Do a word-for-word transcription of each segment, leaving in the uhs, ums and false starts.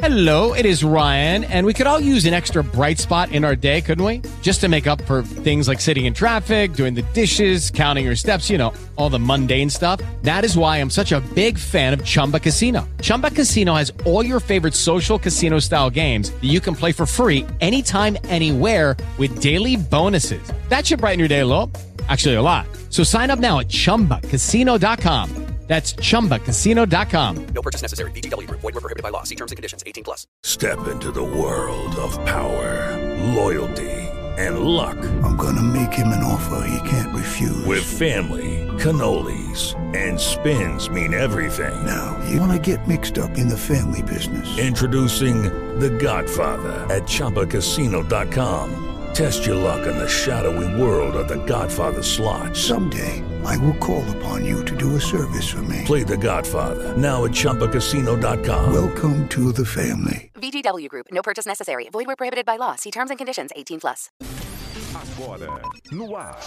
Hello, it is Ryan, and we could all use an extra bright spot in our day, couldn't we? Just to make up for things like sitting in traffic, doing the dishes, counting your steps, you know, all the mundane stuff. That is why I'm such a big fan of Chumba Casino. Chumba Casino has all your favorite social casino-style games that you can play for free anytime, anywhere with daily bonuses. That should brighten your day a little. Actually, a lot. So sign up now at chumba casino dot com. That's chumba casino dot com. No purchase necessary. V G W Group. Void where prohibited by law. See terms and conditions. eighteen plus. Step into the world of power, loyalty, and luck. I'm gonna make him an offer he can't refuse. With family, cannolis, and spins mean everything. Now, you wanna get mixed up in the family business. Introducing The Godfather at chumba casino dot com. Test your luck in the shadowy world of The Godfather slot. Someday, I will call upon you to do a service for me. Play The Godfather, now at chumba casino dot com. Welcome to the family. V G W Group. No purchase necessary. Void where prohibited by law. See terms and conditions. eighteen plus. Agora, no ar.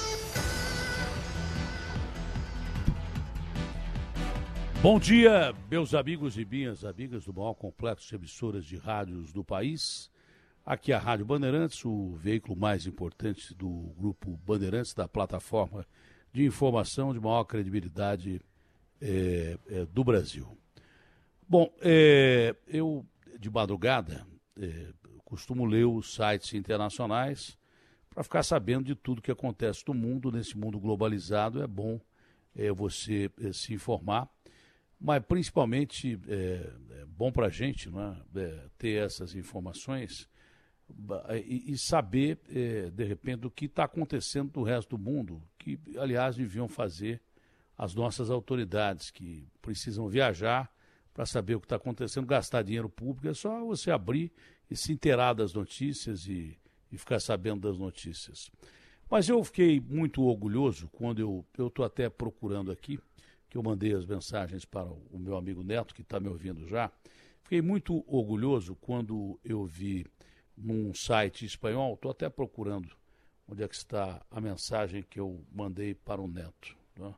Bom dia, meus amigos e minhas amigas do maior complexo de emissoras de rádios do país. Aqui é a Rádio Bandeirantes, o veículo mais importante do grupo Bandeirantes, da plataforma de informação de maior credibilidade é, é, do Brasil. Bom, é, eu de madrugada é, costumo ler os sites internacionais para ficar sabendo de tudo que acontece no mundo. Nesse mundo globalizado é bom é, você é, se informar, mas principalmente é, é bom para a gente, não é? É, ter essas informações e, e saber, é, de repente, o que está acontecendo no resto do mundo, que, aliás, deviam fazer as nossas autoridades, que precisam viajar para saber o que está acontecendo, gastar dinheiro público. É só você abrir e se inteirar das notícias e, e ficar sabendo das notícias. Mas eu fiquei muito orgulhoso quando eu estou até procurando aqui, que eu mandei as mensagens para o meu amigo Neto, que está me ouvindo já. Fiquei muito orgulhoso quando eu vi num site espanhol, estou até procurando onde é que está a mensagem que eu mandei para o Neto. Né?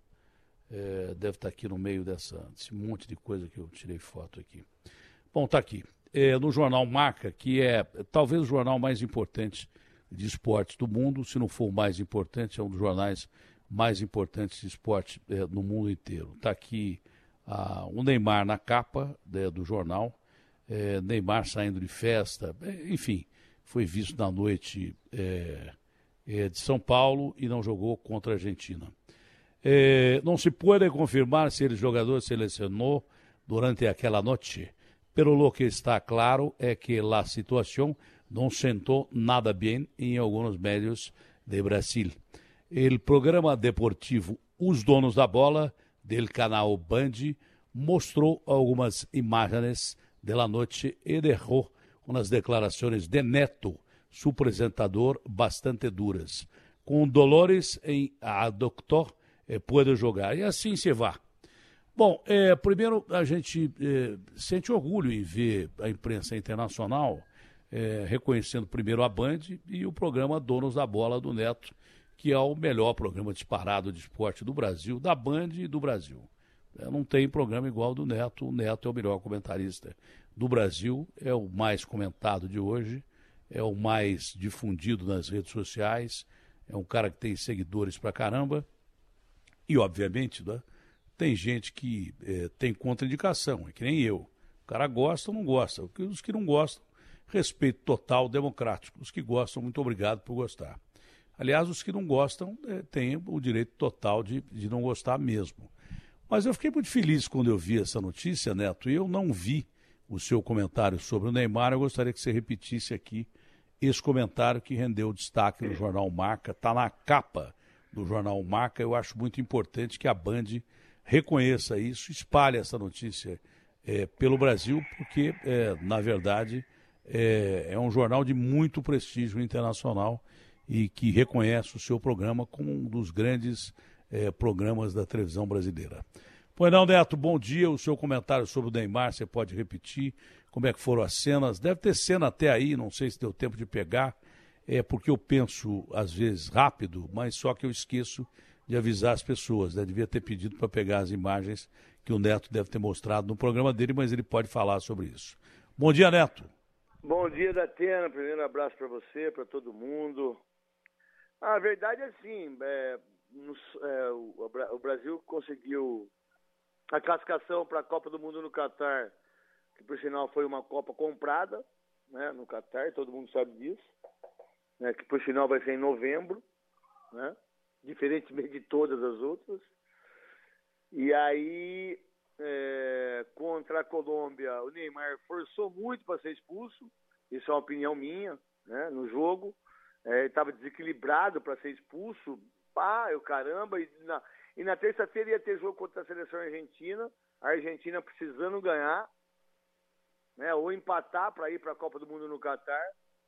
É, deve estar aqui no meio dessa, desse monte de coisa que eu tirei foto aqui. Bom, está aqui. É, no jornal Marca, que é talvez o jornal mais importante de esportes do mundo, se não for o mais importante, é um dos jornais mais importantes de esporte é, no mundo inteiro. Está aqui ah, o Neymar na capa é, do jornal, é, Neymar saindo de festa, é, enfim, foi visto na noite é, é, de São Paulo e não jogou contra a Argentina. Eh, não se pode confirmar se el jogador se lesionou durante aquela noite, pero lo que está claro é que a situação não sentou nada bem em alguns médios de Brasil. O programa deportivo Os Donos da Bola, del canal Band, mostrou algumas imagens da noite e deixou umas declarações de Neto, seu apresentador, bastante duras. Com dolores em aductor, É, pode jogar. E assim se vai. Bom, é, primeiro a gente é, sente orgulho em ver a imprensa internacional é, reconhecendo primeiro a Band e o programa Donos da Bola do Neto, que é o melhor programa disparado de esporte do Brasil, da Band e do Brasil. É, não tem programa igual ao do Neto. O Neto é o melhor comentarista do Brasil, é o mais comentado de hoje, é o mais difundido nas redes sociais, é um cara que tem seguidores pra caramba. E, obviamente, né, tem gente que é, tem contraindicação, é que nem eu. O cara gosta ou não gosta. Os que não gostam, respeito total democrático. Os que gostam, muito obrigado por gostar. Aliás, os que não gostam é, têm o direito total de, de não gostar mesmo. Mas eu fiquei muito feliz quando eu vi essa notícia, Neto, e eu não vi o seu comentário sobre o Neymar. Eu gostaria que você repetisse aqui esse comentário que rendeu destaque no jornal Marca, está na capa do jornal Marca. Eu acho muito importante que a Band reconheça isso, espalhe essa notícia é, pelo Brasil, porque, é, na verdade, é, é um jornal de muito prestígio internacional e que reconhece o seu programa como um dos grandes é, programas da televisão brasileira. Pois não, Neto, bom dia. O seu comentário sobre o Neymar, você pode repetir como é que foram as cenas? Deve ter cena até aí, não sei se deu tempo de pegar. É porque eu penso, às vezes, rápido, mas só que eu esqueço de avisar as pessoas. Né? Devia ter pedido para pegar as imagens que o Neto deve ter mostrado no programa dele, mas ele pode falar sobre isso. Bom dia, Neto. Bom dia, Datena. Primeiro abraço para você, para todo mundo. Ah, a verdade é assim, é, no, é, o, o Brasil conseguiu a classificação para a Copa do Mundo no Catar, que por sinal foi uma Copa comprada, né, no Catar, todo mundo sabe disso, né, que por sinal vai ser em novembro, né, diferentemente de todas as outras. E aí, é, contra a Colômbia, o Neymar forçou muito para ser expulso, isso é uma opinião minha, né, no jogo. É, estava desequilibrado para ser expulso, pá, eu caramba, e na, e na terça-feira ia ter jogo contra a seleção argentina, a Argentina precisando ganhar, né, ou empatar para ir para a Copa do Mundo no Catar,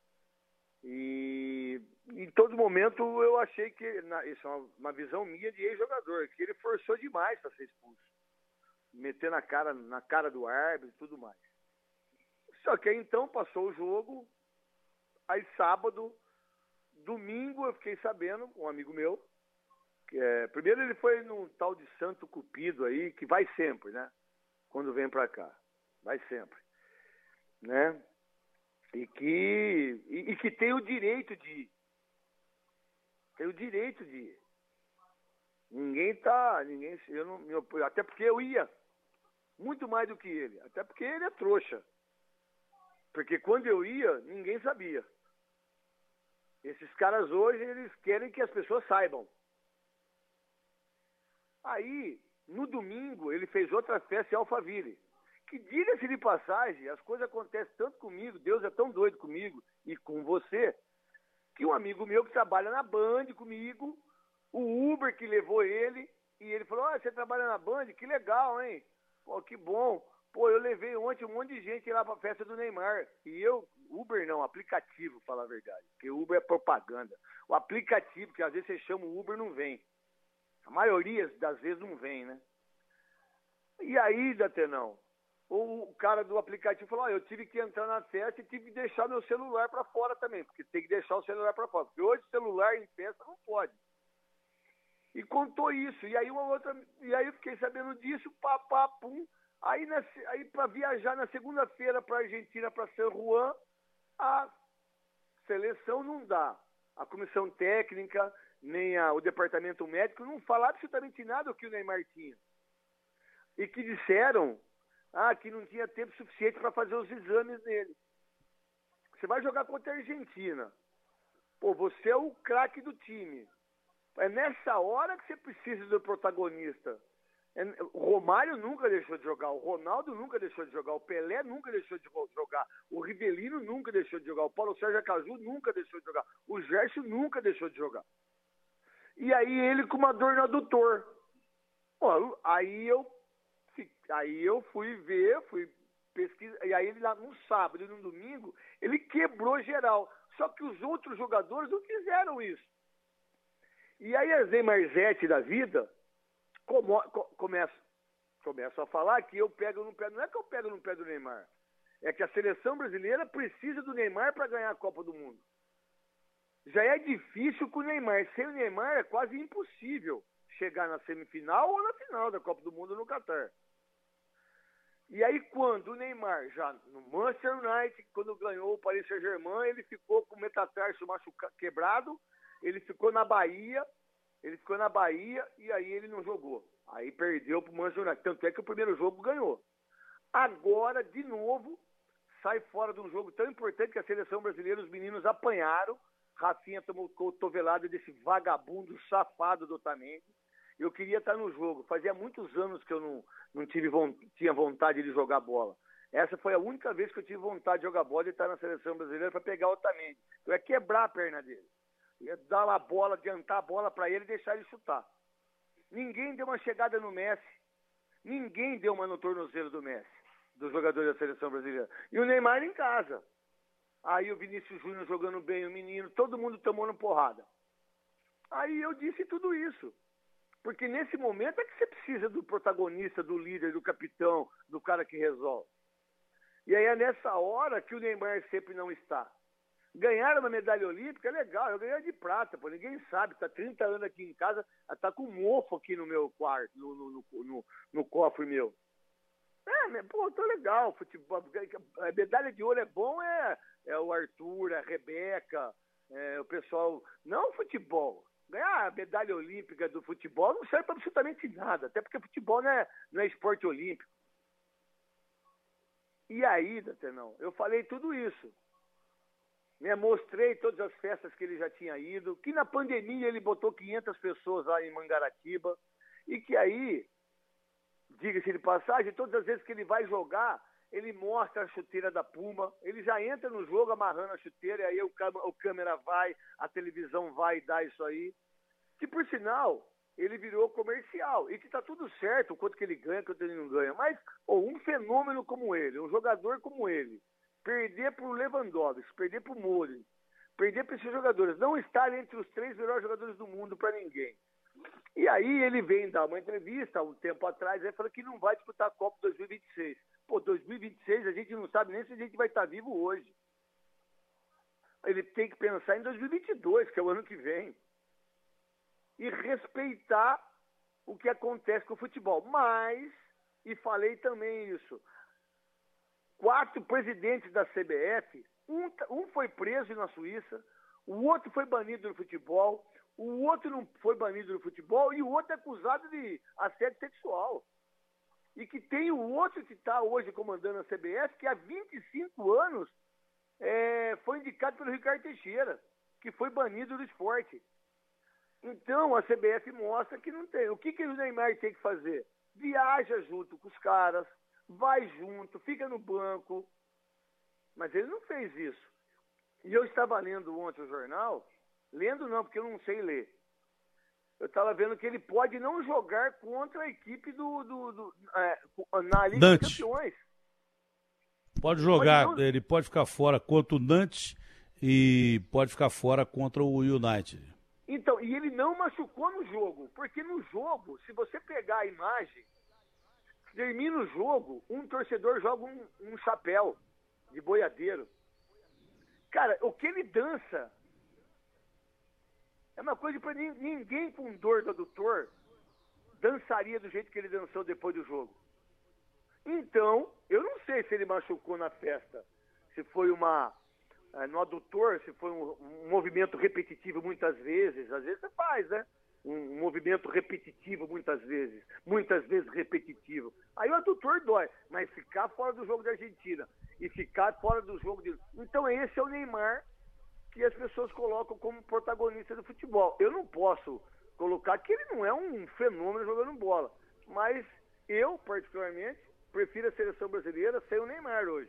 e em todo momento eu achei que, na, isso é uma, uma visão minha de ex-jogador, que ele forçou demais para ser expulso, meter na cara, na cara do árbitro e tudo mais. Só que aí então passou o jogo, aí sábado, domingo eu fiquei sabendo, um amigo meu, que é, primeiro ele foi num tal de Santo Cupido aí, que vai sempre, né? Quando vem pra cá. Vai sempre. Né? E que, e, e que tem o direito de ir. Tem o direito de ir. Ninguém tá, ninguém, eu não, me op... até porque eu ia muito mais do que ele. Até porque ele é trouxa. Porque quando eu ia, ninguém sabia. Esses caras hoje, eles querem que as pessoas saibam. Aí, no domingo, ele fez outra festa em Alphaville. Que, diga-se de passagem, as coisas acontecem tanto comigo, Deus é tão doido comigo e com você, que um amigo meu que trabalha na Band comigo, o Uber que levou ele, e ele falou, ah, você trabalha na Band? Que legal, hein? Pô, que bom. Pô, eu levei ontem um monte de gente lá pra festa do Neymar. E eu, Uber não, aplicativo, falar a verdade. Porque Uber é propaganda. O aplicativo, que às vezes você chama o Uber, não vem. A maioria das vezes não vem, né? E aí, Datenão, o cara do aplicativo falou, ah, eu tive que entrar na festa e tive que deixar meu celular pra fora também. Porque tem que deixar o celular pra fora. Porque hoje celular em festa não pode. E contou isso. E aí uma outra. E aí eu fiquei sabendo disso, pá, pá, pum. Aí, na, aí para viajar na segunda-feira para a Argentina, para San Juan, a seleção não dá. A comissão técnica, nem a, o departamento médico não falaram absolutamente nada do que o Neymar tinha. E que disseram ah, que não tinha tempo suficiente para fazer os exames dele. Você vai jogar contra a Argentina. Pô, você é o craque do time. É nessa hora que você precisa do protagonista. O Romário nunca deixou de jogar, o Ronaldo nunca deixou de jogar, o Pelé nunca deixou de jogar, o Rivelino nunca deixou de jogar, o Paulo Sérgio Acazu nunca deixou de jogar, o Gerson nunca deixou de jogar. E aí ele com uma dor no adutor. Pô, aí eu, aí eu fui ver, fui pesquisar, e aí ele lá no sábado e no domingo, ele quebrou geral. Só que os outros jogadores não fizeram isso. E aí a Zé Marzete da vida Como, começo, começo a falar que eu pego no pé, não é que eu pego no pé do Neymar, é que a seleção brasileira precisa do Neymar para ganhar a Copa do Mundo. Já é difícil com o Neymar, sem o Neymar é quase impossível chegar na semifinal ou na final da Copa do Mundo no Catar. E aí quando o Neymar, já no Manchester United, quando ganhou o Paris Saint-Germain, ele ficou com o metatarso machucado, quebrado, ele ficou na Bahia, Ele ficou na Bahia e aí ele não jogou. Aí perdeu para o Manchester United. Tanto é que o primeiro jogo ganhou. Agora, de novo, sai fora de um jogo tão importante que a seleção brasileira, os meninos apanharam. Rafinha tomou cotovelada desse vagabundo safado do Otamendi. Eu queria estar no jogo. Fazia muitos anos que eu não, não tive, tinha vontade de jogar bola. Essa foi a única vez que eu tive vontade de jogar bola e estar na seleção brasileira para pegar o Otamendi. Eu ia quebrar a perna dele. Ia dar uma bola, adiantar a bola para ele e deixar ele chutar. Ninguém deu uma chegada no Messi. Ninguém deu uma no tornozelo do Messi, dos jogadores da seleção brasileira. E o Neymar em casa. Aí o Vinícius Júnior jogando bem, o menino, todo mundo tomando porrada. Aí eu disse tudo isso. Porque nesse momento é que você precisa do protagonista, do líder, do capitão, do cara que resolve. E aí é nessa hora que o Neymar sempre não está. Ganhar uma medalha olímpica é legal, eu ganhei de prata, pô, ninguém sabe, tá trinta anos aqui em casa, tá com um mofo aqui no meu quarto, no, no, no, no, no cofre meu. É, pô, tô legal. Futebol, a medalha de ouro é bom, é, é o Arthur, a Rebeca, é, o pessoal. Não futebol. Ganhar a medalha olímpica do futebol não serve para absolutamente nada, até porque futebol não é, não é esporte olímpico. E aí, Datenão, eu falei tudo isso. Né? Mostrei todas as festas que ele já tinha ido, que na pandemia ele botou quinhentas pessoas lá em Mangaratiba, e que aí, diga-se de passagem, todas as vezes que ele vai jogar, ele mostra a chuteira da Puma, ele já entra no jogo amarrando a chuteira, e aí o, o câmera vai, a televisão vai dar isso aí. Que, por sinal, ele virou comercial, e que tá tudo certo, o quanto que ele ganha, o quanto ele não ganha. Mas oh, um fenômeno como ele, um jogador como ele, perder pro Lewandowski, perder pro Modric, perder para esses jogadores, não estar entre os três melhores jogadores do mundo para ninguém. E aí ele vem dar uma entrevista, há um tempo atrás, e falou que não vai disputar a Copa dois mil e vinte e seis. Pô, dois mil e vinte e seis a gente não sabe nem se a gente vai estar vivo hoje. Ele tem que pensar em dois mil e vinte e dois, que é o ano que vem. E respeitar o que acontece com o futebol. Mas, e falei também isso, quatro presidentes da C B F, um, um foi preso na Suíça, o outro foi banido do futebol, o outro não foi banido do futebol e o outro é acusado de assédio sexual. E que tem o outro que está hoje comandando a C B F, que há vinte e cinco anos é, foi indicado pelo Ricardo Teixeira, que foi banido do esporte. Então a C B F mostra que não tem. O que, que o Neymar tem que fazer? Viaja junto com os caras, vai junto, fica no banco. Mas ele não fez isso. E eu estava lendo ontem o jornal, lendo não, porque eu não sei ler. Eu estava vendo que ele pode não jogar contra a equipe do, do, do é, na Liga Nantes. dos Campeões. Pode jogar, Pode não... ele pode ficar fora contra o Nantes e pode ficar fora contra o United. Então, e ele não machucou no jogo, porque no jogo, se você pegar a imagem, termina o jogo, um torcedor joga um, um chapéu de boiadeiro. Cara, o que ele dança é uma coisa para ninguém com dor do adutor dançaria do jeito que ele dançou depois do jogo. Então, eu não sei se ele machucou na festa, se foi uma no adutor, se foi um, um movimento repetitivo muitas vezes, às vezes você faz, né? Um, um movimento repetitivo muitas vezes, muitas vezes repetitivo. Aí o adutor dói, mas ficar fora do jogo da Argentina e ficar fora do jogo de... Então esse é o Neymar que as pessoas colocam como protagonista do futebol. Eu não posso colocar que ele não é um fenômeno jogando bola, mas eu, particularmente, prefiro a seleção brasileira sem o Neymar hoje.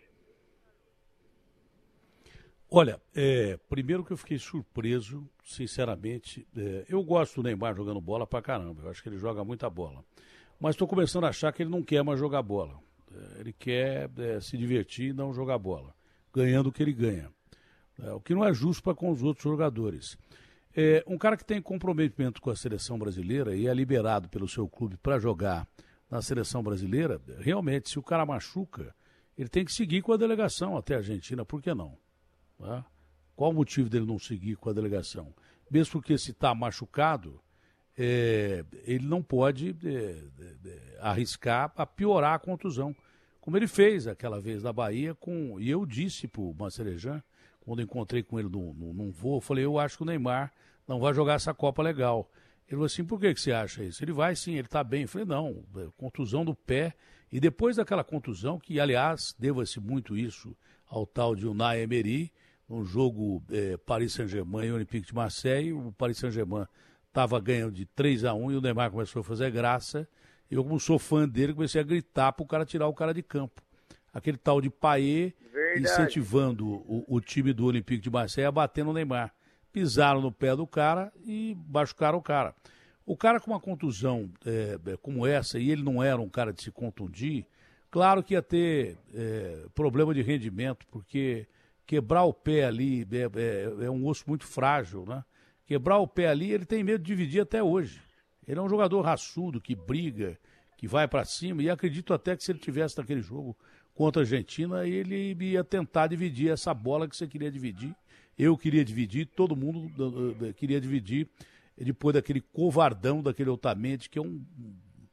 Olha, é, primeiro que eu fiquei surpreso, sinceramente, é, eu gosto do Neymar jogando bola pra caramba, eu acho que ele joga muita bola, mas estou começando a achar que ele não quer mais jogar bola, é, ele quer é, se divertir e não jogar bola, ganhando o que ele ganha, é, o que não é justo para com os outros jogadores. É, um cara que tem comprometimento com a seleção brasileira e é liberado pelo seu clube para jogar na seleção brasileira, realmente, se o cara machuca, ele tem que seguir com a delegação até a Argentina, por que não? Tá? Qual o motivo dele não seguir com a delegação? Mesmo porque se está machucado, é, ele não pode é, é, arriscar a piorar a contusão, como ele fez aquela vez na Bahia, com, e eu disse para o Mancerejan, quando encontrei com ele num, num, num voo, eu falei, eu acho que o Neymar não vai jogar essa Copa legal. Ele falou assim, por que, que você acha isso? Ele vai sim, ele está bem. Eu falei, não, contusão do pé, e depois daquela contusão, que aliás, deva-se muito isso ao tal de Unai Emery, no jogo eh, Paris Saint-Germain e Olympique de Marseille, o Paris Saint-Germain estava ganhando de três a um e o Neymar começou a fazer graça. Eu, como sou fã dele, comecei a gritar para o cara tirar o cara de campo. Aquele tal de Payet incentivando o, o time do Olympique de Marseille a bater no Neymar. Pisaram no pé do cara e machucaram o cara. O cara com uma contusão eh, como essa, e ele não era um cara de se contundir, claro que ia ter eh, problema de rendimento, porque... Quebrar o pé ali é, é, é um osso muito frágil, né? Quebrar o pé ali, ele tem medo de dividir até hoje. Ele é um jogador raçudo, que briga, que vai para cima, e acredito até que se ele tivesse naquele jogo contra a Argentina, ele ia tentar dividir essa bola que você queria dividir. Eu queria dividir, todo mundo uh, uh, queria dividir, depois daquele covardão, daquele Otamendi, que é um,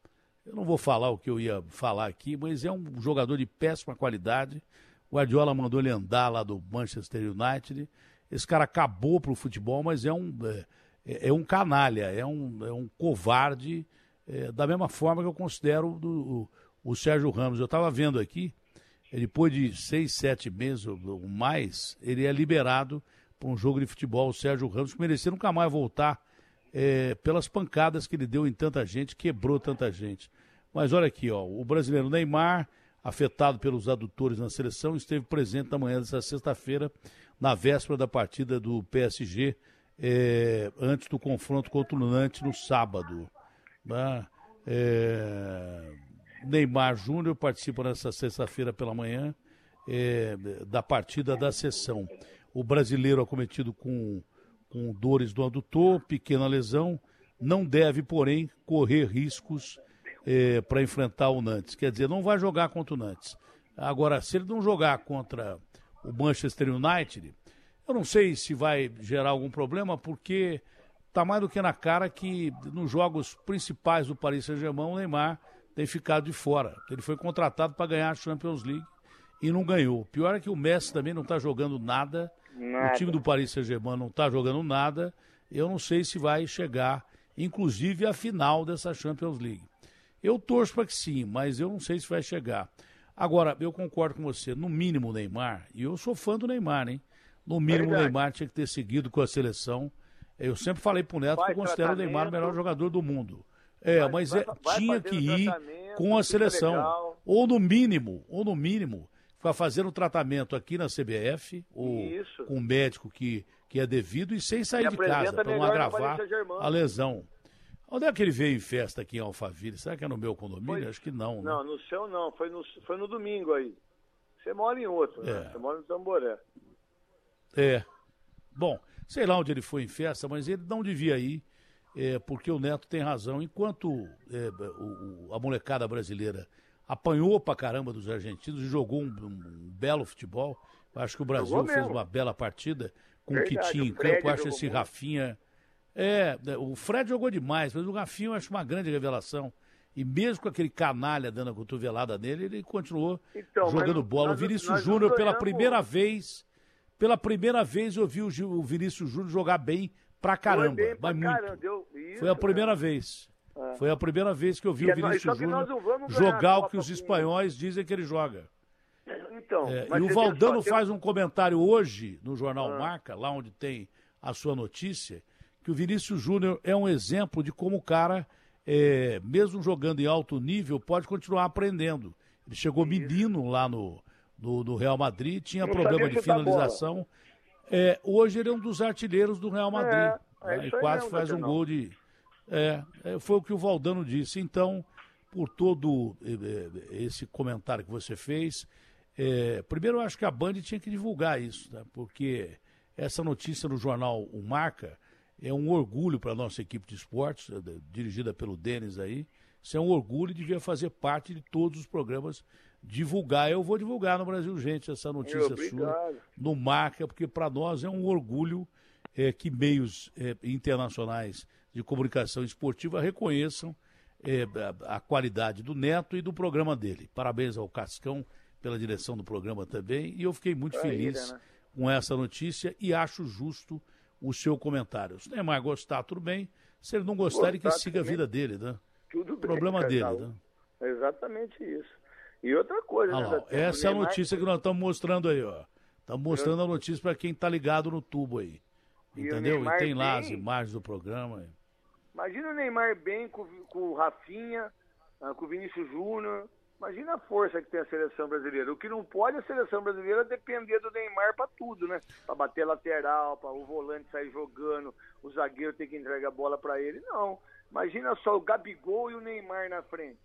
eu não vou falar o que eu ia falar aqui, mas é um jogador de péssima qualidade. O Guardiola mandou ele andar lá do Manchester United. Esse cara acabou pro futebol, mas é um, é, é um canalha, é um, é um covarde, é, da mesma forma que eu considero do, o, o Sérgio Ramos. Eu estava vendo aqui, depois de seis, sete meses ou mais, ele é liberado para um jogo de futebol, o Sérgio Ramos, que merecia nunca mais voltar é, pelas pancadas que ele deu em tanta gente, quebrou tanta gente. Mas olha aqui, ó, o brasileiro Neymar, afetado pelos adutores na seleção, esteve presente na manhã dessa sexta-feira, na véspera da partida do P S G, é, antes do confronto contra o Nantes no sábado. Né? É, Neymar Júnior participa nessa sexta-feira pela manhã é, da partida da sessão. O brasileiro acometido com, com dores do adutor, pequena lesão, não deve, porém, correr riscos É, para enfrentar o Nantes. Quer dizer, não vai jogar contra o Nantes. Agora, se ele não jogar contra o Manchester United, eu não sei se vai gerar algum problema, porque está mais do que na cara que nos jogos principais do Paris Saint-Germain, o Neymar tem ficado de fora. Ele foi contratado para ganhar a Champions League e não ganhou. Pior é que o Messi também não está jogando nada, nada. O time do Paris Saint-Germain não está jogando nada. Eu não sei se vai chegar, inclusive, à final dessa Champions League. Eu torço para que sim, mas eu não sei se vai chegar. Agora, eu concordo com você, no mínimo o Neymar, e eu sou fã do Neymar, hein? No mínimo Verdade. o Neymar tinha que ter seguido com a seleção. Eu sempre falei pro Neto vai, que eu considero o Neymar o melhor jogador do mundo. É, vai, mas é, vai, tinha que ir com a seleção. Ou no mínimo, ou no mínimo, ficar fazendo tratamento aqui na C B F, ou Isso. com um médico que, que é devido, e sem sair e de casa, para não agravar a lesão. Onde é que ele veio em festa aqui em Alphaville? Será que é no meu condomínio? Foi... Acho que não. Né? Não, no seu não. Foi no, foi no domingo aí. Você mora em outro, é. né? Você mora no Tamboré. É. Bom, sei lá onde ele foi em festa, mas ele não devia ir, é, porque o Neto tem razão. Enquanto é, o, a molecada brasileira apanhou pra caramba dos argentinos e jogou um, um belo futebol, acho que o Brasil fez uma bela partida com o que tinha em campo. Acho esse muito. Rafinha... É, o Fred jogou demais, mas o Rafinha eu acho uma grande revelação. E mesmo com aquele canalha dando a cotovelada nele, ele continuou então, jogando bola. Nós, o Vinícius Júnior, pela primeira vez, pela primeira vez eu vi o, o Vinícius Júnior jogar bem pra caramba. Bem pra mas caramba, muito. Deu isso, Foi a primeira né? vez. É. Foi a primeira vez que eu vi e o Vinícius Júnior jogar o que os espanhóis dizem que ele joga. Então, é, e o Valdano faz um comentário hoje no Jornal ah. Marca, lá onde tem a sua notícia, que o Vinícius Júnior é um exemplo de como o cara, é, mesmo jogando em alto nível, pode continuar aprendendo. Ele chegou menino lá no, no, no Real Madrid, tinha Não problema de finalização. É, hoje ele é um dos artilheiros do Real Madrid. É, é né, e quase mesmo, faz um não. gol de... É, é, foi o que o Valdano disse. Então, por todo é, esse comentário que você fez, é, primeiro eu acho que a Band tinha que divulgar isso, né, porque essa notícia no jornal O Marca é um orgulho para a nossa equipe de esportes, dirigida pelo Denis aí. Isso é um orgulho e devia fazer parte de todos os programas divulgar. Eu vou divulgar no Brasil, gente, essa notícia sua no Marca, porque para nós é um orgulho é, que meios é, internacionais de comunicação esportiva reconheçam é, a, a qualidade do Neto e do programa dele. Parabéns ao Cascão pela direção do programa também. E eu fiquei muito Praia, feliz né? com essa notícia e acho justo o seu comentário. Se o Neymar gostar, tudo bem. Se ele não gostar, ele que siga a vida dele, né? Tudo o problema bem, dele, um. né? É exatamente isso. E outra coisa, ah, né? Lá, essa é a notícia que nós estamos mostrando aí, ó. Estamos mostrando Eu... a notícia para quem está ligado no tubo aí. Entendeu? E, e tem lá bem... as imagens do programa. Aí. Imagina o Neymar bem com, com o Rafinha, com o Vinícius Júnior. Imagina a força que tem a seleção brasileira. O que não pode a seleção brasileira é depender do Neymar para tudo, né? Para bater lateral, para o volante sair jogando, o zagueiro ter que entregar a bola para ele. Não. Imagina só o Gabigol e o Neymar na frente.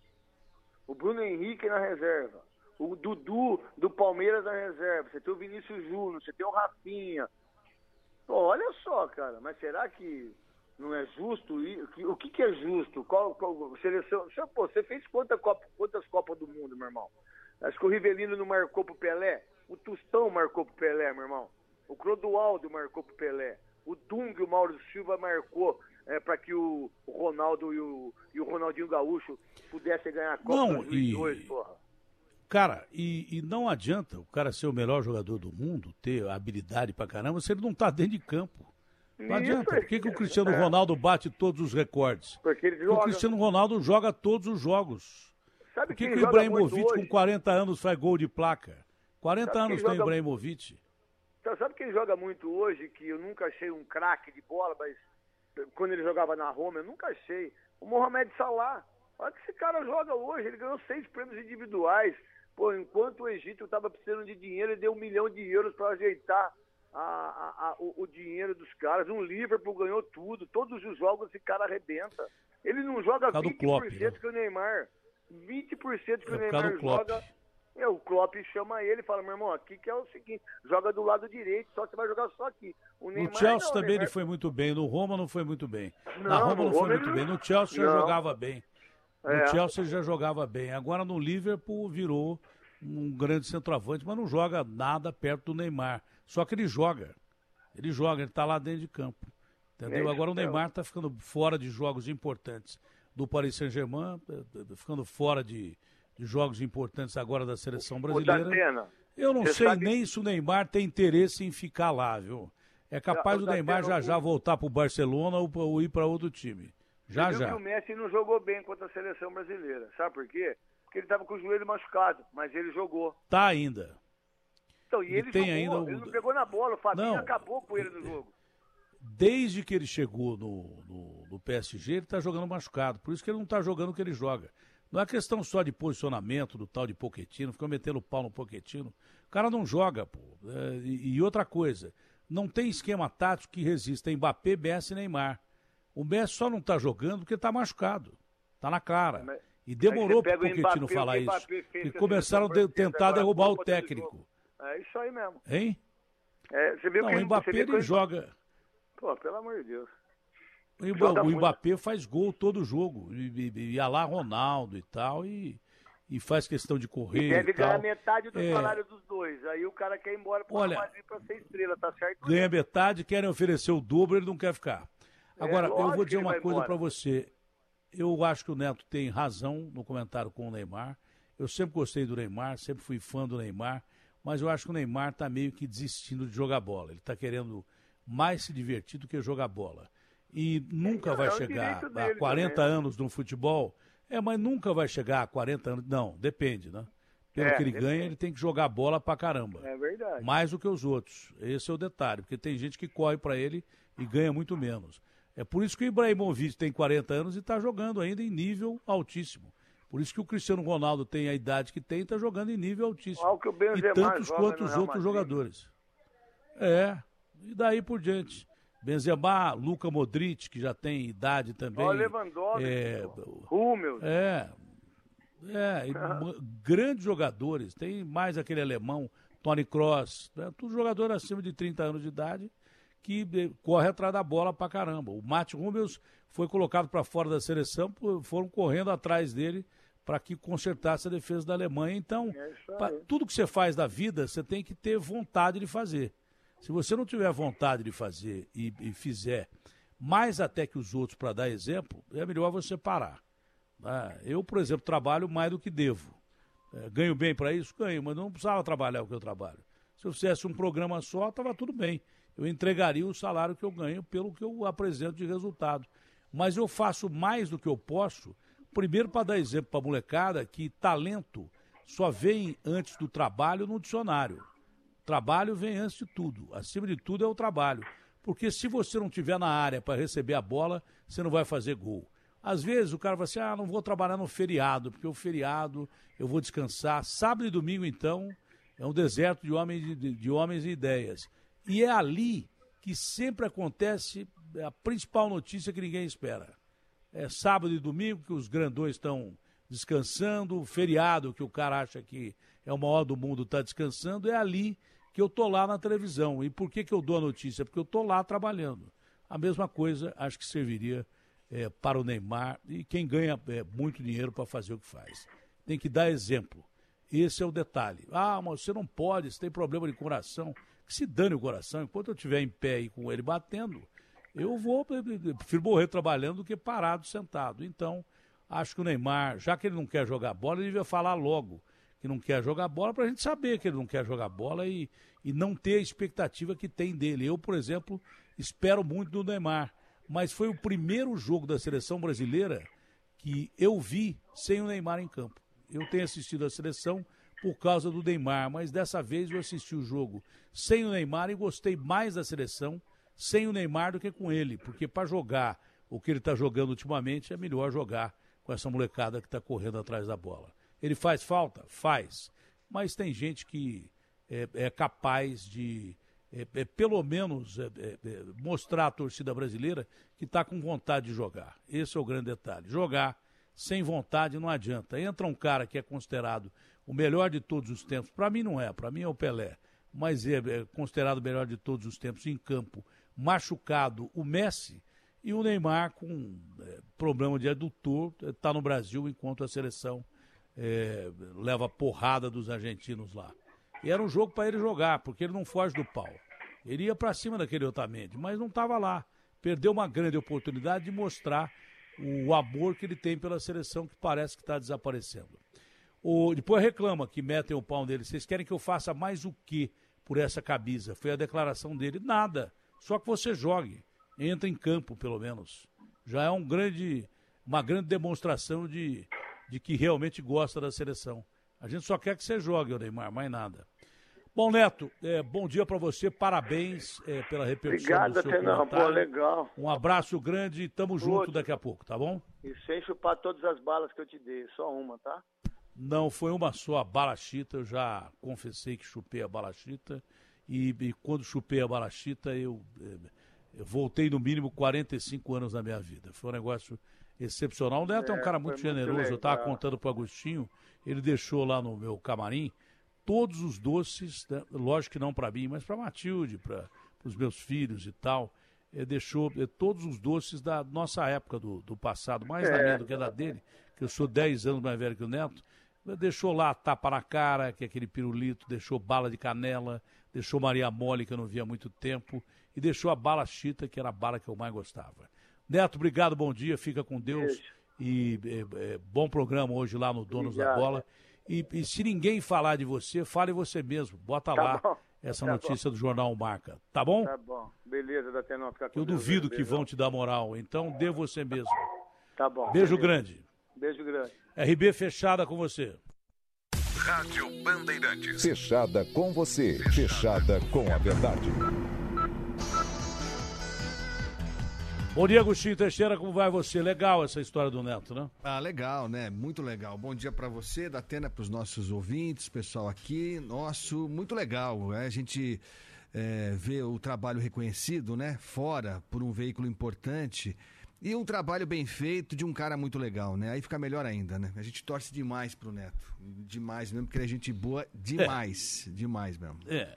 O Bruno Henrique na reserva. O Dudu do Palmeiras na reserva. Você tem o Vinícius Júnior, você tem o Rafinha. Pô, olha só, cara. Mas será que não é justo? O que, que é justo? Qual, qual seleção? Pô, você fez quantas Copas, quantas Copas do Mundo, meu irmão? Acho que o Rivelino não marcou pro Pelé. O Tostão marcou pro Pelé, meu irmão. O Clodoaldo marcou pro Pelé. O Dung, o Mauro Silva marcou é, para que o, o Ronaldo e o, e o Ronaldinho Gaúcho pudessem ganhar a Copa Não, dois mil e dois, e... porra. Cara, e, e não adianta o cara ser o melhor jogador do mundo, ter habilidade pra caramba, se ele não tá dentro de campo. Não Isso, adianta. Por que, que o Cristiano é. Ronaldo bate todos os recordes? Porque ele Porque joga. o Cristiano Ronaldo joga todos os jogos. Sabe Por que, quem que o joga Ibrahimovic muito com hoje? quarenta anos faz gol de placa? quarenta Sabe anos quem tem o joga- Ibrahimovic. Então, sabe quem joga muito hoje, que eu nunca achei um craque de bola, mas quando ele jogava na Roma, eu nunca achei? O Mohamed Salah. Olha que esse cara joga hoje, ele ganhou seis prêmios individuais. Pô, enquanto o Egito estava precisando de dinheiro, ele deu um milhão de euros para ajeitar a, a, a, o, o dinheiro dos caras. Um Liverpool ganhou tudo, todos os jogos esse cara arrebenta. Ele não joga Por causa do vinte por cento Klopp, né? que o Neymar. vinte por cento que É o por causa Neymar do Klopp. joga. É, o Klopp chama ele e fala, meu irmão, aqui que é o seguinte, joga do lado direito, só você vai jogar só aqui. O No Chelsea não, também Neymar... ele foi muito bem, no Roma não foi muito bem. Não, Na Roma no não foi Roma muito ele bem, não- no Chelsea já Não. jogava bem. No É. Chelsea ele já jogava bem. Agora no Liverpool virou um grande centroavante, mas não joga nada perto do Neymar. Só que ele joga. Ele joga, ele tá lá dentro de campo. Entendeu? É, Agora o então. Neymar tá ficando fora de jogos importantes do Paris Saint-Germain, ficando fora de, de jogos importantes agora da seleção Ô, brasileira. Datena, Eu não você sei sabe- nem se o Neymar tem interesse em ficar lá, viu? É capaz Ô, do Neymar Datena, já já o- voltar pro Barcelona ou, pra- ou ir para outro time. Já Você viu já. que o Messi não jogou bem contra a seleção brasileira. Sabe por quê? Porque ele estava com o joelho machucado, mas ele jogou. Tá ainda. Então, e Ele ele, tem jogou, ainda o- ele não pegou na bola, o Fabinho Não. acabou com ele no jogo. Desde que ele chegou no, no, no P S G, ele tá jogando machucado. Por isso que ele não tá jogando o que ele joga. Não é questão só de posicionamento do tal de Pochettino, ficou metendo pau no Pochettino. O cara não joga, pô. É, e, e outra coisa, não tem esquema tático que resista a Mbappé, Messi e Neymar. O Messi só não tá jogando porque tá machucado. Tá na cara. Mas- E demorou Aí você pro pega o Pochettino Mbappé, falar o que o isso. Mbappé fez E com a começaram a de- seleção francesa tentar agora, derrubar o Copa do Mundo. técnico. É isso aí mesmo. Hein? É, você viu Não, que o ele- Mbappé você viu que ele ele- joga. Pô, pelo amor de Deus. O, Mba- Joga o muito. Mbappé faz gol todo jogo. E, e, e ia lá Ronaldo e tal. E, e faz questão de correr. E deve e tal. ganhar metade do É. salário dos dois. Aí o cara quer ir embora pro Olha, Real Madrid pra ser estrela, tá certo? Ganha metade, querem oferecer o dobro, ele não quer ficar. Agora, eu lógico vou que dizer ele uma vai coisa embora. pra você. Eu acho que o Neto tem razão no comentário com o Neymar. Eu sempre gostei do Neymar, sempre fui fã do Neymar. Mas eu acho que o Neymar tá meio que desistindo de jogar bola. Ele tá querendo mais se divertir do que jogar bola. E nunca É, vai é o chegar direito a dele quarenta também, né? anos no futebol. É, mas nunca vai chegar a quarenta anos. Não, depende, né? Pelo É, que ele depende. ganha, ele tem que jogar bola pra caramba. É verdade. Mais do que os outros. Esse é o detalhe, porque tem gente que corre para ele e ganha muito menos. É por isso que o Ibrahimovic tem quarenta anos e está jogando ainda em nível altíssimo. Por isso que o Cristiano Ronaldo tem a idade que tem e está jogando em nível altíssimo. Olha o que o Benzema E tantos joga quanto no os Real outros Madrid. jogadores. É, e daí por diante. Benzema, Luka Modric, que já tem idade também. Olha o Lewandowski, É, Hummels. é, é, e ma- grandes jogadores. Tem mais aquele alemão, Toni Kroos, né? Tudo jogador acima de trinta anos de idade que eh, corre atrás da bola pra caramba. O Mats Hummels foi colocado para fora da seleção, pô, foram correndo atrás dele para que consertasse a defesa da Alemanha. Então, É isso aí. pra- tudo que você faz da vida, você tem que ter vontade de fazer. Se você não tiver vontade de fazer e, e fizer mais até que os outros para dar exemplo, é melhor você parar. Né? Eu, por exemplo, trabalho mais do que devo. É, ganho bem para isso? Ganho, mas não precisava trabalhar o que eu trabalho. Se eu fizesse um programa só, estava tudo bem. Eu entregaria o salário que eu ganho pelo que eu apresento de resultado. Mas eu faço mais do que eu posso, primeiro para dar exemplo para a molecada que talento só vem antes do trabalho no dicionário. Trabalho vem antes de tudo. Acima de tudo é o trabalho. Porque se você não estiver na área para receber a bola, você não vai fazer gol. Às vezes o cara vai assim, ah, não vou trabalhar no feriado, porque o feriado eu vou descansar. Sábado e domingo, então, é um deserto de homens, de, de homens e ideias. E é ali que sempre acontece a principal notícia que ninguém espera. É sábado e domingo que os grandões estão descansando, feriado que o cara acha que é o maior do mundo está descansando, é ali que eu tô lá na televisão. E por que que eu dou a notícia? Porque eu tô lá trabalhando. A mesma coisa acho que serviria é, para o Neymar e quem ganha é, muito dinheiro para fazer o que faz. Tem que dar exemplo. Esse é o detalhe. Ah, mas você não pode, você tem problema de coração. Que se dane o coração. Enquanto eu estiver em pé e com ele batendo, Eu vou, eu prefiro morrer trabalhando do que parado, sentado. Então, acho que o Neymar, já que ele não quer jogar bola, ele devia falar logo que não quer jogar bola, para a gente saber que ele não quer jogar bola e, e não ter a expectativa que tem dele. Eu, por exemplo, espero muito do Neymar, mas foi o primeiro jogo da seleção brasileira que eu vi sem o Neymar em campo. Eu tenho assistido a seleção por causa do Neymar, mas dessa vez eu assisti o jogo sem o Neymar e gostei mais da seleção sem o Neymar do que com ele, porque para jogar o que ele está jogando ultimamente é melhor jogar com essa molecada que está correndo atrás da bola. Ele faz falta? Faz, mas tem gente que é, é capaz de, é, é, pelo menos, é, é, mostrar à torcida brasileira que está com vontade de jogar. Esse é o grande detalhe. Jogar sem vontade não adianta. Entra um cara que é considerado o melhor de todos os tempos, para mim não é, para mim é o Pelé, mas é, é considerado o melhor de todos os tempos em campo, machucado, o Messi, e o Neymar com é, problema de adutor, está no Brasil enquanto a seleção é, leva porrada dos argentinos lá. E era um jogo para ele jogar, porque ele não foge do pau. Ele ia para cima daquele Otamendi, mas não estava lá. Perdeu uma grande oportunidade de mostrar o amor que ele tem pela seleção, que parece que está desaparecendo. O, depois reclama que metem o pau nele. Vocês querem que eu faça mais o quê por essa camisa? Foi a declaração dele. Nada. Só que você jogue. Entra em campo, pelo menos. Já é um grande, uma grande demonstração de, de que realmente gosta da seleção. A gente só quer que você jogue, Neymar, mais nada. Bom, Neto, é, bom dia para você. Parabéns é, pela repercussão Obrigado, do seu Tenão. comentário. Pô, legal. Um abraço grande e tamo junto Outro. daqui a pouco, tá bom? E sem chupar todas as balas que eu te dei. Só uma, tá? Não, foi uma só, a balachita. Eu já confessei que chupei a balachita. E, e quando chupei a balachita, eu, eu voltei no mínimo quarenta e cinco anos na minha vida. Foi um negócio excepcional. O Neto é, é um cara muito generoso. Muito eu estava contando pro Agostinho, ele deixou lá no meu camarim todos os doces, né? Lógico que não para mim, mas para Matilde, para os meus filhos e tal. Ele deixou eh, todos os doces da nossa época, do, do passado, mais é. da minha do que da dele, que eu sou dez anos mais velho que o Neto. Deixou lá tapa na cara, que é aquele pirulito, deixou bala de canela, deixou Maria Mole, que eu não via há muito tempo, e deixou a bala chita, que era a bala que eu mais gostava. Neto, obrigado, bom dia, fica com Deus. Beijo. E é, é, bom programa hoje lá no Donos obrigado. Da Bola. E, e se ninguém falar de você, fale você mesmo. Bota tá lá bom. Essa tá notícia bom. Do Jornal Marca. Tá bom? Tá bom. Beleza, da Tenão. Ficar com Eu Deus, duvido Deus, que Deus. Vão te dar moral. Então, dê você mesmo. Tá bom. Beijo beleza. grande. Beijo grande. R B fechada com você. Rádio Bandeirantes. Fechada com você. Fechada com a verdade. Bom dia, Agostinho Teixeira, como vai você? Legal essa história do Neto, né? Ah, legal, né? Muito legal. Bom dia pra você, da Atena, pros nossos ouvintes, pessoal aqui. Nosso, muito legal, né? A gente é, vê o trabalho reconhecido, né? Fora, por um veículo importante. E um trabalho bem feito de um cara muito legal, né? Aí fica melhor ainda, né? A gente torce demais pro Neto. Demais mesmo, porque ele é gente boa demais. É. Demais mesmo. É.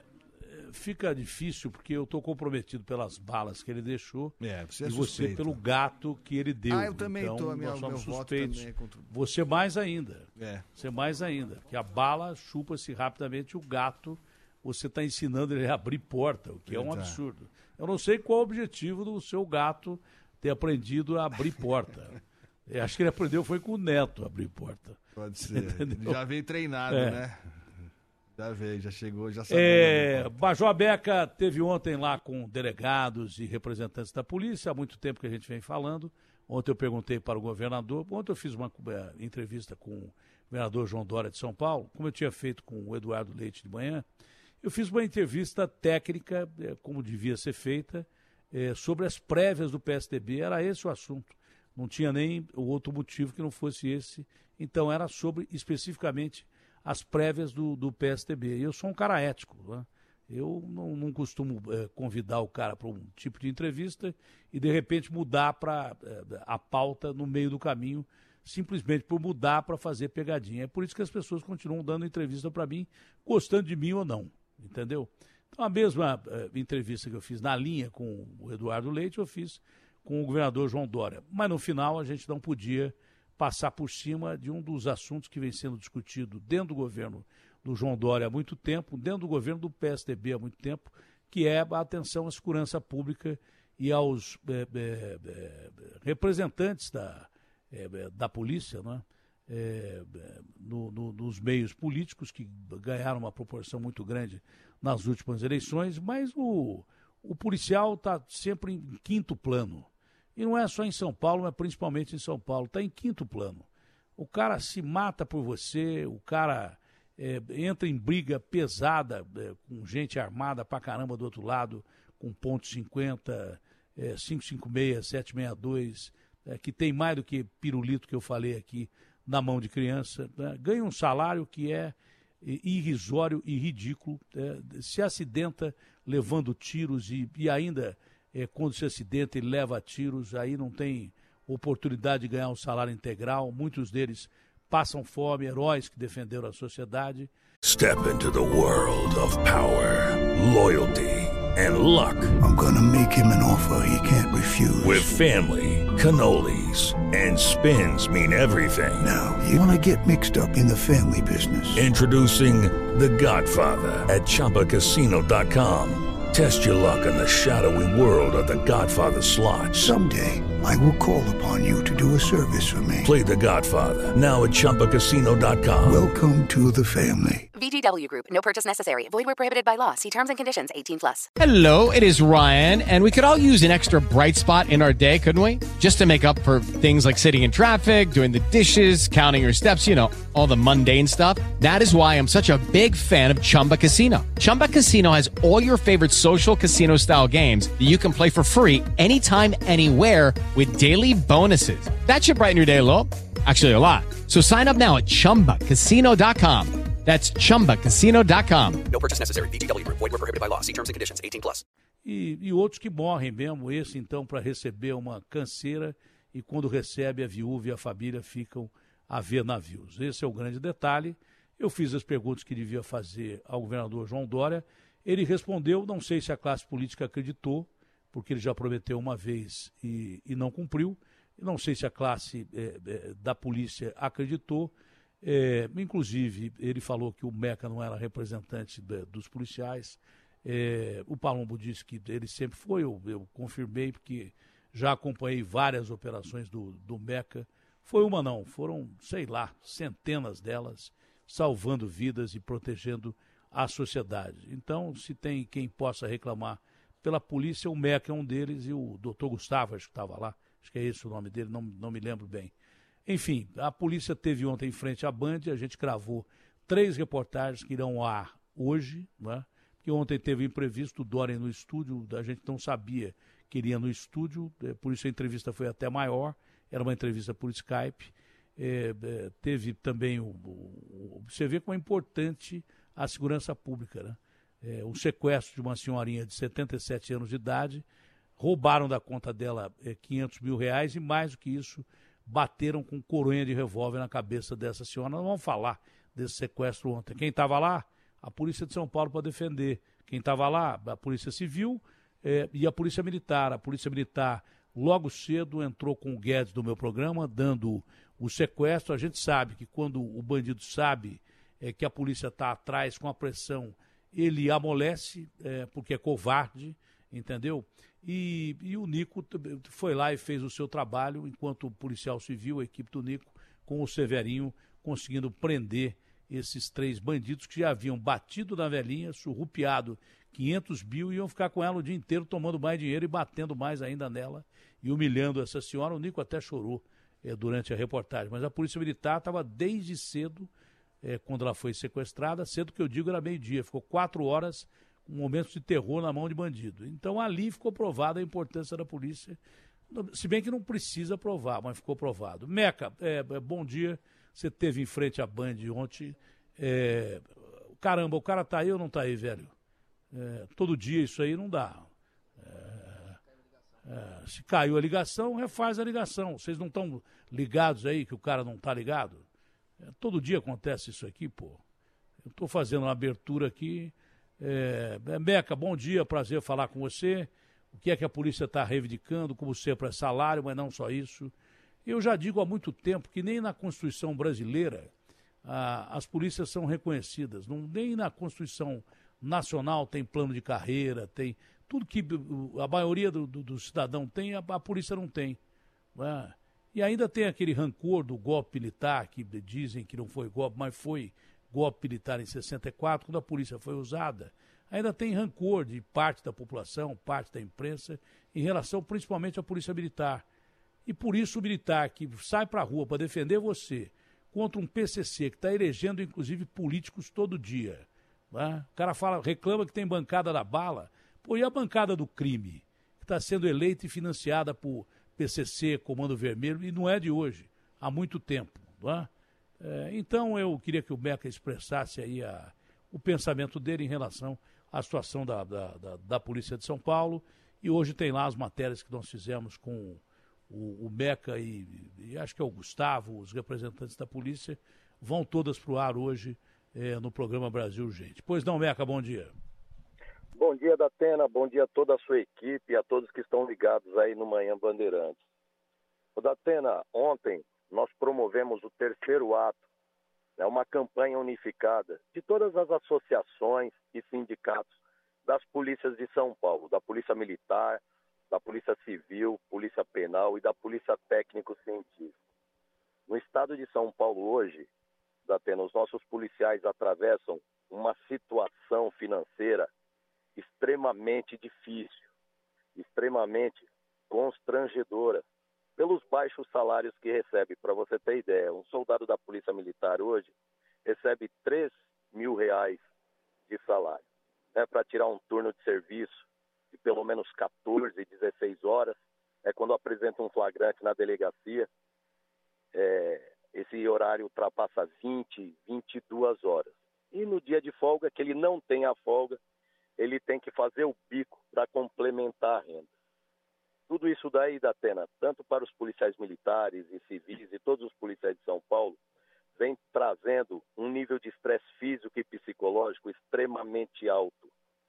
Fica difícil porque eu tô comprometido pelas balas que ele deixou. É, você é e suspeito. Você pelo gato que ele deu. Ah, eu também então, tô. A minha, nós somos meu suspeitos. voto também é contra... Você mais ainda. É. Você mais ainda. Porque a bala chupa-se rapidamente, o gato, você está ensinando ele a abrir porta, o que Verdade. É um absurdo. Eu não sei qual é o objetivo do seu gato ter aprendido a abrir porta. Eu acho que ele aprendeu foi com o Neto abrir porta. Pode ser. Já veio treinado, é. né? Já veio, já chegou, já sabia. É, Major Beca teve ontem lá com delegados e representantes da polícia, há muito tempo que a gente vem falando. Ontem eu perguntei para o governador, ontem eu fiz uma uh, entrevista com o governador João Dória de São Paulo, como eu tinha feito com o Eduardo Leite de manhã. Eu fiz uma entrevista técnica, eh, como devia ser feita, eh, sobre as prévias do P S D B. Era esse o assunto. Não tinha nem o outro motivo que não fosse esse. Então era sobre, especificamente, as prévias do, do P S D B. Eu sou um cara ético, né? Eu não, não costumo é, convidar o cara para um tipo de entrevista e, de repente, mudar para é, a pauta no meio do caminho, simplesmente por mudar para fazer pegadinha. É por isso que as pessoas continuam dando entrevista para mim, gostando de mim ou não, entendeu? Então, a mesma é, entrevista que eu fiz na linha com o Eduardo Leite, eu fiz com o governador João Dória. Mas, no final, a gente não podia passar por cima de um dos assuntos que vem sendo discutido dentro do governo do João Dória há muito tempo, dentro do governo do P S D B há muito tempo, que é a atenção à segurança pública e aos é, é, é, representantes da, é, da polícia, né? É, no, no, nos meios políticos que ganharam uma proporção muito grande nas últimas eleições, mas o, o policial está sempre em quinto plano. E não é só em São Paulo, mas principalmente em São Paulo, está em quinto plano. O cara se mata por você, o cara é, entra em briga pesada é, com gente armada pra caramba do outro lado, com ponto cinquenta, é, cinco cinco seis, sete seis dois, é, que tem mais do que pirulito que eu falei aqui na mão de criança, né? Ganha um salário que é irrisório e ridículo, é, se acidenta levando tiros e, e ainda é, quando se acidenta e leva tiros, aí não tem oportunidade de ganhar um salário integral, muitos deles passam fome, heróis que defenderam a sociedade. Step into the world of power, loyalty and luck. I'm gonna make him an offer he can't refuse. With family, cannolis and spins mean everything. Now, you wanna get mixed up in the family business. Introducing The Godfather at Chumba Casino dot com. Test your luck in the shadowy world of The Godfather slot. Someday, I will call upon you to do a service for me. Play The Godfather now at Chumba Casino dot com. Welcome to the family. V G W Group. No purchase necessary. Void where prohibited by law. See terms and conditions. eighteen plus. Hello, it is Ryan, and we could all use an extra bright spot in our day, couldn't we? Just to make up for things like sitting in traffic, doing the dishes, counting your steps, you know, all the mundane stuff. That is why I'm such a big fan of Chumba Casino. Chumba Casino has all your favorite social casino-style games that you can play for free anytime, anywhere with daily bonuses. That should brighten your day a little. Actually, a lot. So sign up now at Chumba Casino dot com. That's Chumba Casino dot com. No purchase necessary. V G W Group. Void where prohibited by law. See terms and conditions. eighteen plus. E, e outros que morrem mesmo, esse então para receber uma canseira e quando recebe a viúva e a família ficam a ver navios. Esse é o grande detalhe. Eu fiz as perguntas que devia fazer ao governador João Dória. Ele respondeu, não sei se a classe política acreditou, porque ele já prometeu uma vez e, e não cumpriu. Não sei se a classe é, é, da polícia acreditou. É, inclusive, ele falou que o Meca não era representante de, dos policiais. É, o Palombo disse que ele sempre foi, eu, eu confirmei, porque já acompanhei várias operações do, do Meca. Foi uma não, foram, sei lá, centenas delas, salvando vidas e protegendo a sociedade. Então, se tem quem possa reclamar pela polícia, o Meca é um deles e o doutor Gustavo, acho que estava lá, acho que é esse o nome dele, não, não me lembro bem. Enfim, a polícia teve ontem em frente à Band, a gente gravou três reportagens que irão ao ar hoje, né? Que ontem teve imprevisto, o Dória no estúdio, a gente não sabia que iria no estúdio, por isso a entrevista foi até maior, era uma entrevista por Skype. É, é, teve também, o, o, você vê como é importante a segurança pública, né? É, o sequestro de uma senhorinha de setenta e sete anos de idade, roubaram da conta dela é, quinhentos mil reais e mais do que isso, bateram com coronha de revólver na cabeça dessa senhora. Nós vamos falar desse sequestro ontem. Quem estava lá? A Polícia de São Paulo para defender. Quem estava lá? A Polícia Civil eh, e a Polícia Militar. A Polícia Militar logo cedo entrou com o Guedes do meu programa, dando o sequestro. A gente sabe que quando o bandido sabe eh, que a polícia está atrás com a pressão, ele amolece, eh, porque é covarde, entendeu? E, e o Nico foi lá e fez o seu trabalho, enquanto o policial civil, a equipe do Nico, com o Severinho, conseguindo prender esses três bandidos que já haviam batido na velhinha, surrupiado quinhentos mil e iam ficar com ela o dia inteiro tomando mais dinheiro e batendo mais ainda nela e humilhando essa senhora. O Nico até chorou é, durante a reportagem, mas a Polícia Militar estava desde cedo, é, quando ela foi sequestrada, cedo que eu digo era meio-dia, ficou quatro horas um momento de terror na mão de bandido. Então ali ficou provada a importância da polícia, se bem que não precisa provar, mas ficou provado. Meca, é, é, bom dia, você esteve em frente à Band ontem, é, caramba, o cara tá aí ou não tá aí, velho? É, todo dia isso aí não dá. É, é, se caiu a ligação, refaz a ligação. Vocês não estão ligados aí que o cara não tá ligado? É, todo dia acontece isso aqui, pô. Eu estou fazendo uma abertura aqui. É, Meca, bom dia, prazer falar com você. O que é que a polícia está reivindicando, como sempre é salário, mas não só isso. Eu já digo há muito tempo que nem na Constituição brasileira ah, as polícias são reconhecidas, não, nem na Constituição nacional tem plano de carreira, tem tudo que a maioria do, do, do cidadão tem, a, a polícia não tem. Né? E ainda tem aquele rancor do golpe militar, que dizem que não foi golpe, mas foi golpe militar em sessenta e quatro, quando a polícia foi usada. Ainda tem rancor de parte da população, parte da imprensa, em relação principalmente à polícia militar. E por isso o militar que sai para a rua para defender você contra um P C C que está elegendo inclusive políticos todo dia. Né? O cara fala, reclama que tem bancada da bala. Pô, e a bancada do crime, que está sendo eleita e financiada por P C C, Comando Vermelho, e não é de hoje, há muito tempo. Né? É, então eu queria que o Meca expressasse aí a, o pensamento dele em relação à situação da, da, da, da Polícia de São Paulo. E hoje tem lá as matérias que nós fizemos com o, o Meca e, e acho que é o Gustavo, os representantes da polícia, vão todas para o ar hoje é, no programa Brasil Urgente. Pois não, Meca, bom dia. Bom dia, Datena, bom dia a toda a sua equipe e a todos que estão ligados aí no Manhã Bandeirantes. O Datena, ontem nós promovemos o terceiro ato, né, uma campanha unificada de todas as associações e sindicatos das polícias de São Paulo, da Polícia Militar, da Polícia Civil, Polícia Penal e da Polícia Técnico-Científica. No estado de São Paulo hoje, Datena, os nossos policiais atravessam uma situação financeira extremamente difícil, extremamente constrangedora, pelos baixos salários que recebe. Para você ter ideia, um soldado da Polícia Militar hoje recebe três mil reais de salário. Né, para tirar um turno de serviço de pelo menos quatorze, dezesseis horas, é quando apresenta um flagrante na delegacia, é, esse horário ultrapassa vinte, vinte e duas horas. E no dia de folga, que ele não tem a folga, ele tem que fazer o bico para complementar a renda. Tudo isso daí, Datena, tanto para os policiais militares e civis e todos os policiais de São Paulo, vem trazendo um nível de estresse físico e psicológico extremamente alto.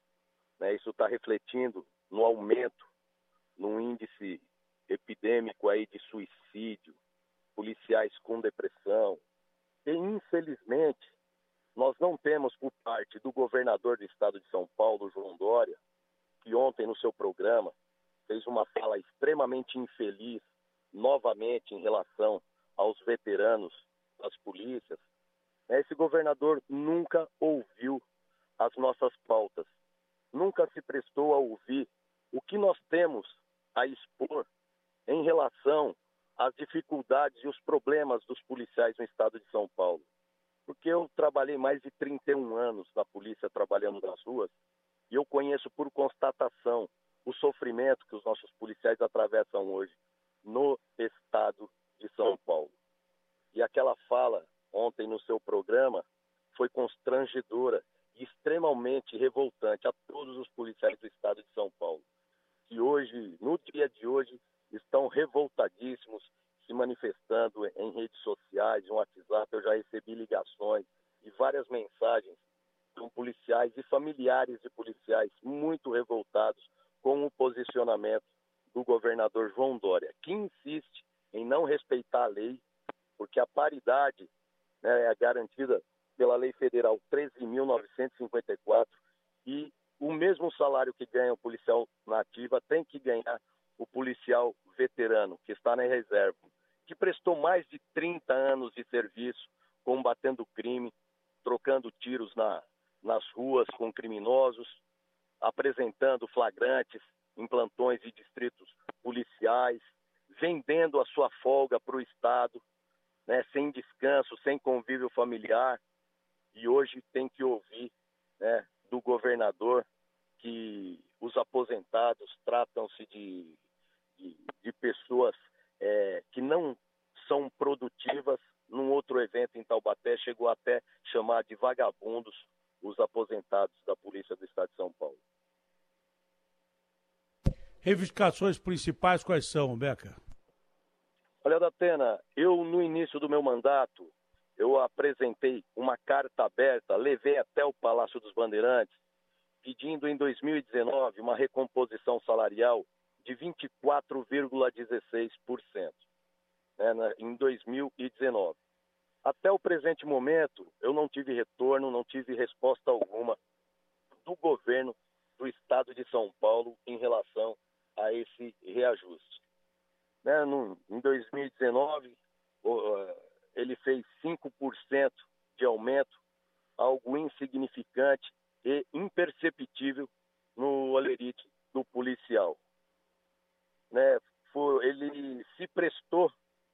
Né? Isso está refletindo no aumento, no índice epidêmico aí de suicídio, policiais com depressão. E, infelizmente, nós não temos por parte do governador do estado de São Paulo, João Dória, que ontem no seu programa fez uma fala extremamente infeliz, novamente em relação aos veteranos das polícias. Esse governador nunca ouviu as nossas pautas, nunca se prestou a ouvir o que nós temos a expor em relação às dificuldades e os problemas dos policiais no estado de São Paulo. Porque eu trabalhei mais de trinta e um anos na polícia, trabalhando nas ruas, e eu conheço por constatação o sofrimento que os nossos policiais atravessam hoje no estado de São Paulo. E aquela fala ontem no seu programa foi constrangedora e extremamente revoltante a todos os policiais do estado de São Paulo, que hoje, no dia de hoje, estão revoltadíssimos, se manifestando em redes sociais, no WhatsApp. Eu já recebi ligações e várias mensagens com policiais e familiares de policiais muito revoltados com o posicionamento do governador João Dória, que insiste em não respeitar a lei, porque a paridade, né, é garantida pela Lei Federal treze mil novecentos e cinquenta e quatro e o mesmo salário que ganha o policial na ativa tem que ganhar o policial veterano, que está na reserva, que prestou mais de trinta anos de serviço, combatendo crime, trocando tiros na, nas ruas com criminosos, apresentando flagrantes em plantões e distritos policiais, vendendo a sua folga para o Estado, né, sem descanso, sem convívio familiar, e hoje tem que ouvir, né, do governador que os aposentados tratam-se de, de, de pessoas é, que não são produtivas. Num outro evento em Taubaté, chegou até chamar de vagabundos os aposentados da Polícia do Estado de São Paulo. Reivindicações principais quais são, Beca? Olha, Datena, eu no início do meu mandato, eu apresentei uma carta aberta, levei até o Palácio dos Bandeirantes, pedindo em dois mil e dezenove uma recomposição salarial de vinte e quatro vírgula dezesseis por cento, né, em dois mil e dezenove. Até o presente momento, eu não tive retorno, não tive resposta alguma do governo do estado de São Paulo em relação a esse reajuste. Né, no, em dois mil e dezenove, uh, ele fez cinco por cento de aumento, algo insignificante e imperceptível no olerite do policial. Né, foi, ele se prestou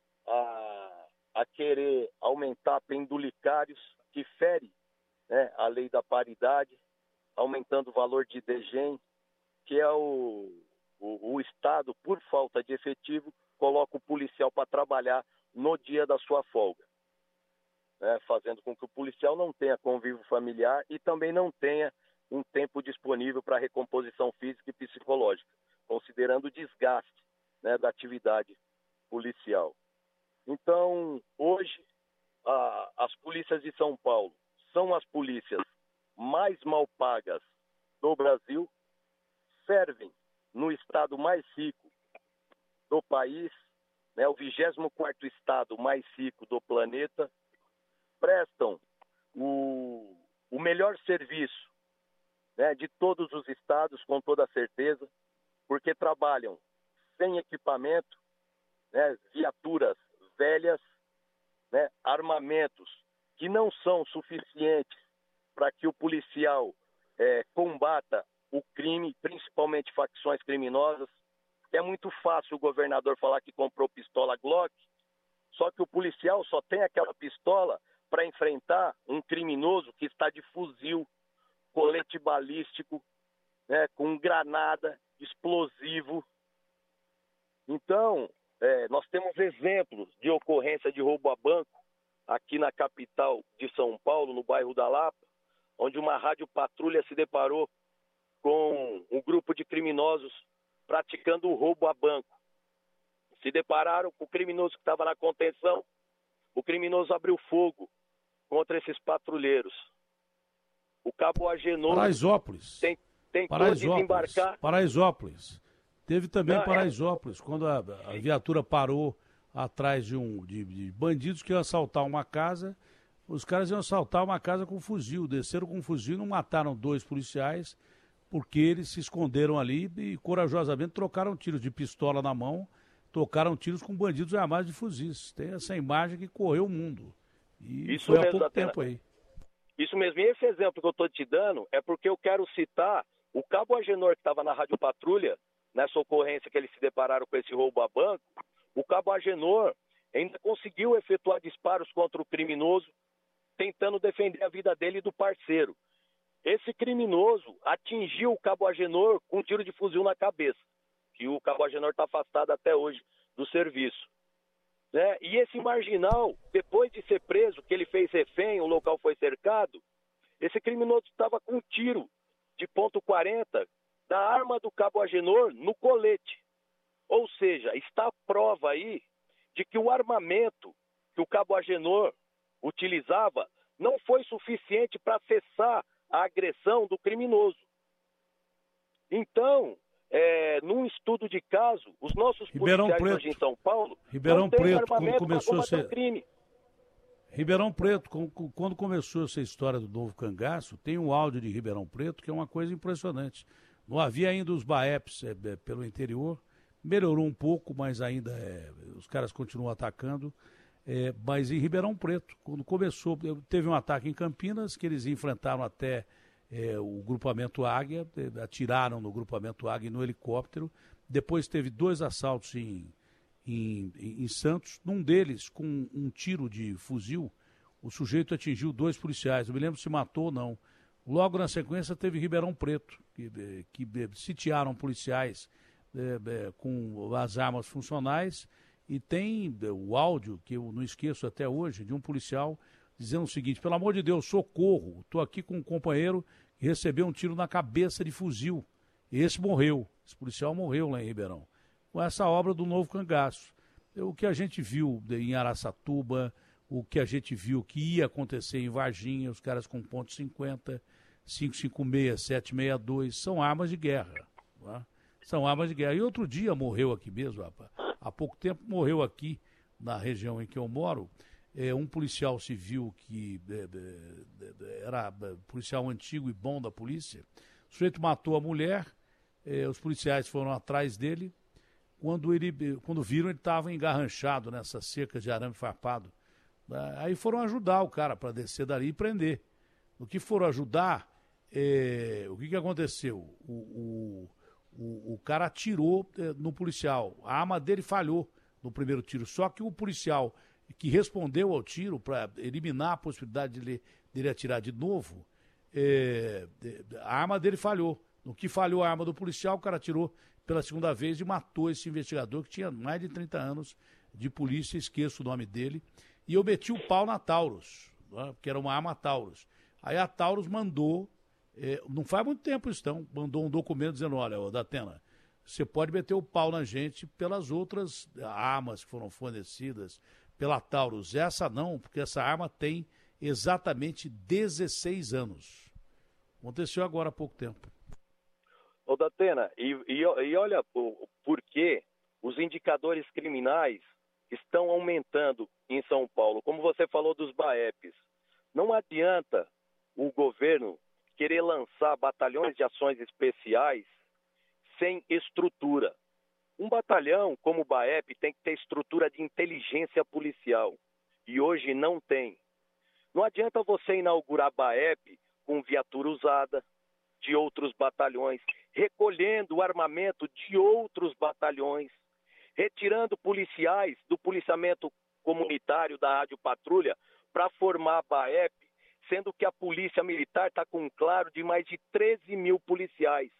a, a querer aumentar pendulicários que fere, né, a lei da paridade, aumentando o valor de degem, que é o, o, o Estado, por falta de efetivo, coloca o policial para trabalhar no dia da sua folga, né, fazendo com que o policial não tenha convívio familiar e também não tenha um tempo disponível para recomposição física e psicológica, considerando o desgaste, né, da atividade policial. Então, hoje, a, as polícias de São Paulo são as polícias mais mal pagas do Brasil, servem no estado mais rico do país, né, o vigésimo quarto estado mais rico do planeta, prestam o, o melhor serviço, né, de todos os estados, com toda certeza, porque trabalham sem equipamento, né, viaturas velhas, né, armamentos que não são suficientes para que o policial é, combata o crime, principalmente facções criminosas. É muito fácil o governador falar que comprou pistola Glock, só que o policial só tem aquela pistola para enfrentar um criminoso que está de fuzil, colete balístico, né, com granada, explosivo. Então, é, nós temos exemplos de ocorrência de roubo a banco aqui na capital de São Paulo, no bairro da Lapa, onde uma rádio patrulha se deparou com um grupo de criminosos praticando o roubo a banco. Se depararam com o criminoso que estava na contenção, o criminoso abriu fogo contra esses patrulheiros. O cabo Agenor Paraisópolis. tem, tentou Paraisópolis. desembarcar. Paraisópolis. Teve também Não, Paraisópolis, é... quando a, a viatura parou atrás de, um, de, de bandidos que iam assaltar uma casa. Os caras iam assaltar uma casa com fuzil, desceram com fuzil e não mataram dois policiais, porque eles se esconderam ali e corajosamente trocaram tiros de pistola na mão, trocaram tiros com bandidos armados de fuzis. Tem essa imagem que correu o mundo. E Isso foi há mesmo, pouco Datena. tempo aí. Isso mesmo, e esse exemplo que eu estou te dando é porque eu quero citar o cabo Agenor que estava na Rádio Patrulha, nessa ocorrência que eles se depararam com esse roubo a banco. O cabo Agenor ainda conseguiu efetuar disparos contra o criminoso, tentando defender a vida dele e do parceiro. Esse criminoso atingiu o cabo Agenor com um tiro de fuzil na cabeça, que o cabo Agenor está afastado até hoje do serviço. Né? E esse marginal, depois de ser preso, que ele fez refém, o local foi cercado, esse criminoso estava com um tiro de ponto quarenta da arma do cabo Agenor no colete. Ou seja, está a prova aí de que o armamento que o cabo Agenor utilizava não foi suficiente para cessar a agressão do criminoso. Então, é, num estudo de caso, os nossos Ribeirão policiais Preto. hoje em São Paulo Ribeirão não têm Preto, quando armamento para começou a combater ser... o crime. Ribeirão Preto, quando começou essa história do novo cangaço, tem um áudio de Ribeirão Preto que é uma coisa impressionante. Não havia ainda os B A E Ps é, é, pelo interior, melhorou um pouco, mas ainda é, os caras continuam atacando. É, mas em Ribeirão Preto, quando começou, teve um ataque em Campinas, que eles enfrentaram até é, o grupamento Águia, atiraram no grupamento Águia no helicóptero. Depois teve dois assaltos em, em, em Santos, num deles, com um tiro de fuzil, o sujeito atingiu dois policiais, não me lembro se matou ou não. Logo na sequência teve Ribeirão Preto, que, que sitiaram policiais é, é, com as armas funcionais. E tem o áudio, que eu não esqueço até hoje, de um policial dizendo o seguinte: pelo amor de Deus, socorro, estou aqui com um companheiro que recebeu um tiro na cabeça de fuzil. Esse morreu, esse policial morreu lá em Ribeirão. Com essa obra do novo cangaço. O que a gente viu em Araçatuba, o que a gente viu que ia acontecer em Varginha, os caras com ponto cinquenta, cinco cinco seis, sete seis dois, são armas de guerra. Tá? São armas de guerra. E outro dia morreu aqui mesmo, rapaz. Há pouco tempo morreu aqui, na região em que eu moro, é, um policial civil que é, é, era policial antigo e bom da polícia. O sujeito matou a mulher, é, os policiais foram atrás dele. Quando, ele, quando viram, ele estava engarranchado nessa cerca de arame farpado. Aí foram ajudar o cara para descer dali e prender. No que foram ajudar, é, o que, que aconteceu? O, o, o, o cara atirou é, no policial. A arma dele falhou no primeiro tiro. Só que o policial que respondeu ao tiro para eliminar a possibilidade dele, dele atirar de novo, é, a arma dele falhou. No que falhou a arma do policial, o cara atirou pela segunda vez e matou esse investigador que tinha mais de trinta anos de polícia, esqueço o nome dele, e eu meti o pau na Taurus, né, que era uma arma Taurus. Aí a Taurus mandou, eh, não faz muito tempo isso não, mandou um documento dizendo, olha, ô, Datena, você pode meter o pau na gente pelas outras armas que foram fornecidas pela Taurus. Essa não, porque essa arma tem exatamente dezesseis anos. Aconteceu agora há pouco tempo. Ô, Datena, e, e, e olha por que os indicadores criminais estão aumentando em São Paulo. Como você falou dos B A E Ps, não adianta o governo querer lançar batalhões de ações especiais sem estrutura. Um batalhão como o B A E P tem que ter estrutura de inteligência policial e hoje não tem. Não adianta você inaugurar B A E P com viatura usada de outros batalhões, recolhendo o armamento de outros batalhões, retirando policiais do policiamento comunitário da Rádio Patrulha para formar a B A E P, sendo que a Polícia Militar está com um claro de mais de treze mil policiais.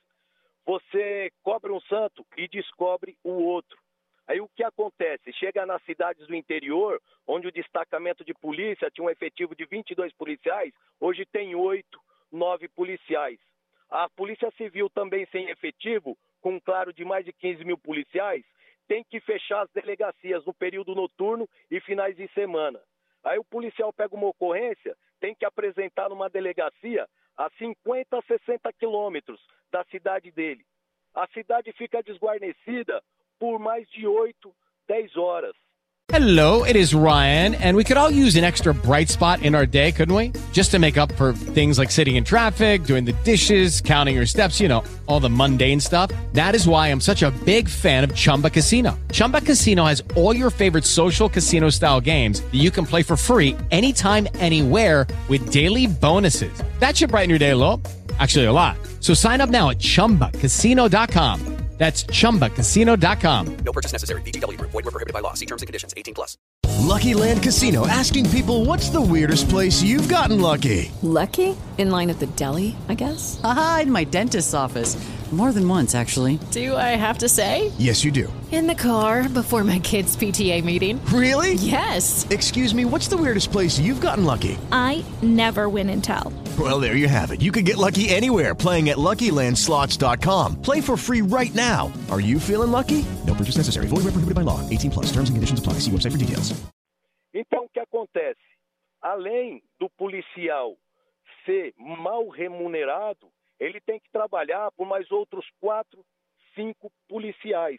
Você cobre um santo e descobre o outro. Aí o que acontece? Chega nas cidades do interior, onde o destacamento de polícia tinha um efetivo de vinte e dois policiais, hoje tem oito, nove policiais. A Polícia Civil também sem efetivo, com um claro de mais de quinze mil policiais, tem que fechar as delegacias no período noturno e finais de semana. Aí o policial pega uma ocorrência, tem que apresentar numa delegacia a cinquenta, sessenta quilômetros da cidade dele. A cidade fica desguarnecida por mais de oito, dez horas. Hello, it is Ryan, and we could all use an extra bright spot in our day, couldn't we? Just to make up for things like sitting in traffic, doing the dishes, counting your steps, you know, all the mundane stuff. That is why I'm such a big fan of Chumba Casino. Chumba Casino has all your favorite social casino-style games that you can play for free anytime, anywhere with daily bonuses. That should brighten your day a little. Actually, a lot. So sign up now at chumba casino dot com. That's chumba casino dot com. No purchase necessary. V G W Group. Void where prohibited by law. See terms and conditions. eighteen plus. Lucky Land Casino, asking people, what's the weirdest place you've gotten lucky? Lucky? In line at the deli, I guess? Aha, in my dentist's office. More than once, actually. Do I have to say? Yes, you do. In the car before my kids' P T A meeting. Really? Yes. Excuse me, what's the weirdest place you've gotten lucky? I never win and tell. Well, there you have it. You can get lucky anywhere, playing at Lucky Land Slots dot com. Play for free right now. Are you feeling lucky? No purchase necessary. Void where prohibited by law. eighteen plus. Terms and conditions apply. See website for details. Então, o que acontece? Além do policial ser mal remunerado, ele tem que trabalhar por mais outros quatro, cinco policiais.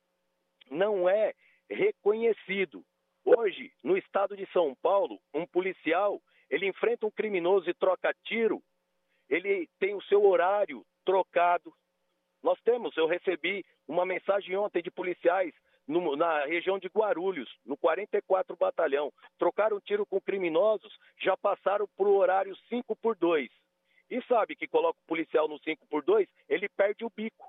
Não é reconhecido. Hoje, no estado de São Paulo, um policial, ele enfrenta um criminoso e troca tiro, ele tem o seu horário trocado. Nós temos, eu recebi uma mensagem ontem de policiais no, na região de Guarulhos, no quarenta e quatro Batalhão. Trocaram tiro com criminosos, já passaram para o horário cinco por dois. E sabe que coloca o policial no cinco por dois, ele perde o bico.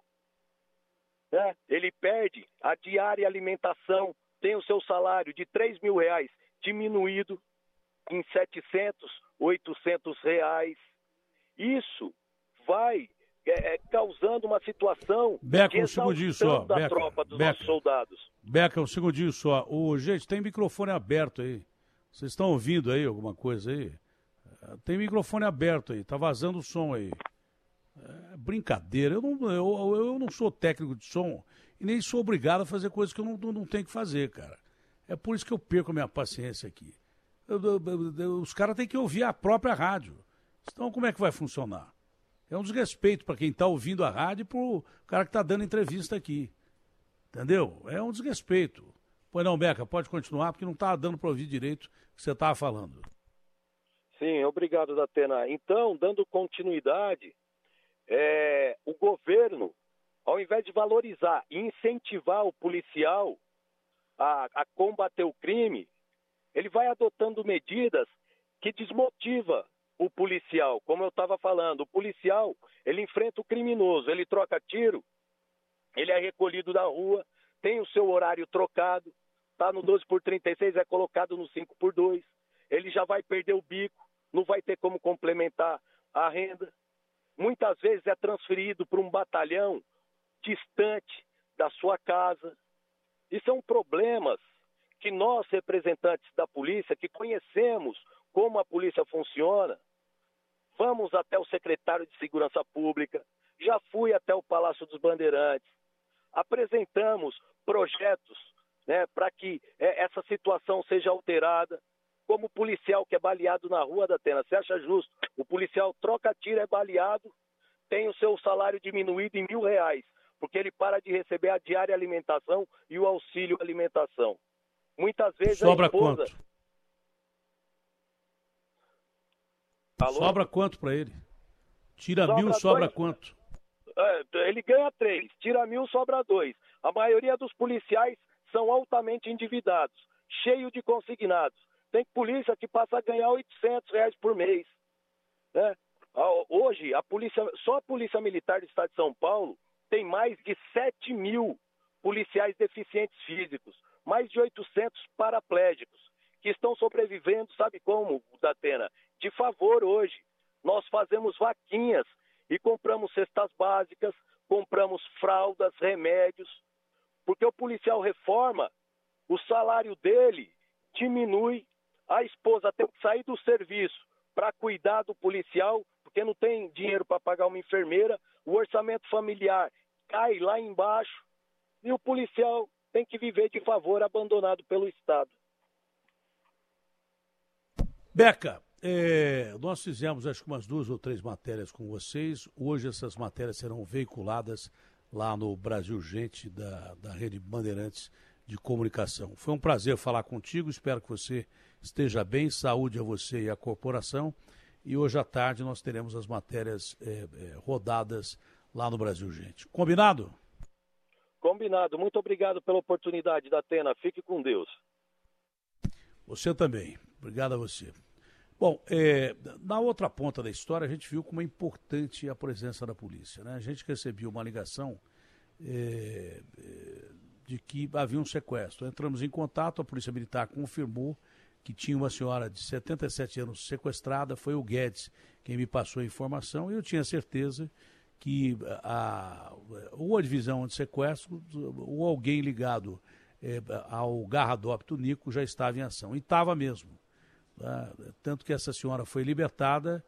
Né? Ele perde a diária alimentação, tem o seu salário de três mil reais diminuído em setecentos, oitocentos reais. Isso vai é, é, causando uma situação Beca, de um segundinho só. da Beca, tropa dos Beca, nossos soldados. Beca, um segundinho só. O, gente, tem microfone aberto aí. Vocês estão ouvindo aí alguma coisa aí? Tem microfone aberto aí, tá vazando o som aí. É brincadeira, eu não, eu, eu não sou técnico de som e nem sou obrigado a fazer coisas que eu não, não tenho que fazer, cara. É por isso que eu perco a minha paciência aqui. Eu, eu, eu, os caras têm que ouvir a própria rádio. Então como é que vai funcionar? É um desrespeito para quem está ouvindo a rádio e para o cara que está dando entrevista aqui. Entendeu? É um desrespeito. Pois não, Beca, pode continuar, porque não está dando para ouvir direito o que você estava falando. Sim, obrigado, Datena. Então, dando continuidade, é, o governo, ao invés de valorizar e incentivar o policial a, a combater o crime, ele vai adotando medidas que desmotiva o policial. Como eu estava falando, o policial, ele enfrenta o criminoso, ele troca tiro, ele é recolhido da rua, tem o seu horário trocado, está no doze por trinta e seis, é colocado no cinco por dois, ele já vai perder o bico, não vai ter como complementar a renda. Muitas vezes é transferido para um batalhão distante da sua casa. E são problemas que nós, representantes da polícia, que conhecemos como a polícia funciona, vamos até o secretário de Segurança Pública, já fui até o Palácio dos Bandeirantes, apresentamos projetos, né, para que é, essa situação seja alterada. Como o policial que é baleado na rua, Datena, você acha justo? O policial troca tiro, é baleado, tem o seu salário diminuído em mil reais, porque ele para de receber a diária alimentação e o auxílio alimentação. Muitas vezes Sobra a esposa... quanto? Alô? Sobra quanto para ele? Tira Sobra mil, sobra dois... quanto? É, ele ganha três, tira mil, sobra dois. A maioria dos policiais são altamente endividados, cheio de consignados. Tem polícia que passa a ganhar oitocentos reais por mês, né? Hoje, a polícia, só a Polícia Militar do Estado de São Paulo tem mais de sete mil policiais deficientes físicos, mais de oitocentos paraplégicos, que estão sobrevivendo, sabe como, Datena? De favor hoje. Nós fazemos vaquinhas e compramos cestas básicas, compramos fraldas, remédios, porque o policial reforma, o salário dele diminui, a esposa tem que sair do serviço para cuidar do policial, porque não tem dinheiro para pagar uma enfermeira, o orçamento familiar cai lá embaixo e o policial tem que viver de favor, abandonado pelo Estado. Beca, é, nós fizemos acho que umas duas ou três matérias com vocês. Hoje essas matérias serão veiculadas lá no Brasil Gente, da, da Rede Bandeirantes de Comunicação. Foi um prazer falar contigo, espero que você esteja bem, saúde a você e à corporação. E hoje à tarde nós teremos as matérias é, é, rodadas lá no Brasil Gente. Combinado? Combinado. Muito obrigado pela oportunidade, Datena. Fique com Deus. Você também. Obrigado a você. Bom, é, na outra ponta da história, a gente viu como é importante a presença da polícia, né? A gente recebeu uma ligação é, é, de que havia um sequestro. Entramos em contato, a Polícia Militar confirmou que tinha uma senhora de setenta e sete anos sequestrada, foi o Guedes quem me passou a informação, e eu tinha certeza que a, ou a divisão de sequestro ou alguém ligado é, ao Garradópito Nico já estava em ação, e estava mesmo. Tá? Tanto que essa senhora foi libertada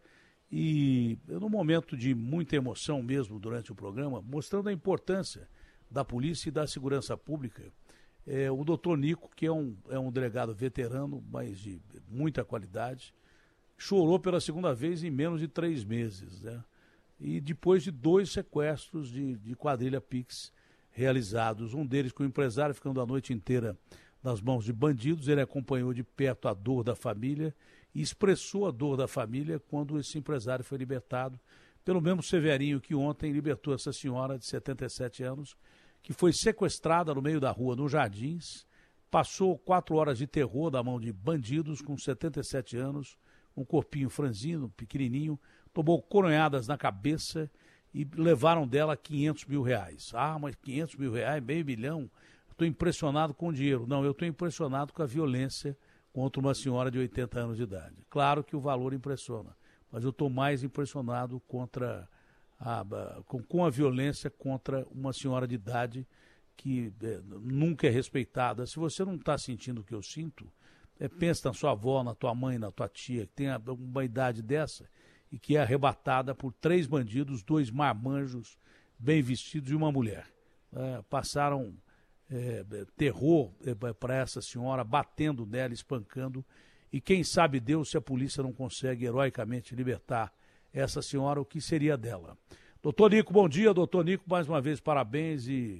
e, num momento de muita emoção mesmo durante o programa, mostrando a importância da polícia e da segurança pública, é, o doutor Nico, que é um, é um delegado veterano, mas de muita qualidade, chorou pela segunda vez em menos de três meses, né? E depois de dois sequestros de, de quadrilha Pix realizados, um deles com o empresário ficando a noite inteira nas mãos de bandidos, ele acompanhou de perto a dor da família e expressou a dor da família quando esse empresário foi libertado pelo mesmo Severinho que ontem libertou essa senhora de setenta e sete anos, que foi sequestrada no meio da rua, nos Jardins, passou quatro horas de terror da mão de bandidos com setenta e sete anos, um corpinho franzino, pequenininho, tomou coronhadas na cabeça e levaram dela quinhentos mil reais. Ah, mas quinhentos mil reais, meio milhão, estou impressionado com o dinheiro. Não, eu estou impressionado com a violência contra uma senhora de oitenta anos de idade. Claro que o valor impressiona, mas eu estou mais impressionado contra a, com, com a violência contra uma senhora de idade que é, nunca é respeitada. Se você não está sentindo o que eu sinto, é, pensa na sua avó, na tua mãe, na tua tia, que tem uma idade dessa e que é arrebatada por três bandidos, dois marmanjos bem vestidos e uma mulher. É, passaram é, terror é, para essa senhora, batendo nela, espancando, e quem sabe Deus se a polícia não consegue heroicamente libertar essa senhora, o que seria dela. Doutor Nico, bom dia, doutor Nico, mais uma vez parabéns e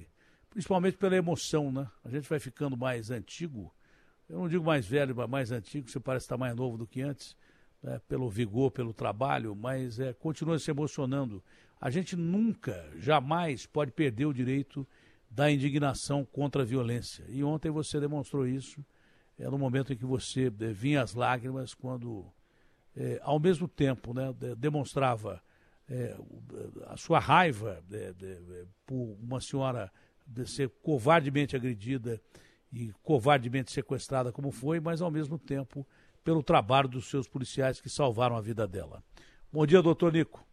principalmente pela emoção, né? A gente vai ficando mais antigo, eu não digo mais velho, mas mais antigo, você parece estar mais novo do que antes, né? Pelo vigor, pelo trabalho, mas é, continua se emocionando. A gente nunca, jamais pode perder o direito da indignação contra a violência. E ontem você demonstrou isso, é, no momento em que você é, vinha as lágrimas, quando, é, ao mesmo tempo, né, de, demonstrava é, a sua raiva de, de, de, por uma senhora de ser covardemente agredida e covardemente sequestrada como foi, mas ao mesmo tempo pelo trabalho dos seus policiais que salvaram a vida dela. Bom dia, doutor Nico.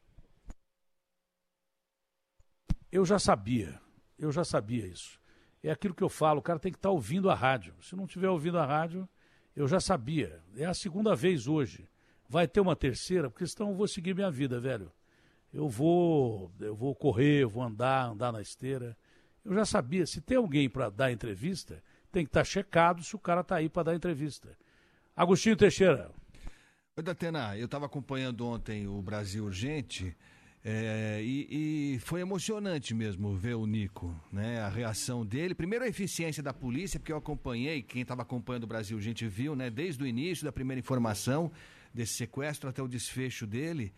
Eu já sabia, eu já sabia isso. É aquilo que eu falo, o cara tem que estar ouvindo a rádio. Se não estiver ouvindo a rádio, eu já sabia. É a segunda vez hoje. Vai ter uma terceira, porque senão eu vou seguir minha vida, velho. Eu vou, eu vou correr, eu vou andar, andar na esteira. Eu já sabia, se tem alguém para dar entrevista, tem que estar checado se o cara está aí para dar entrevista. Agostinho Teixeira. Oi, Datena, eu estava acompanhando ontem o Brasil Urgente é, e, e foi emocionante mesmo ver o Nico, né? A reação dele. Primeiro a eficiência da polícia, porque eu acompanhei, quem estava acompanhando o Brasil Urgente viu, né? Desde o início da primeira informação desse sequestro até o desfecho dele.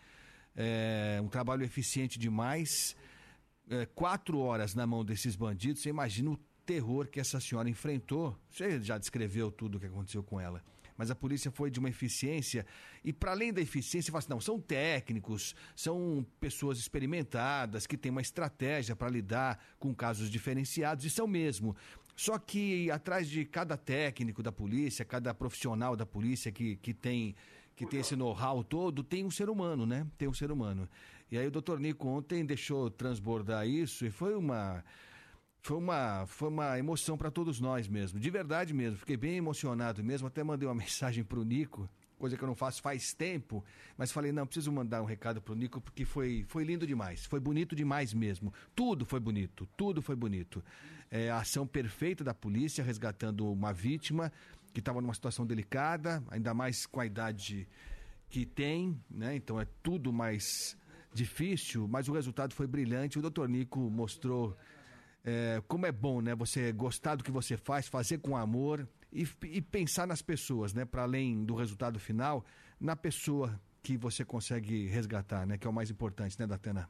É, um trabalho eficiente demais. É, quatro horas na mão desses bandidos, você imagina o terror que essa senhora enfrentou. Você já descreveu tudo o que aconteceu com ela. Mas a polícia foi de uma eficiência, e para além da eficiência, você fala assim, não, são técnicos, são pessoas experimentadas, que têm uma estratégia para lidar com casos diferenciados, e são mesmo. Só que atrás de cada técnico da polícia, cada profissional da polícia que, que, tem, que tem esse know-how todo, tem um ser humano, né? Tem um ser humano. E aí o doutor Nico ontem deixou transbordar isso, e foi uma... Foi uma, foi uma emoção para todos nós mesmo, de verdade mesmo, fiquei bem emocionado mesmo, até mandei uma mensagem para o Nico, coisa que eu não faço faz tempo, mas falei, não, preciso mandar um recado para o Nico, porque foi, foi lindo demais, foi bonito demais mesmo, tudo foi bonito, tudo foi bonito. É, a ação perfeita da polícia, resgatando uma vítima que estava numa situação delicada, ainda mais com a idade que tem, né? Então é tudo mais difícil, mas o resultado foi brilhante, o doutor Nico mostrou... É, como é bom, né? Você gostar do que você faz, fazer com amor e, e pensar nas pessoas, né? Para além do resultado final, na pessoa que você consegue resgatar, né? Que é o mais importante, né, Datena?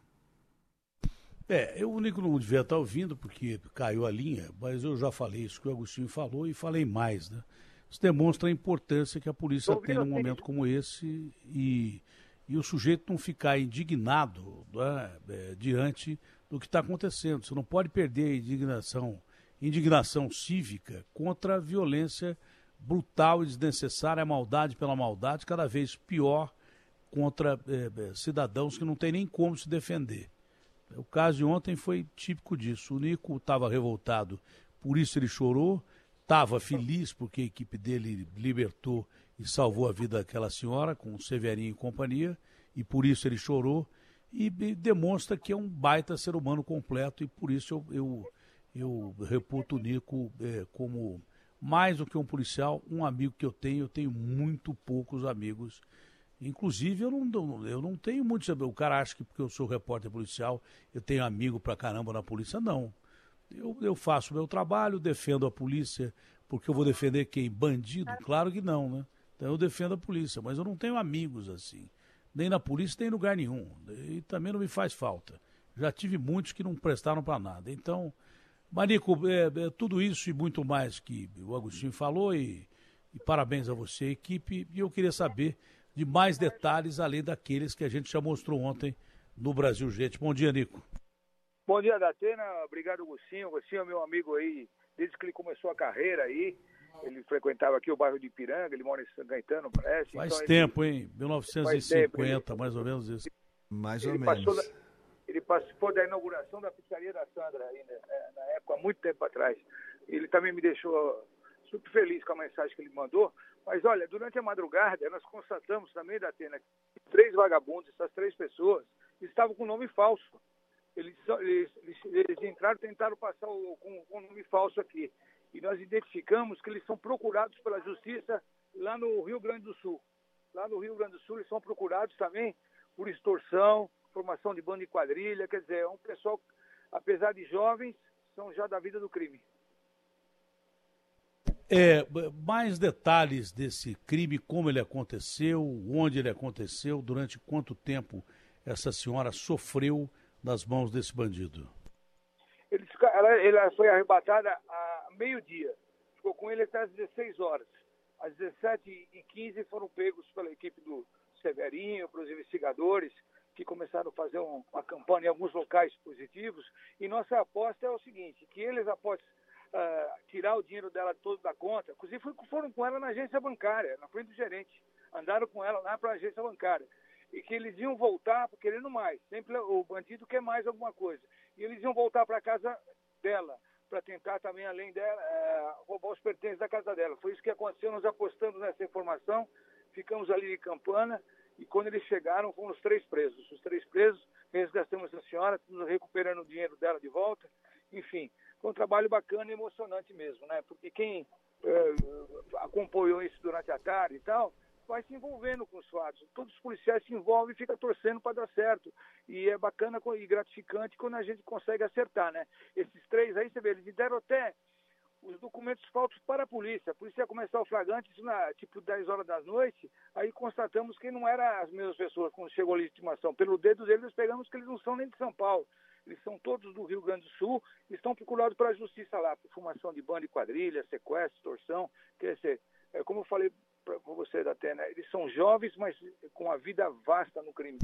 É, eu, o Nico não devia estar ouvindo porque caiu a linha, mas eu já falei isso que o Agostinho falou e falei mais, né? Isso demonstra a importância que a polícia tem num momento como esse e, e o sujeito não ficar indignado, né, é, diante do que está acontecendo. Você não pode perder a indignação, indignação cívica contra a violência brutal e desnecessária, a maldade pela maldade, cada vez pior contra é, cidadãos que não tem nem como se defender. O caso de ontem foi típico disso. O Nico estava revoltado, por isso ele chorou, estava feliz porque a equipe dele libertou e salvou a vida daquela senhora, com o Severinho e companhia, e por isso ele chorou. E demonstra que é um baita ser humano completo, e por isso eu, eu, eu reputo o Nico é, como mais do que um policial, um amigo que eu tenho. Eu tenho muito poucos amigos, inclusive eu não, eu não tenho muitos. O cara acha que porque eu sou repórter policial eu tenho amigo pra caramba na polícia. Não, eu, eu faço o meu trabalho, defendo a polícia, porque eu vou defender quem? Bandido? Claro que não, né? Então eu defendo a polícia, mas eu não tenho amigos assim. Nem na polícia, nem em lugar nenhum. E também não me faz falta. Já tive muitos que não prestaram para nada. Então, Marico, é, é tudo isso e muito mais que o Agostinho falou, e, e parabéns a você, equipe. E eu queria saber de mais detalhes, além daqueles que a gente já mostrou ontem no Brasil Urgente. Bom dia, Nico. Bom dia, Datena. Obrigado, Agostinho. Agostinho é meu amigo aí, desde que ele começou a carreira aí. Ele frequentava aqui o bairro de Ipiranga, ele mora em São Caetano, parece. Faz então, tempo, ele... hein? mil novecentos e cinquenta, tempo, mais ou menos isso. Mais ele ou passou menos. Da... Ele participou da inauguração da pizzaria da Sandra, ainda, na época, há muito tempo atrás. Ele também me deixou super feliz com a mensagem que ele mandou. Mas, olha, durante a madrugada, nós constatamos também, Datena, que três vagabundos, essas três pessoas, estavam com nome falso. Eles, eles, eles, eles entraram e tentaram passar o, com, com nome falso aqui. E nós identificamos que eles são procurados pela justiça lá no Rio Grande do Sul. Lá no Rio Grande do Sul eles são procurados também por extorsão, formação de banda e quadrilha. Quer dizer, é um pessoal, apesar de jovens, são já da vida do crime. É, mais detalhes desse crime, como ele aconteceu, onde ele aconteceu, durante quanto tempo essa senhora sofreu das mãos desse bandido? Ele, ela, ela foi arrebatada a meio-dia. Ficou com ele até às dezesseis horas. Às dezessete e quinze foram pegos pela equipe do Severinho, pelos investigadores, que começaram a fazer um, uma campanha em alguns locais positivos. E nossa aposta é o seguinte, que eles, após uh, tirar o dinheiro dela todo da conta, inclusive foram com ela na agência bancária, na frente do gerente. Andaram com ela lá para a agência bancária. E que eles iam voltar querendo mais. Sempre o bandido quer mais alguma coisa. E eles iam voltar para a casa dela, para tentar também, além dela, é, roubar os pertences da casa dela. Foi isso que aconteceu, nós apostamos nessa informação, ficamos ali de campana, e quando eles chegaram, foram os três presos. Os três presos, resgatamos a senhora, recuperando o dinheiro dela de volta. Enfim, foi um trabalho bacana e emocionante mesmo, né? Porque quem é, acompanhou isso durante a tarde e tal, vai se envolvendo com os fatos. Todos os policiais se envolvem e ficam torcendo para dar certo. E é bacana e gratificante quando a gente consegue acertar, né? Esses três aí, você vê, eles deram até os documentos falsos para a polícia. A polícia ia começar o flagrante, isso na, tipo dez horas da noite, aí constatamos que não eram as mesmas pessoas quando chegou a legitimação. Pelo dedo deles, nós pegamos que eles não são nem de São Paulo. Eles são todos do Rio Grande do Sul e estão procurados para a justiça lá, por formação de banda e quadrilha, sequestro, extorsão. Quer dizer, é como eu falei para você, Datena, eles são jovens, mas com a vida vasta no crime.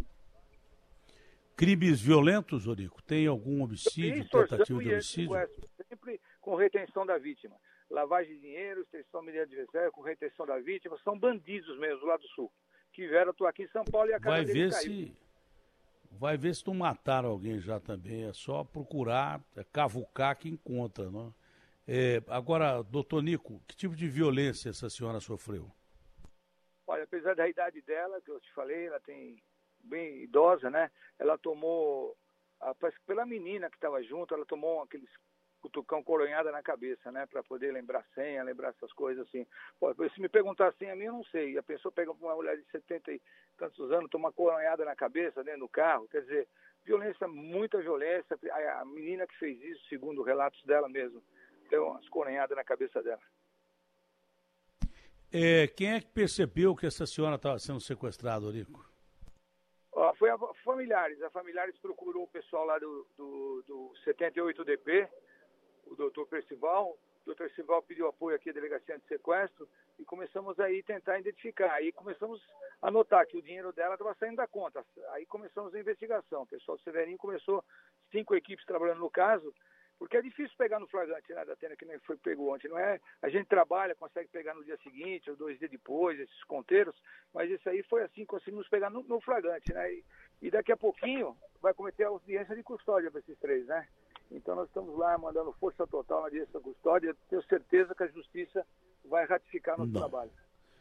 Crimes violentos, Orico? Tem algum homicídio, tentativa de homicídio? Sempre com retenção da vítima. Lavagem de dinheiro, extensão de adversário, com retenção da vítima. São bandidos mesmo, lá do Sul. Que vieram atuar aqui em São Paulo e a casa vai deles ver caiu. se Vai ver se não mataram alguém já também. É só procurar, é cavucar que encontra, não é? Agora, doutor Nico, que tipo de violência essa senhora sofreu? Olha, apesar da idade dela, que eu te falei, ela tem bem idosa, né? Ela tomou, parece que pela menina que estava junto, ela tomou aqueles cutucão coronhada na cabeça, né? Para poder lembrar senha, lembrar essas coisas assim. Pô, se me perguntar assim, a mim eu não sei. A pessoa pega uma mulher de setenta e tantos anos, toma uma coronhada na cabeça dentro do carro, quer dizer, violência, muita violência. A menina que fez isso, segundo relatos dela mesmo, deu umas coronhadas na cabeça dela. É, quem é que percebeu que essa senhora estava sendo sequestrada, Orico? Ó, foi a familiares. A familiares procurou o pessoal lá do, do, do setenta e oito D P, o doutor Percival. O doutor Percival pediu apoio aqui à delegacia de sequestro e começamos aí a tentar identificar. Aí começamos a notar que o dinheiro dela estava saindo da conta. Aí começamos a investigação. O pessoal do Severinho começou, cinco equipes trabalhando no caso, porque é difícil pegar no flagrante, né, Datena, que nem foi pego ontem, não é? A gente trabalha, consegue pegar no dia seguinte ou dois dias depois, esses conteiros, mas isso aí foi assim, conseguimos pegar no, no flagrante, né? E, e daqui a pouquinho vai cometer a audiência de custódia para esses três, né? Então nós estamos lá mandando força total na audiência de custódia, tenho certeza que a justiça vai ratificar nosso não. trabalho.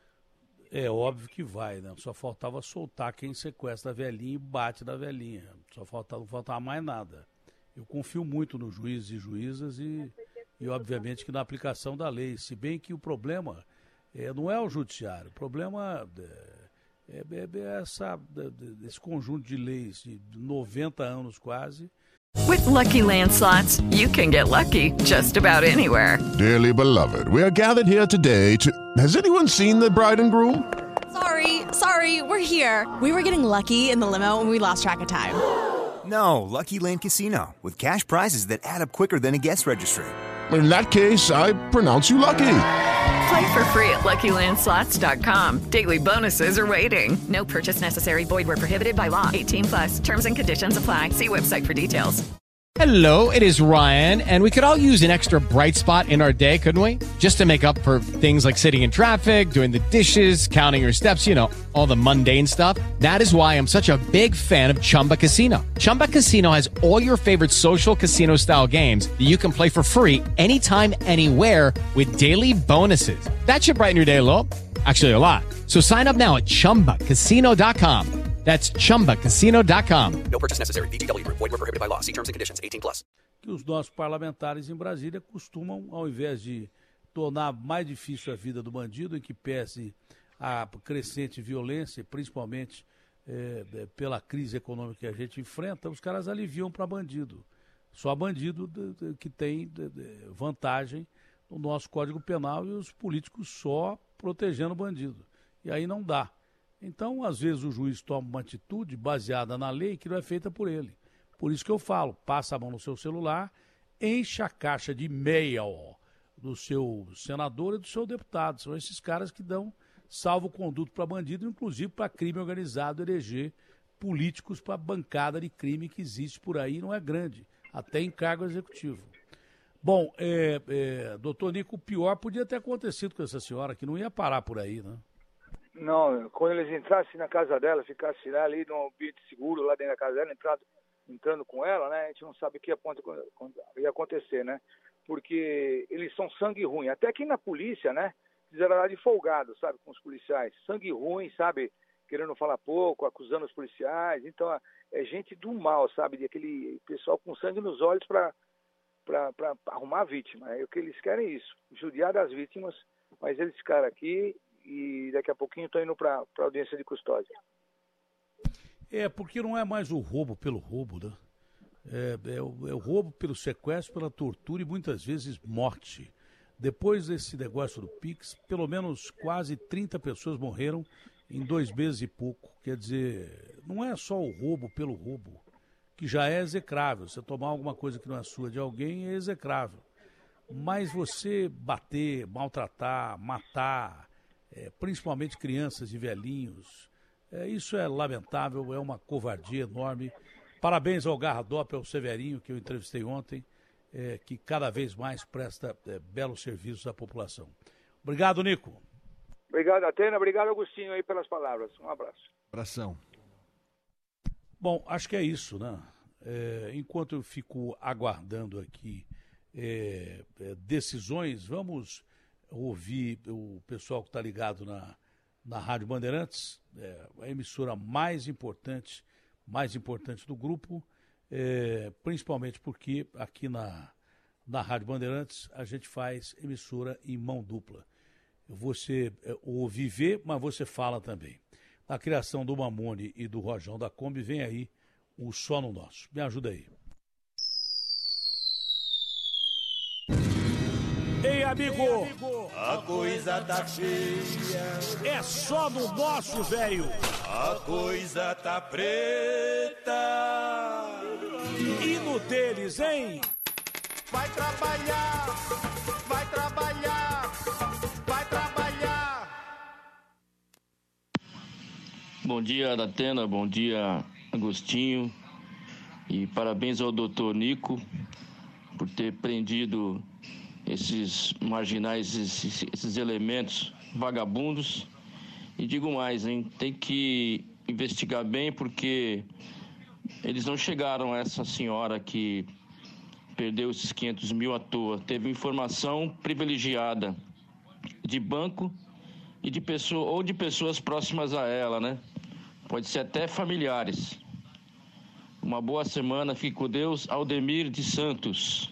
É óbvio que vai, né? Só faltava soltar quem sequestra a velhinha e bate da velhinha. Só faltava, não faltava mais nada. Eu confio muito nos juízes e juízas e, e, obviamente, que na aplicação da lei. Se bem que o problema é, não é o judiciário, o problema é, é, é essa, é, esse conjunto de leis de noventa anos quase. With Lucky Land Slots, you can get lucky just about anywhere. Dearly beloved, we are gathered here today to... Has anyone seen the bride and groom? Sorry, sorry, we're here. We were getting lucky in the limo and we lost track of time. No, Lucky Land Casino, with cash prizes that add up quicker than a guest registry. In that case, I pronounce you lucky. Play for free at Lucky Land Slots dot com. Daily bonuses are waiting. No purchase necessary. Void where prohibited by law. eighteen plus. Terms and conditions apply. See website for details. Hello, it is Ryan, and we could all use an extra bright spot in our day, couldn't we? Just to make up for things like sitting in traffic, doing the dishes, counting your steps, you know, all the mundane stuff. That is why I'm such a big fan of Chumba Casino. Chumba Casino has all your favorite social casino-style games that you can play for free anytime, anywhere with daily bonuses. That should brighten your day a little. Actually, a lot. So sign up now at chumba casino dot com. That's chumba casino dot com. No purchase necessary. V G W Group. Void where prohibited by law. See terms and conditions. eighteen plus. Que os nossos parlamentares em Brasília costumam, ao invés de tornar mais difícil a vida do bandido, em que pese a crescente violência, principalmente é, pela crise econômica que a gente enfrenta, os caras aliviam para bandido. Só bandido de, de, que tem de, de vantagem no nosso Código Penal e os políticos só protegendo o bandido. E aí não dá. Então, às vezes, o juiz toma uma atitude baseada na lei que não é feita por ele. Por isso que eu falo, passa a mão no seu celular, enche a caixa de e-mail do seu senador e do seu deputado. São esses caras que dão salvo-conduto para bandido, inclusive para crime organizado, eleger políticos para a bancada de crime que existe por aí, não é grande, até em cargo executivo. Bom, é, é, doutor Nico, o pior podia ter acontecido com essa senhora, que não ia parar por aí, né? Não, quando eles entrassem na casa dela, ficassem lá, ali num ambiente seguro, lá dentro da casa dela, entrando, entrando com ela, né? A gente não sabe o que ia acontecer, né? Porque eles são sangue ruim. Até aqui na polícia, né? Fizeram lá de folgado, sabe? Com os policiais. Sangue ruim, sabe? Querendo falar pouco, acusando os policiais. Então, é gente do mal, sabe? De aquele pessoal com sangue nos olhos para para arrumar a vítima. É o que eles querem, isso. Judiar das vítimas, mas eles ficaram aqui e daqui a pouquinho estão indo para a audiência de custódia. É, porque não é mais o roubo pelo roubo, né? É, é, o, é o roubo pelo sequestro, pela tortura e muitas vezes morte. Depois desse negócio do Pix, pelo menos quase trinta pessoas morreram em dois meses e pouco. Quer dizer, não é só o roubo pelo roubo, que já é execrável. Você tomar alguma coisa que não é sua de alguém é execrável. Mas você bater, maltratar, matar, é, principalmente crianças e velhinhos, é, isso é lamentável, é uma covardia enorme. Parabéns ao Garra Doppel, ao Severinho, que eu entrevistei ontem, é, que cada vez mais presta é, belos serviços à população. Obrigado, Nico. Obrigado, Atena. Obrigado, Agostinho, aí pelas palavras. Um abraço. Abração. Bom, acho que é isso, né? É, enquanto eu fico aguardando aqui é, é, decisões, vamos ouvir o pessoal que está ligado na, na Rádio Bandeirantes, é, a emissora mais importante, mais importante do grupo, é, principalmente porque aqui na, na Rádio Bandeirantes a gente faz emissora em mão dupla. Você é, ouve e vê, mas você fala também. Na criação do Mamone e do Rojão da Kombi, vem aí o Só no Nosso. Me ajuda aí. Ei, amigo! A coisa tá feia. É só no nosso, velho! A coisa tá preta. E no deles, hein? Vai trabalhar, vai trabalhar, vai trabalhar. Bom dia, Datena, bom dia, Agostinho, e parabéns ao doutor Nico por ter prendido esses marginais, esses, esses elementos vagabundos. E digo mais, hein, tem que investigar bem, porque eles não chegaram a essa senhora que perdeu esses quinhentos mil à toa. Teve informação privilegiada de banco e de pessoa, ou de pessoas próximas a ela, né? Pode ser até familiares. Uma boa semana, fique com Deus. Aldemir de Santos.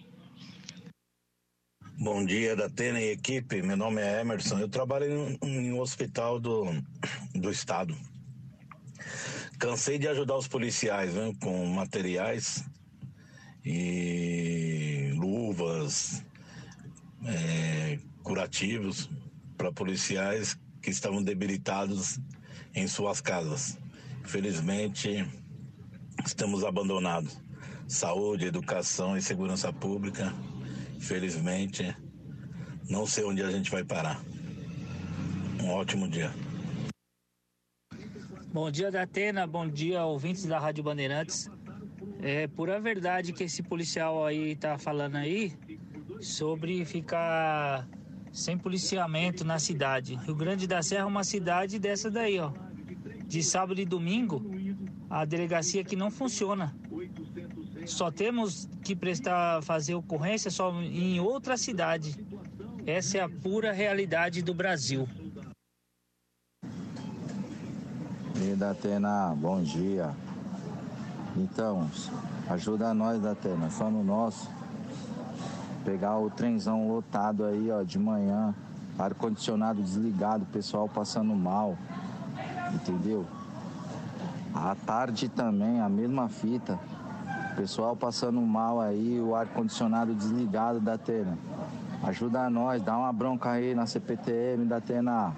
Bom dia, Datena e equipe. Meu nome é Emerson. Eu trabalho em, em um hospital do, do estado. Cansei de ajudar os policiais, né, com materiais e luvas, é, curativos para policiais que estavam debilitados em suas casas. Infelizmente, estamos abandonados. Saúde, educação e segurança pública, infelizmente, não sei onde a gente vai parar. Um ótimo dia. Bom dia, Datena. Bom dia, ouvintes da Rádio Bandeirantes. É pura verdade que esse policial aí tá falando aí sobre ficar sem policiamento na cidade. Rio Grande da Serra é uma cidade dessa daí, ó. De sábado e domingo, a delegacia aqui não funciona. Só temos que prestar, fazer ocorrência só em outra cidade. Essa é a pura realidade do Brasil. E Datena, bom dia. Então, ajuda nós, Datena, só no nosso. Pegar o trenzão lotado aí, ó, de manhã, ar-condicionado desligado, pessoal passando mal, entendeu? À tarde também, a mesma fita. Pessoal passando mal aí, o ar-condicionado desligado da Atena. Ajuda nós, dá uma bronca aí na C P T M da Atena.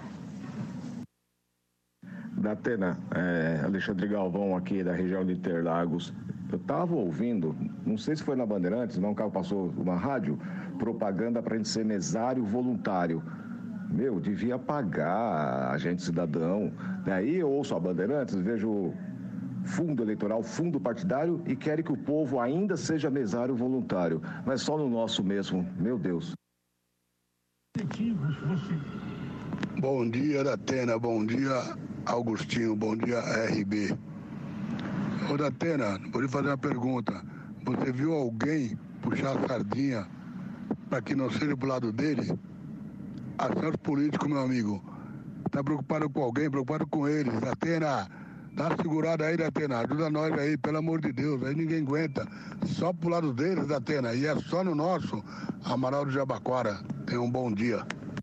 Da Atena, é, Alexandre Galvão aqui da região de Interlagos. Eu estava ouvindo, não sei se foi na Bandeirantes, não, o carro passou uma rádio, propaganda para a gente ser mesário voluntário. Meu, devia pagar agente cidadão. Daí eu ouço a Bandeirantes, vejo fundo eleitoral, fundo partidário e querem que o povo ainda seja mesário voluntário. Mas só no nosso mesmo, meu Deus. Bom dia, Datena, bom dia, Augustinho, bom dia, R B. Ô, Datena, vou lhe fazer uma pergunta. Você viu alguém puxar a sardinha para que não seja pro lado dele? Assunto político, meu amigo. Tá preocupado com alguém, preocupado com eles. Datena, dá uma segurada aí, Datena. Ajuda nós aí, pelo amor de Deus. Aí ninguém aguenta. Só pro lado deles, Datena. E é só no nosso. Amaral do Jabaquara. Tenha um bom dia.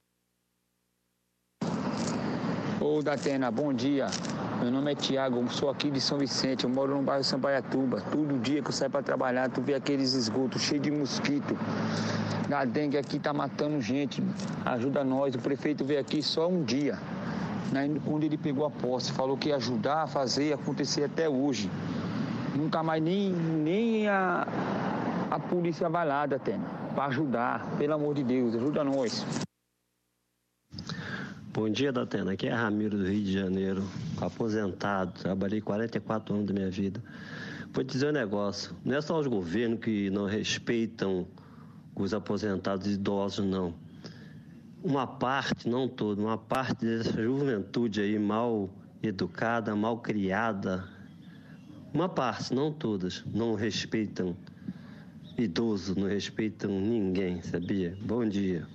Ô, Datena, bom dia. Meu nome é Tiago, sou aqui de São Vicente, eu moro no bairro Sampaiatuba. Todo dia que eu saio para trabalhar, tu vê aqueles esgotos cheios de mosquito. A dengue aqui tá matando gente, ajuda nós. O prefeito veio aqui só um dia, né, quando ele pegou a posse, falou que ia ajudar a fazer acontecer até hoje. Nunca mais nem, nem a, a polícia vai lá, Datena, para ajudar, pelo amor de Deus, ajuda nós. Bom dia, Datena. Aqui é Ramiro do Rio de Janeiro, aposentado, trabalhei quarenta e quatro anos da minha vida. Vou te dizer um negócio, não é só os governos que não respeitam os aposentados idosos, não. Uma parte, não toda, uma parte dessa juventude aí mal educada, mal criada, uma parte, não todas, não respeitam idoso, não respeitam ninguém, sabia? Bom dia.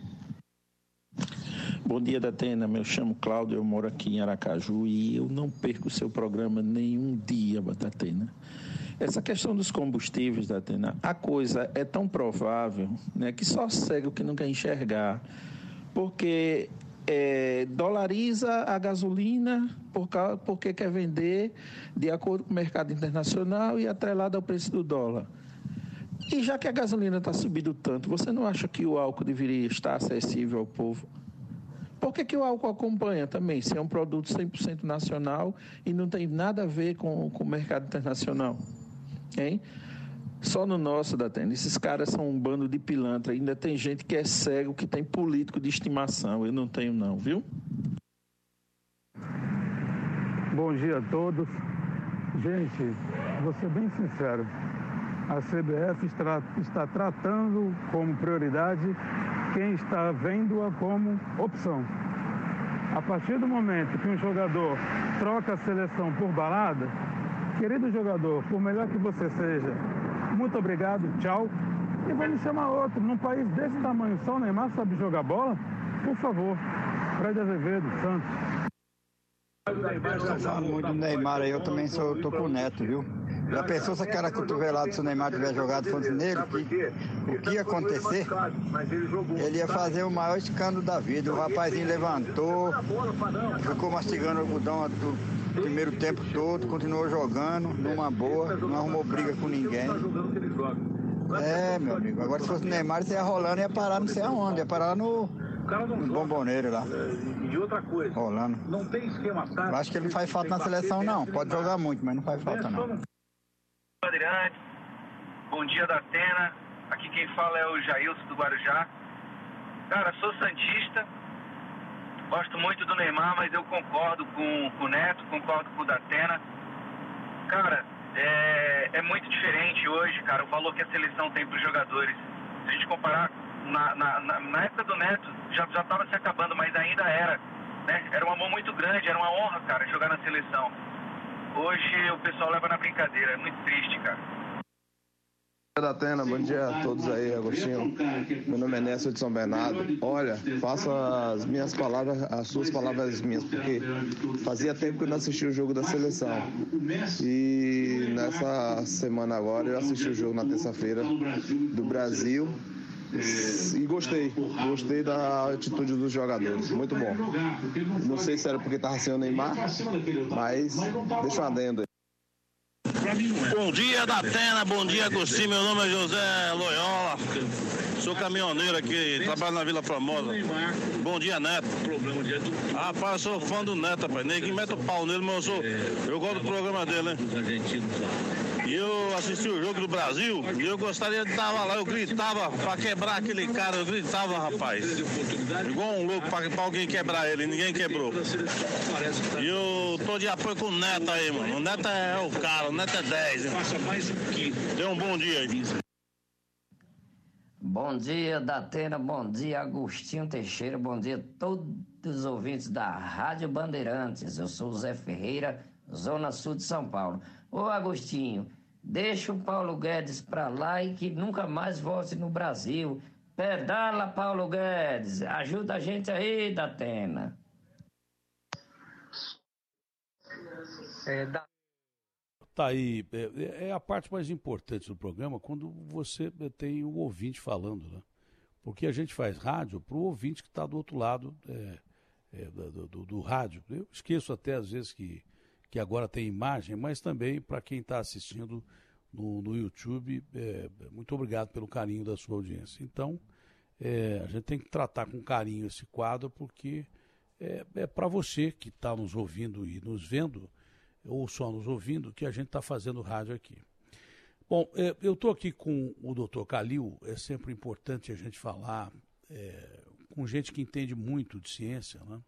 Bom dia, Datena. Me chamo Cláudio, eu moro aqui em Aracaju e eu não perco o seu programa nenhum dia, Datena. Essa questão dos combustíveis, Datena, a coisa é tão provável, né, que só cego que não quer enxergar, porque é, dolariza a gasolina por causa, porque quer vender de acordo com o mercado internacional e atrelado ao preço do dólar. E já que a gasolina está subindo tanto, você não acha que o álcool deveria estar acessível ao povo? Por que que o álcool acompanha também, se é um produto cem por cento nacional e não tem nada a ver com, com o mercado internacional? Hein? Só no nosso, Datena, esses caras são um bando de pilantra. Ainda tem gente que é cego, que tem político de estimação. Eu não tenho não, viu? Bom dia a todos. Gente, vou ser bem sincero. A C B F está, está tratando como prioridade quem está vendo-a como opção. A partir do momento que um jogador troca a seleção por balada, querido jogador, por melhor que você seja, muito obrigado, tchau, e vamos chamar outro. Num país desse tamanho, só o Neymar sabe jogar bola? Por favor, Fred Azevedo, Santos. Estou falando muito do Neymar aí, eu também sou, tô com o Neto, viu? Já pensou se aquela cotovelada, se o Neymar tiver jogado fosse nele, que, o que ia acontecer? Ele ia fazer o maior escândalo da vida. O rapazinho levantou, ficou mastigando o algodão do primeiro tempo todo, continuou jogando numa boa, não arrumou briga com ninguém. É, meu amigo, agora se fosse o Neymar, você ia rolando e ia parar não sei aonde, ia parar no, no Bomboneiro lá. E outra coisa, rolando. Não tem esquema tático. Eu acho que ele não faz falta na seleção não, pode jogar muito, mas não faz falta não. Bandeirantes, bom dia, Datena. Aqui quem fala é o Jailson do Guarujá. Cara, sou santista, gosto muito do Neymar, mas eu concordo com, com o Neto, concordo com o Datena. Cara, é, é muito diferente hoje, cara, o valor que a seleção tem para os jogadores. Se a gente comparar, na, na, na, na época do Neto, já já estava se acabando, mas ainda era, né? Era um amor muito grande, era uma honra, cara, jogar na seleção. Hoje o pessoal leva na brincadeira, é muito triste, cara. Bom dia, Datena, bom dia a todos aí, Agostinho. Meu nome é Néstor de São Bernardo. Olha, faço as minhas palavras, as suas palavras minhas, porque fazia tempo que eu não assisti o jogo da seleção. E nessa semana agora eu assisti o jogo na terça-feira do Brasil. E gostei, gostei da atitude dos jogadores, muito bom. Não sei se era porque estava sem o Neymar, mas deixa um adendo aí. Bom dia, Datena, bom dia, Agostinho. Meu nome é José Loyola. Sou caminhoneiro aqui, trabalho na Vila Formosa. Bom dia, Neto. Rapaz, eu sou fã do Neto, rapaz. Ninguém mete o pau nele, mas eu sou. Eu gosto do programa dele, né? E eu assisti o jogo do Brasil e eu gostaria de estar lá. Eu gritava pra quebrar aquele cara, eu gritava, rapaz. Igual um louco pra, pra alguém quebrar ele, ninguém quebrou. E eu tô de apoio com o Neto aí, mano. O Neto é o cara, o Neto é dez. Dê um bom dia aí. Bom dia, Datena, bom dia, Agostinho Teixeira, bom dia a todos os ouvintes da Rádio Bandeirantes. Eu sou o Zé Ferreira, Zona Sul de São Paulo. Ô, Agostinho, deixa o Paulo Guedes pra lá e que nunca mais volte no Brasil. Pedala, Paulo Guedes, ajuda a gente aí, Datena. É, da... Tá aí, é, é a parte mais importante do programa quando você tem o ouvinte falando, né? Porque a gente faz rádio para o ouvinte que está do outro lado é, é, do, do, do rádio. Eu esqueço até às vezes que, que agora tem imagem, mas também para quem está assistindo no, no YouTube, é, muito obrigado pelo carinho da sua audiência. Então, é, a gente tem que tratar com carinho esse quadro porque é, é para você que está nos ouvindo e nos vendo, ou só nos ouvindo, que a gente está fazendo rádio aqui. Bom, é, eu estou aqui com o doutor Calil, é sempre importante a gente falar é, com gente que entende muito de ciência, né?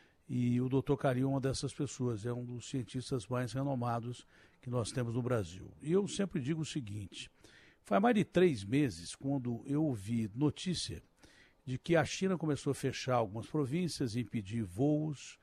E o doutor Calil é uma dessas pessoas, é um dos cientistas mais renomados que nós temos no Brasil. E eu sempre digo o seguinte, faz mais de três meses, quando eu ouvi notícia de que a China começou a fechar algumas províncias, impedir voos,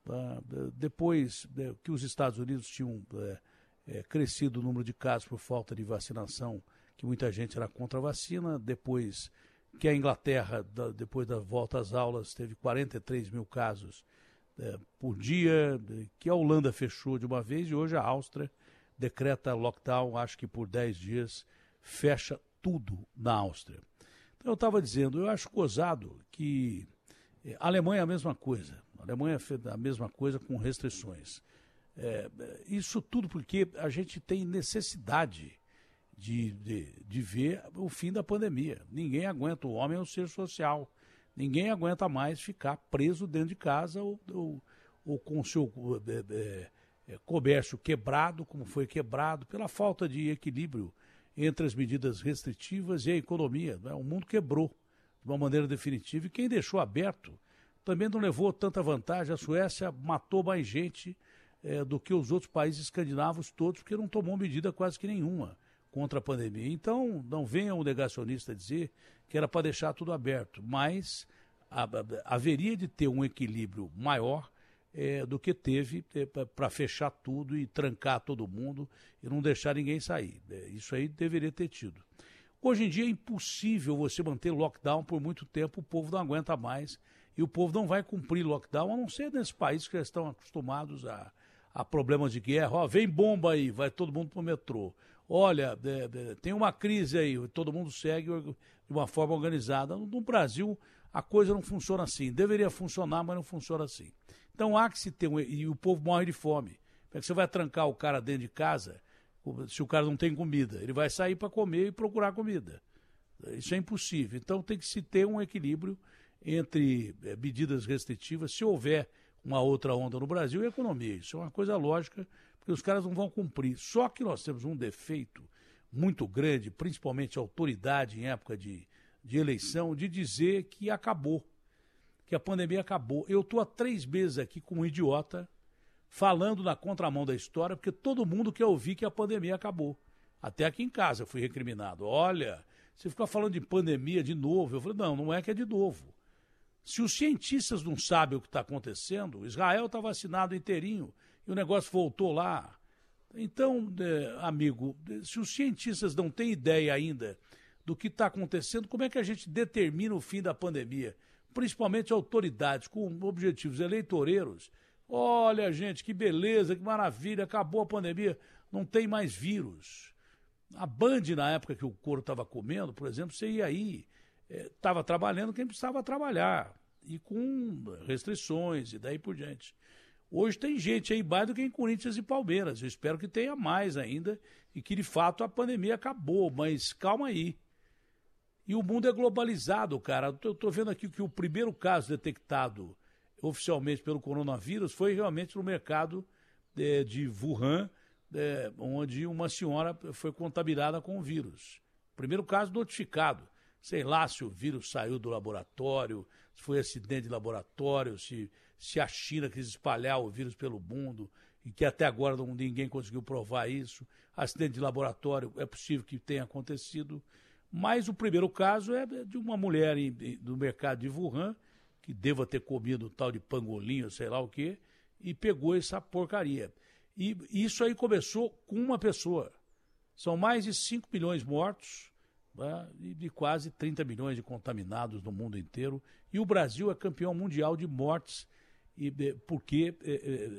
Uh, depois uh, que os Estados Unidos tinham uh, uh, crescido o número de casos por falta de vacinação, que muita gente era contra a vacina, depois que a Inglaterra, da, depois da volta às aulas, teve quarenta e três mil casos uh, por dia, uh, que a Holanda fechou de uma vez e hoje a Áustria decreta lockdown, acho que por dez dias, fecha tudo na Áustria. Então eu estava dizendo, eu acho gozado que uh, a Alemanha é a mesma coisa. A Alemanha fez a mesma coisa com restrições. É, isso tudo porque a gente tem necessidade de, de, de ver o fim da pandemia. Ninguém aguenta, o homem é um ser social. Ninguém aguenta mais ficar preso dentro de casa ou, ou, ou com o seu é, é, comércio quebrado, como foi quebrado, pela falta de equilíbrio entre as medidas restritivas e a economia. Né? O mundo quebrou de uma maneira definitiva e quem deixou aberto também não levou tanta vantagem. A Suécia matou mais gente é, do que os outros países escandinavos todos, porque não tomou medida quase que nenhuma contra a pandemia. Então, não venha um negacionista dizer que era para deixar tudo aberto, mas a, a, haveria de ter um equilíbrio maior é, do que teve é, para fechar tudo e trancar todo mundo e não deixar ninguém sair. É, isso aí deveria ter tido. Hoje em dia é impossível você manter lockdown por muito tempo, o povo não aguenta mais. E o povo não vai cumprir lockdown, a não ser nesses países que já estão acostumados a, a problemas de guerra. Ó, vem bomba aí, vai todo mundo para o metrô. Olha, é, é, tem uma crise aí, todo mundo segue de uma forma organizada. No Brasil, a coisa não funciona assim. Deveria funcionar, mas não funciona assim. Então há que se ter um... E o povo morre de fome. Como é que você vai trancar o cara dentro de casa se o cara não tem comida? Ele vai sair para comer e procurar comida. Isso é impossível. Então tem que se ter um equilíbrio entre é, medidas restritivas, se houver uma outra onda no Brasil, e economia. Isso é uma coisa lógica, porque os caras não vão cumprir. Só que nós temos um defeito muito grande, principalmente a autoridade em época de, de eleição, de dizer que acabou, que a pandemia acabou. Eu estou há três meses aqui como um idiota, falando na contramão da história, porque todo mundo quer ouvir que a pandemia acabou. Até aqui em casa eu fui recriminado. Olha, você fica falando de pandemia de novo. Eu falei, não, não é que é de novo. Se os cientistas não sabem o que está acontecendo, Israel está vacinado inteirinho e o negócio voltou lá. Então, é, amigo, se os cientistas não têm ideia ainda do que está acontecendo, como é que a gente determina o fim da pandemia? Principalmente autoridades com objetivos eleitoreiros. Olha, gente, que beleza, que maravilha, acabou a pandemia, não tem mais vírus. A Band, na época que o couro estava comendo, por exemplo, você ia aí, estava é, trabalhando quem precisava trabalhar, e com restrições e daí por diante. Hoje tem gente aí mais do que em Corinthians e Palmeiras. Eu espero que tenha mais ainda e que, de fato, a pandemia acabou. Mas calma aí. E o mundo é globalizado, cara. Eu estou vendo aqui que o primeiro caso detectado oficialmente pelo coronavírus foi realmente no mercado é, de Wuhan, é, onde uma senhora foi contaminada com o vírus. Primeiro caso notificado. Sei lá se o vírus saiu do laboratório, se foi acidente de laboratório, se, se a China quis espalhar o vírus pelo mundo e que até agora não, ninguém conseguiu provar isso. Acidente de laboratório é possível que tenha acontecido. Mas o primeiro caso é de uma mulher em, do mercado de Wuhan, que deva ter comido um tal de pangolinho, sei lá o quê, e pegou essa porcaria. E isso aí começou com uma pessoa. São mais de cinco milhões mortos, né, e de quase trinta milhões de contaminados no mundo inteiro. E o Brasil é campeão mundial de mortes, e, porque, é,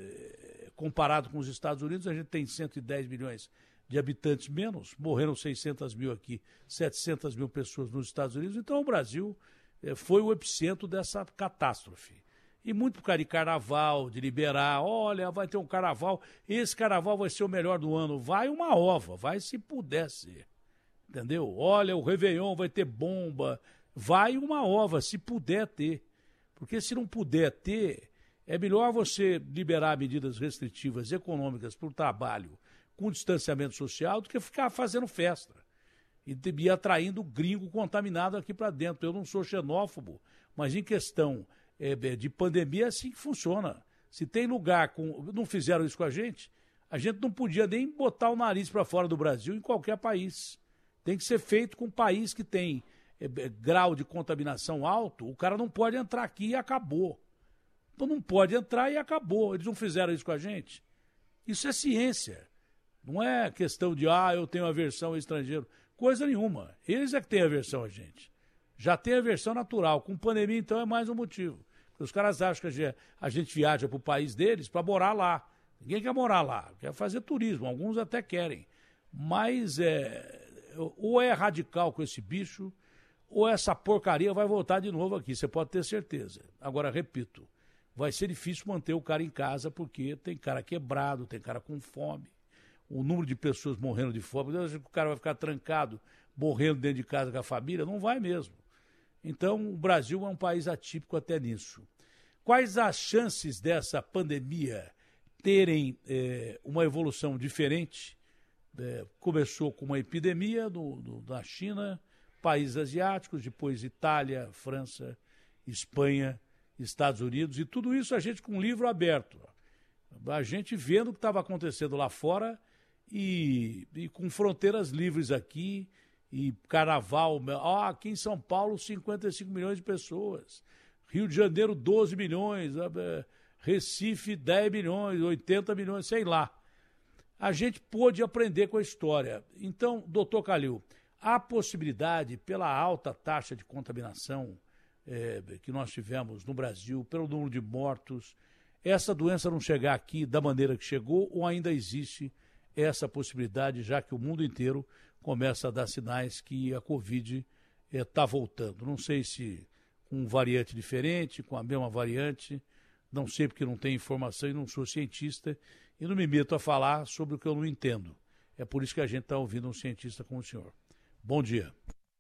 é, comparado com os Estados Unidos, a gente tem cento e dez milhões de habitantes menos, morreram seiscentos mil aqui, setecentas mil pessoas nos Estados Unidos. Então o Brasil é, foi o epicentro dessa catástrofe. E muito por causa de carnaval, de liberar, olha, vai ter um carnaval, esse carnaval vai ser o melhor do ano. Vai uma ova, vai se puder ser. Entendeu? Olha, o Réveillon vai ter bomba, vai uma ova, se puder ter. Porque se não puder ter, é melhor você liberar medidas restritivas econômicas para o trabalho com distanciamento social do que ficar fazendo festa e, e atraindo gringo contaminado aqui para dentro. Eu não sou xenófobo, mas em questão é, de pandemia é assim que funciona. Se tem lugar com... Não fizeram isso com a gente, a gente não podia nem botar o nariz para fora do Brasil em qualquer país. Tem que ser feito com um país que tem é, é, grau de contaminação alto. O cara não pode entrar aqui e acabou. Então não pode entrar e acabou. Eles não fizeram isso com a gente. Isso é ciência. Não é questão de, ah, eu tenho aversão ao estrangeiro. Coisa nenhuma. Eles é que têm aversão a gente. Já tem aversão natural. Com pandemia, então, é mais um motivo. Porque os caras acham que a gente, a gente viaja para o país deles para morar lá. Ninguém quer morar lá. Quer fazer turismo. Alguns até querem. Mas é... ou é radical com esse bicho, ou essa porcaria vai voltar de novo aqui, você pode ter certeza. Agora, repito, vai ser difícil manter o cara em casa, porque tem cara quebrado, tem cara com fome, o número de pessoas morrendo de fome, o cara vai ficar trancado, morrendo dentro de casa com a família, não vai mesmo. Então, o Brasil é um país atípico até nisso. Quais as chances dessa pandemia terem é, uma evolução diferente? É, começou com uma epidemia no, no, na China, países asiáticos, depois Itália, França, Espanha, Estados Unidos, e tudo isso a gente com o livro aberto. A gente vendo o que estava acontecendo lá fora e, e com fronteiras livres aqui, e carnaval, ó, aqui em São Paulo, cinquenta e cinco milhões de pessoas, Rio de Janeiro, doze milhões, Recife, dez milhões, oitenta milhões, sei lá. A gente pôde aprender com a história. Então, doutor Calil, há possibilidade, pela alta taxa de contaminação é, que nós tivemos no Brasil, pelo número de mortos, essa doença não chegar aqui da maneira que chegou, ou ainda existe essa possibilidade, já que o mundo inteiro começa a dar sinais que a Covid está é, voltando? Não sei se com variante diferente, com a mesma variante, não sei porque não tenho informação e não sou cientista, e não me meto a falar sobre o que eu não entendo. É por isso que a gente está ouvindo um cientista como o senhor. Bom dia.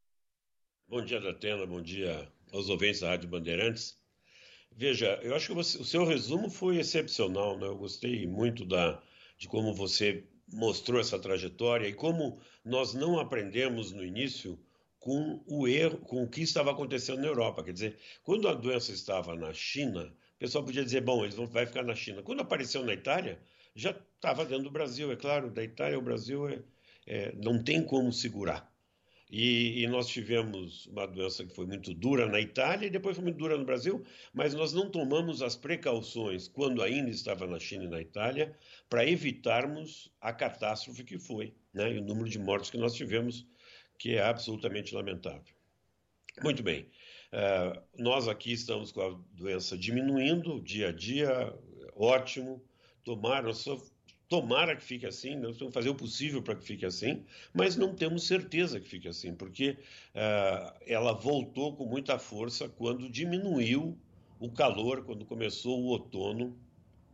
Bom dia, Datena. Bom dia aos ouvintes da Rádio Bandeirantes. Veja, eu acho que você, o seu resumo foi excepcional, né? Eu gostei muito da, de como você mostrou essa trajetória e como nós não aprendemos no início com o erro, com o que estava acontecendo na Europa. Quer dizer, quando a doença estava na China, o pessoal podia dizer, bom, eles vão vai ficar na China. Quando apareceu na Itália, já estava dentro do Brasil, é claro, da Itália ao Brasil é, é, não tem como segurar. E, e nós tivemos uma doença que foi muito dura na Itália e depois foi muito dura no Brasil, mas nós não tomamos as precauções, quando ainda estava na China e na Itália, para evitarmos a catástrofe que foi, né? E o número de mortos que nós tivemos, que é absolutamente lamentável. Muito bem, uh, nós aqui estamos com a doença diminuindo dia a dia, ótimo, tomara, só, tomara que fique assim, nós vamos fazer o possível para que fique assim, mas não temos certeza que fique assim, porque uh, ela voltou com muita força quando diminuiu o calor, quando começou o outono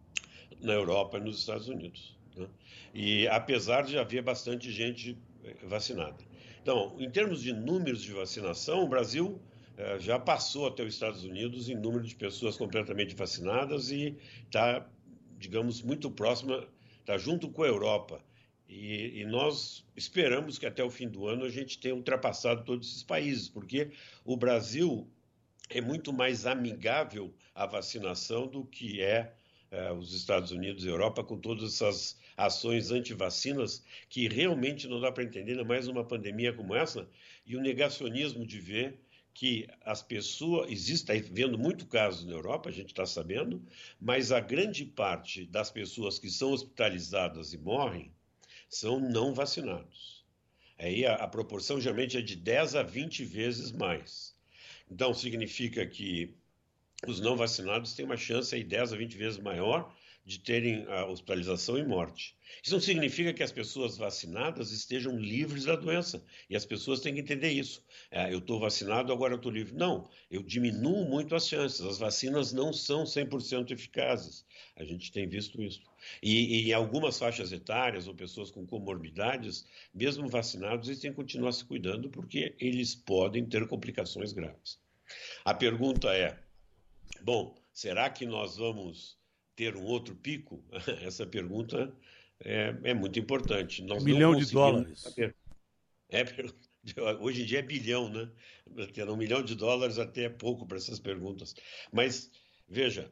na Europa e nos Estados Unidos, né? E apesar de haver bastante gente vacinada. Então, em termos de números de vacinação, o Brasil eh, já passou até os Estados Unidos em número de pessoas completamente vacinadas e está, digamos, muito próxima, está junto com a Europa. E, e nós esperamos que até o fim do ano a gente tenha ultrapassado todos esses países, porque o Brasil é muito mais amigável à vacinação do que é eh, os Estados Unidos e a Europa, com todas essas ações anti-vacinas que realmente não dá para entender, ainda mais numa pandemia como essa, e o negacionismo de ver que as pessoas, existe, está vendo muito casos na Europa, a gente está sabendo, mas a grande parte das pessoas que são hospitalizadas e morrem são não vacinados. Aí a, a proporção geralmente é de dez a vinte vezes mais. Então, significa que os não vacinados têm uma chance aí dez a vinte vezes maior de terem a hospitalização e morte. Isso não significa que as pessoas vacinadas estejam livres da doença. E as pessoas têm que entender isso. É, eu estou vacinado, agora eu estou livre. Não, eu diminuo muito as chances. As vacinas não são cem por cento eficazes. A gente tem visto isso. E, e em algumas faixas etárias ou pessoas com comorbidades, mesmo vacinados, eles têm que continuar se cuidando porque eles podem ter complicações graves. A pergunta é, bom, será que nós vamos ter um outro pico? Essa pergunta é, é muito importante. Nós um milhão não de dólares. Saber. É, hoje em dia é bilhão, né? Ter um milhão de dólares até é pouco para essas perguntas. Mas, veja,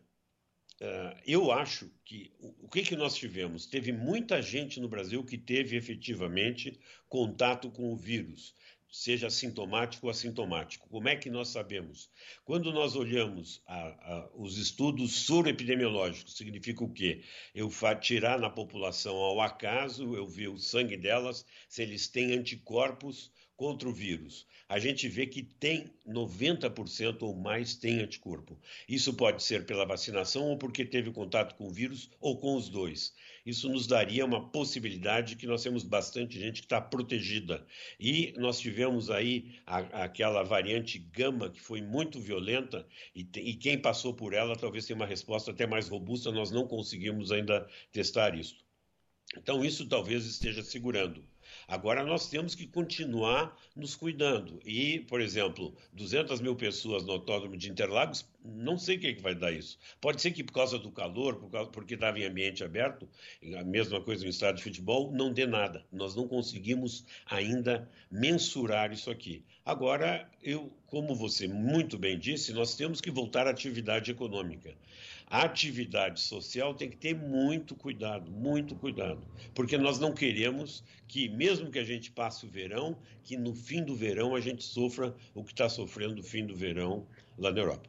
uh, eu acho que o, o que, que nós tivemos? Teve muita gente no Brasil que teve efetivamente contato com o vírus, seja sintomático ou assintomático. Como é que nós sabemos? Quando nós olhamos a, a, os estudos soroepidemiológicos, significa o quê? Eu tirar na população ao acaso, eu ver o sangue delas, se eles têm anticorpos contra o vírus. A gente vê que tem noventa por cento ou mais tem anticorpo. Isso pode ser pela vacinação ou porque teve contato com o vírus ou com os dois. Isso nos daria uma possibilidade que nós temos bastante gente que está protegida. E nós tivemos aí a, aquela variante gama que foi muito violenta e, te, e quem passou por ela talvez tenha uma resposta até mais robusta, nós não conseguimos ainda testar isso. Então isso talvez esteja segurando. Agora nós temos que continuar nos cuidando. E, por exemplo, duzentas mil pessoas no Autódromo de Interlagos, não sei o que, é que vai dar isso. Pode ser que por causa do calor, por causa, porque estava em ambiente aberto, a mesma coisa no estádio de futebol, não dê nada. Nós não conseguimos ainda mensurar isso aqui. Agora, eu, como você muito bem disse, nós temos que voltar à atividade econômica. A atividade social tem que ter muito cuidado, muito cuidado, porque nós não queremos que, mesmo que a gente passe o verão, que no fim do verão a gente sofra o que está sofrendo no fim do verão lá na Europa.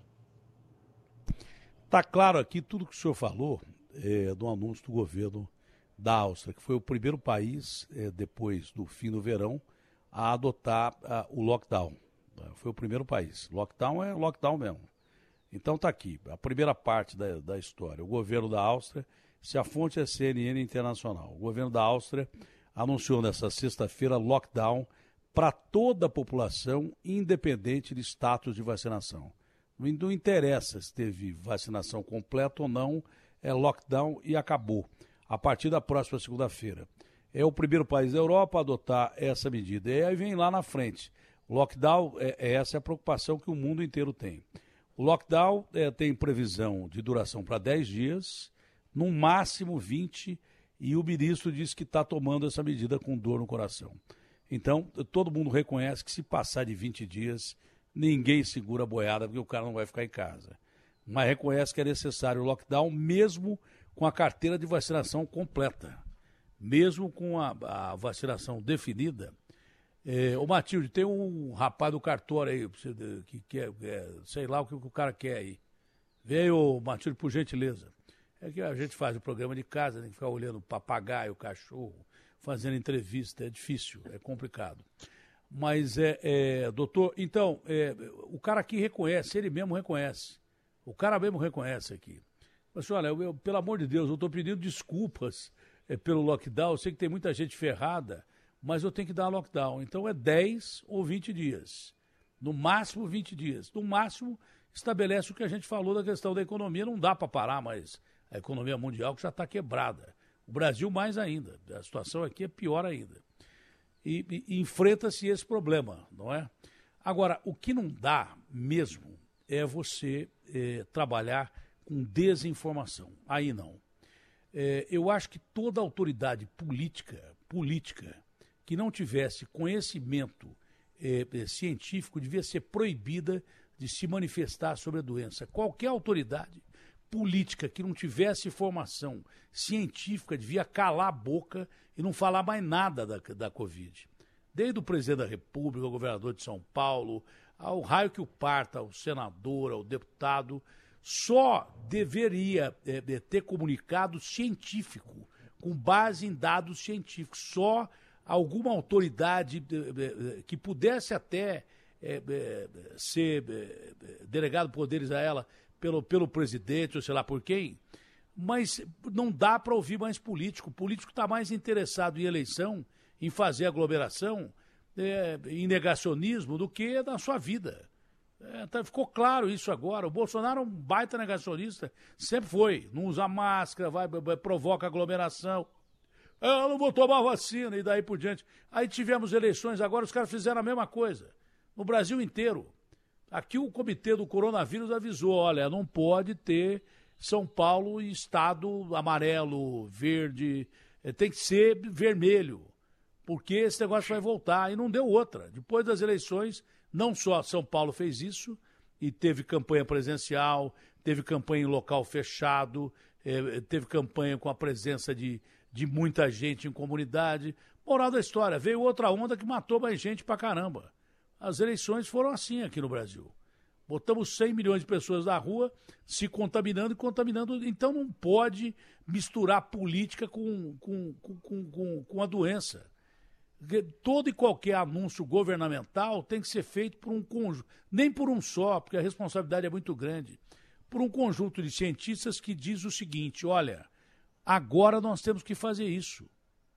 Está claro aqui tudo que o senhor falou é, do anúncio do governo da Áustria, que foi o primeiro país, é, depois do fim do verão, a adotar a, o lockdown. Foi o primeiro país. Lockdown é lockdown mesmo. Então está aqui, a primeira parte da, da história. O governo da Áustria, se a fonte é C N N Internacional, o governo da Áustria anunciou nesta sexta-feira lockdown para toda a população, independente de status de vacinação. Não interessa se teve vacinação completa ou não, é lockdown e acabou, a partir da próxima segunda-feira. É o primeiro país da Europa a adotar essa medida. E aí vem lá na frente. Lockdown, é, é essa é a preocupação que o mundo inteiro tem. O lockdown é, tem previsão de duração para dez dias, no máximo vinte, e o ministro disse que está tomando essa medida com dor no coração. Então, todo mundo reconhece que se passar de vinte dias, ninguém segura a boiada, porque o cara não vai ficar em casa. Mas reconhece que é necessário o lockdown, mesmo com a carteira de vacinação completa, mesmo com a, a vacinação definida. É, ô Matilde, tem um rapaz do cartório aí, que quer, é, sei lá o que o cara quer aí. Veio, Matilde, por gentileza. É que a gente faz o programa de casa, tem que ficar olhando o papagaio, o cachorro, fazendo entrevista, é difícil, é complicado. Mas, é, é doutor, então, é, o cara aqui reconhece, ele mesmo reconhece. O cara mesmo reconhece aqui. Mas, olha, eu, eu, pelo amor de Deus, eu estou pedindo desculpas é, pelo lockdown, eu sei que tem muita gente ferrada, mas eu tenho que dar lockdown. Então é dez ou vinte dias. No máximo vinte dias. No máximo, estabelece o que a gente falou da questão da economia. Não dá para parar mais a economia mundial que já está quebrada. O Brasil mais ainda. A situação aqui é pior ainda. E, e, e enfrenta-se esse problema, não é? Agora, o que não dá mesmo é você é, trabalhar com desinformação. Aí não. É, eu acho que toda autoridade política, política que não tivesse conhecimento é, é, científico devia ser proibida de se manifestar sobre a doença. Qualquer autoridade política que não tivesse formação científica devia calar a boca e não falar mais nada da, da Covid. Desde o presidente da República, o governador de São Paulo, ao raio que o parta, ao senador, ao deputado, só deveria é, é, ter comunicado científico, com base em dados científicos. Só alguma autoridade é, é, que pudesse até é, é, ser é, delegado poderes a ela pelo, pelo presidente, ou sei lá por quem, mas não dá para ouvir mais político. O político está mais interessado em eleição, em fazer aglomeração, é, em negacionismo, do que na sua vida. É, tá, ficou claro isso agora. O Bolsonaro é um baita negacionista, sempre foi. Não usa máscara, vai, vai, provoca aglomeração. Eu não vou tomar vacina, e daí por diante. Aí tivemos eleições, agora os caras fizeram a mesma coisa. No Brasil inteiro. Aqui o comitê do coronavírus avisou, olha, não pode ter São Paulo em estado amarelo, verde, tem que ser vermelho, porque esse negócio vai voltar. E não deu outra. Depois das eleições, não só São Paulo fez isso, e teve campanha presencial, teve campanha em local fechado, eh, teve campanha com a presença de, de muita gente em comunidade. Moral da história, veio outra onda que matou mais gente pra caramba. As eleições foram assim aqui no Brasil. Botamos cem milhões de pessoas na rua se contaminando e contaminando. Então não pode misturar política com, com, com, com, com a doença. Todo e qualquer anúncio governamental tem que ser feito por um conjunto, nem por um só, porque a responsabilidade é muito grande, por um conjunto de cientistas que diz o seguinte, olha, agora nós temos que fazer isso.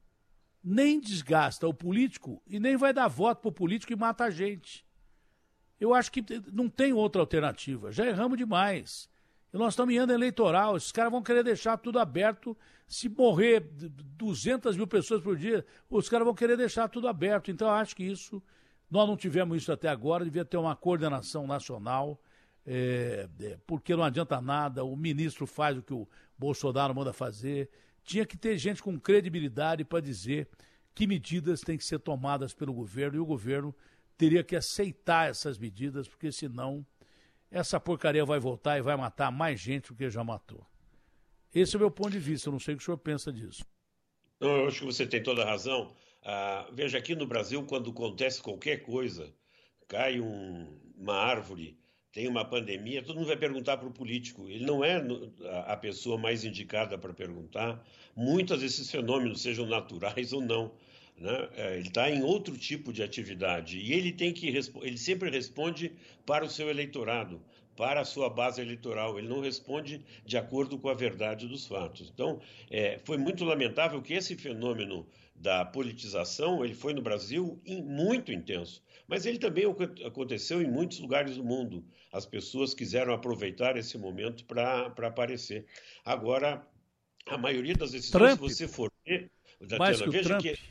Nem desgasta o político e nem vai dar voto para o político e mata a gente. Eu acho que não tem outra alternativa. Já erramos demais. E nós estamos em ano eleitoral. Esses caras vão querer deixar tudo aberto. Se morrer duzentas mil pessoas por dia, os caras vão querer deixar tudo aberto. Então, eu acho que isso, nós não tivemos isso até agora. Devia ter uma coordenação nacional, é, é, porque não adianta nada. O ministro faz o que o Bolsonaro manda fazer. Tinha que ter gente com credibilidade para dizer que medidas têm que ser tomadas pelo governo, e o governo teria que aceitar essas medidas, porque senão essa porcaria vai voltar e vai matar mais gente do que já matou. Esse é o meu ponto de vista, eu não sei o que o senhor pensa disso. Não, eu acho que você tem toda a razão. Ah, veja, aqui no Brasil, quando acontece qualquer coisa, cai um, uma árvore, tem uma pandemia, todo mundo vai perguntar para o político. Ele não é a pessoa mais indicada para perguntar. Muitos desses fenômenos, sejam naturais ou não, né? Ele está em outro tipo de atividade e ele tem que ele sempre responde para o seu eleitorado, para a sua base eleitoral. Ele não responde de acordo com a verdade dos fatos. Então, é, foi muito lamentável que esse fenômeno da politização, ele foi no Brasil muito intenso, mas ele também aconteceu em muitos lugares do mundo. As pessoas quiseram aproveitar esse momento para aparecer. Agora, a maioria das decisões, se você for ver, mais que o veja Trump. que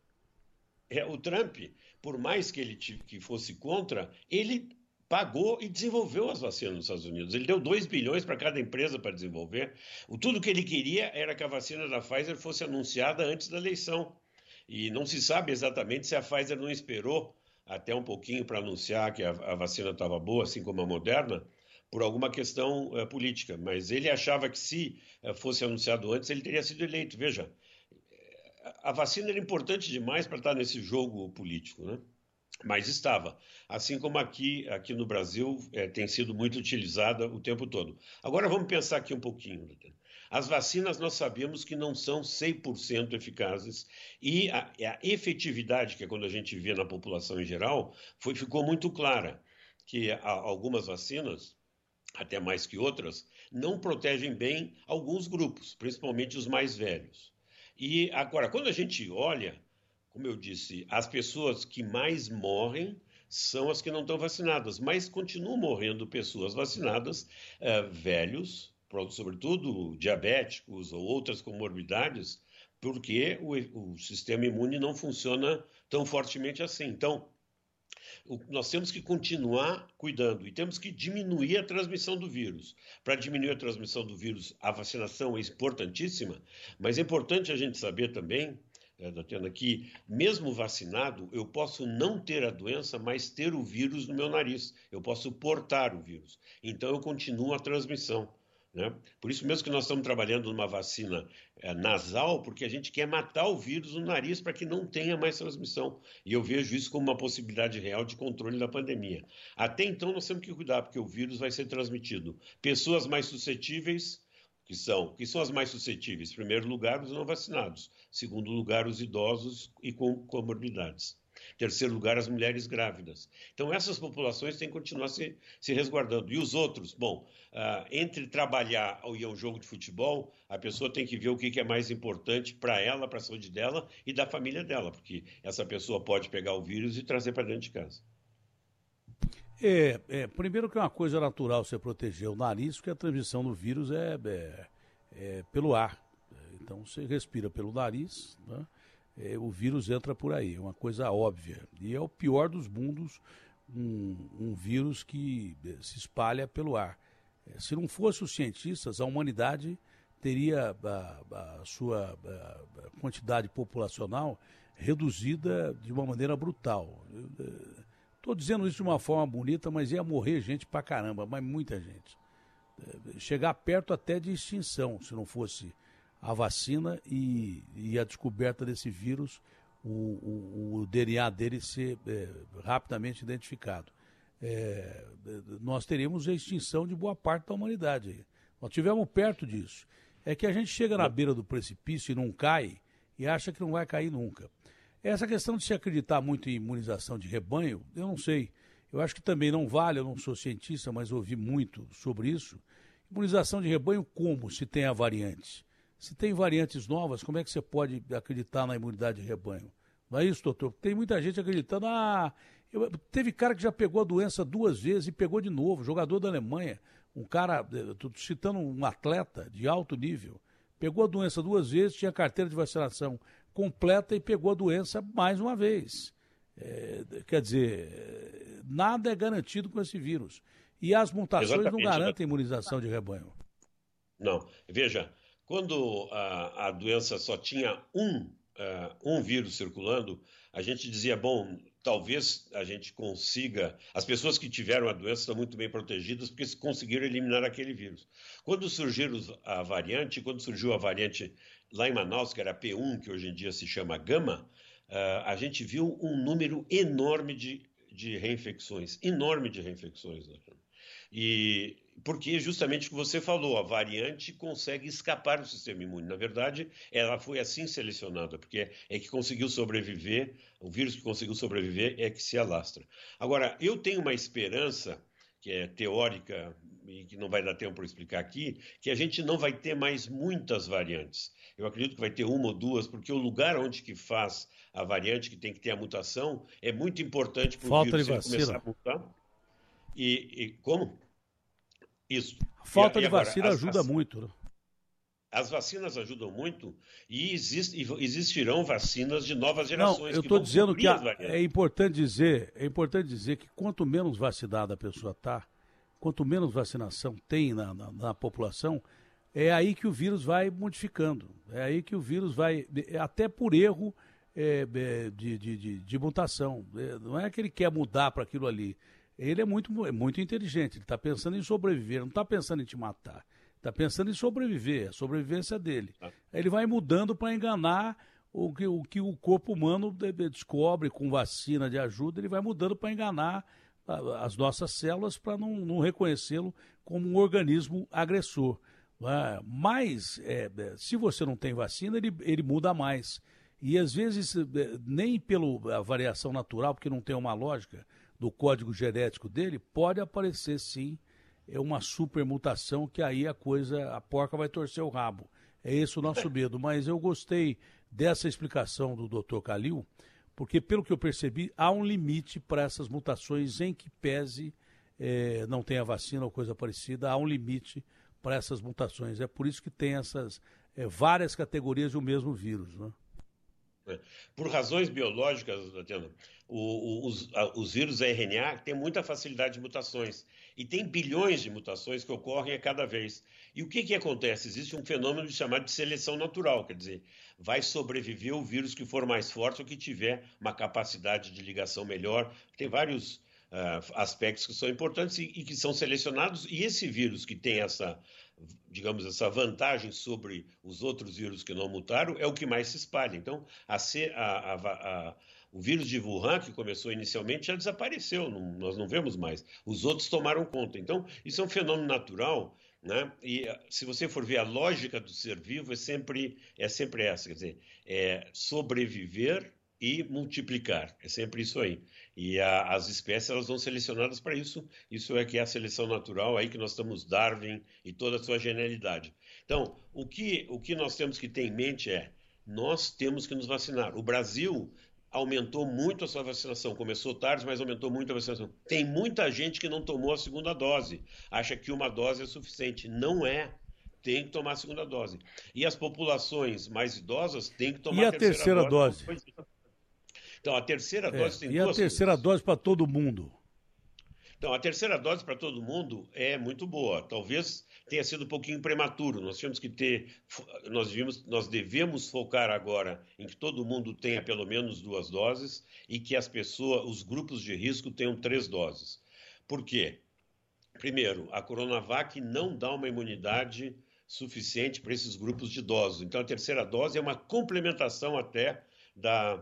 é, o Trump, por mais que ele que fosse contra, ele pagou e desenvolveu as vacinas nos Estados Unidos. Ele deu dois bilhões para cada empresa para desenvolver. O, tudo que ele queria era que a vacina da Pfizer fosse anunciada antes da eleição. E não se sabe exatamente se a Pfizer não esperou até um pouquinho para anunciar que a, a vacina estava boa, assim como a Moderna, por alguma questão uh, política. Mas ele achava que se uh, fosse anunciado antes, ele teria sido eleito. Veja, a vacina era importante demais para estar nesse jogo político, né? Mas estava. Assim como aqui, aqui no Brasil, é, tem sido muito utilizada o tempo todo. Agora vamos pensar aqui um pouquinho. As vacinas nós sabemos que não são cem por cento eficazes e a, a efetividade, que é quando a gente vê na população em geral, foi, ficou muito clara, que a, algumas vacinas, até mais que outras, não protegem bem alguns grupos, principalmente os mais velhos. E agora, quando a gente olha, como eu disse, as pessoas que mais morrem são as que não estão vacinadas, mas continuam morrendo pessoas vacinadas, uh, velhos, sobretudo diabéticos ou outras comorbidades, porque o, o sistema imune não funciona tão fortemente assim. Então, o, nós temos que continuar cuidando e temos que diminuir a transmissão do vírus. Para diminuir a transmissão do vírus, a vacinação é importantíssima, mas é importante a gente saber também, é, Datena, que mesmo vacinado, eu posso não ter a doença, mas ter o vírus no meu nariz. Eu posso portar o vírus. Então, eu continuo a transmissão. Né? Por isso mesmo que nós estamos trabalhando numa vacina é, nasal, porque a gente quer matar o vírus no nariz para que não tenha mais transmissão. E eu vejo isso como uma possibilidade real de controle da pandemia. Até então nós temos que cuidar, porque o vírus vai ser transmitido. Pessoas mais suscetíveis, que são, que são as mais suscetíveis? Em primeiro lugar, os não vacinados. Em segundo lugar, os idosos e com comorbidades. Em terceiro lugar, as mulheres grávidas. Então, essas populações têm que continuar se, se resguardando. E os outros? Bom, uh, entre trabalhar e ir ao jogo de futebol, a pessoa tem que ver o que, que é mais importante para ela, para a saúde dela e da família dela, porque essa pessoa pode pegar o vírus e trazer para dentro de casa. É, é, primeiro que é uma coisa natural você proteger o nariz, porque a transmissão do vírus é, é, é pelo ar. Então, você respira pelo nariz, né? É, o vírus entra por aí, é uma coisa óbvia. E é o pior dos mundos, um, um vírus que se espalha pelo ar. É, se não fossem os cientistas, a humanidade teria a, a sua a quantidade populacional reduzida de uma maneira brutal. Estou dizendo isso de uma forma bonita, mas ia morrer gente pra caramba, mas muita gente. É, chegar perto até de extinção, se não fosse a vacina e, e a descoberta desse vírus, o, o, o D N A dele ser é, rapidamente identificado. É, nós teríamos a extinção de boa parte da humanidade. Nós estivemos perto disso. É que a gente chega na beira do precipício e não cai e acha que não vai cair nunca. Essa questão de se acreditar muito em imunização de rebanho, eu não sei. Eu acho que também não vale, eu não sou cientista, mas ouvi muito sobre isso. Imunização de rebanho como se tem a variante? Se tem variantes novas, como é que você pode acreditar na imunidade de rebanho? Não é isso, doutor? Tem muita gente acreditando. Ah, eu, teve cara que já pegou a doença duas vezes e pegou de novo, jogador da Alemanha. Um cara, estou citando um atleta de alto nível, pegou a doença duas vezes, tinha carteira de vacinação completa e pegou a doença mais uma vez. É, quer dizer, nada é garantido com esse vírus. E as mutações Exatamente, não garantem imunização de rebanho. Não, veja... Quando a, a doença só tinha um, uh, um vírus circulando, a gente dizia, bom, talvez a gente consiga... As pessoas que tiveram a doença estão muito bem protegidas porque conseguiram eliminar aquele vírus. Quando surgiu a variante, quando surgiu a variante lá em Manaus, que era P um, que hoje em dia se chama Gama, uh, a gente viu um número enorme de, de reinfecções, enorme de reinfecções, né? E porque justamente o que você falou, a variante consegue escapar do sistema imune. Na verdade, ela foi assim selecionada, porque é que conseguiu sobreviver, o vírus que conseguiu sobreviver é que se alastra. Agora, eu tenho uma esperança, que é teórica e que não vai dar tempo para explicar aqui, que a gente não vai ter mais muitas variantes. Eu acredito que vai ter uma ou duas, porque o lugar onde que faz a variante, que tem que ter a mutação, é muito importante para o vírus começar a mutar. E, e como? Isso. A falta e, de e agora, vacina as, ajuda as, muito. Né? As vacinas ajudam muito e, exist, e existirão vacinas de novas gerações. Não, eu estou dizendo que a, é importante dizer, é importante dizer que quanto menos vacinada a pessoa está, quanto menos vacinação tem na, na, na população, é aí que o vírus vai modificando. É aí que o vírus vai, até por erro é, de, de, de, de mutação. É, não é que ele quer mudar para aquilo ali. Ele é muito, é muito inteligente, ele está pensando em sobreviver, não está pensando em te matar. Está pensando em sobreviver, a sobrevivência dele. Ah. Ele vai mudando para enganar o que, o que o corpo humano descobre com vacina de ajuda, ele vai mudando para enganar as nossas células para não, não reconhecê-lo como um organismo agressor. Mas, é, se você não tem vacina, ele, ele muda mais. E às vezes, nem pela variação natural, porque não tem uma lógica do código genético dele, pode aparecer sim é uma supermutação que aí a coisa, a porca vai torcer o rabo. É esse o nosso medo. Mas eu gostei dessa explicação do doutor Calil, porque pelo que eu percebi, há um limite para essas mutações em que pese é, não tenha vacina ou coisa parecida, há um limite para essas mutações. É por isso que tem essas é, várias categorias do mesmo vírus, né? Por razões biológicas, Tatiana, o, o, os, a, os vírus R N A têm muita facilidade de mutações. E tem bilhões de mutações que ocorrem a cada vez. E o que, que acontece? Existe um fenômeno chamado de seleção natural, quer dizer, vai sobreviver o vírus que for mais forte ou que tiver uma capacidade de ligação melhor. Tem vários uh, aspectos que são importantes e, e que são selecionados. E esse vírus que tem essa, digamos, essa vantagem sobre os outros vírus que não mutaram é o que mais se espalha. Então, a, a, a, a o vírus de Wuhan, que começou inicialmente, já desapareceu, não, nós não vemos mais. Os outros tomaram conta. Então, isso é um fenômeno natural, né? E se você for ver a lógica do ser vivo, é sempre, é sempre essa, quer dizer, é sobreviver e multiplicar. É sempre isso aí. E a, as espécies, elas vão selecionadas para isso. Isso é que é a seleção natural, aí que nós estamos Darwin e toda a sua genialidade. Então, o que, o que nós temos que ter em mente é, nós temos que nos vacinar. O Brasil aumentou muito a sua vacinação. Começou tarde, mas aumentou muito a vacinação. Tem muita gente que não tomou a segunda dose. Acha que uma dose é suficiente. Não é. Tem que tomar a segunda dose. E as populações mais idosas têm que tomar e a a terceira, terceira dose. dose. Então, a terceira é, dose tem e duas a terceira coisas. dose para todo mundo? Então, a terceira dose para todo mundo é muito boa. Talvez tenha sido um pouquinho prematuro. Nós tínhamos que ter, nós devemos, nós devemos focar agora em que todo mundo tenha pelo menos duas doses e que as pessoas, os grupos de risco tenham três doses. Por quê? Primeiro, a Coronavac não dá uma imunidade suficiente para esses grupos de idosos. Então, a terceira dose é uma complementação até da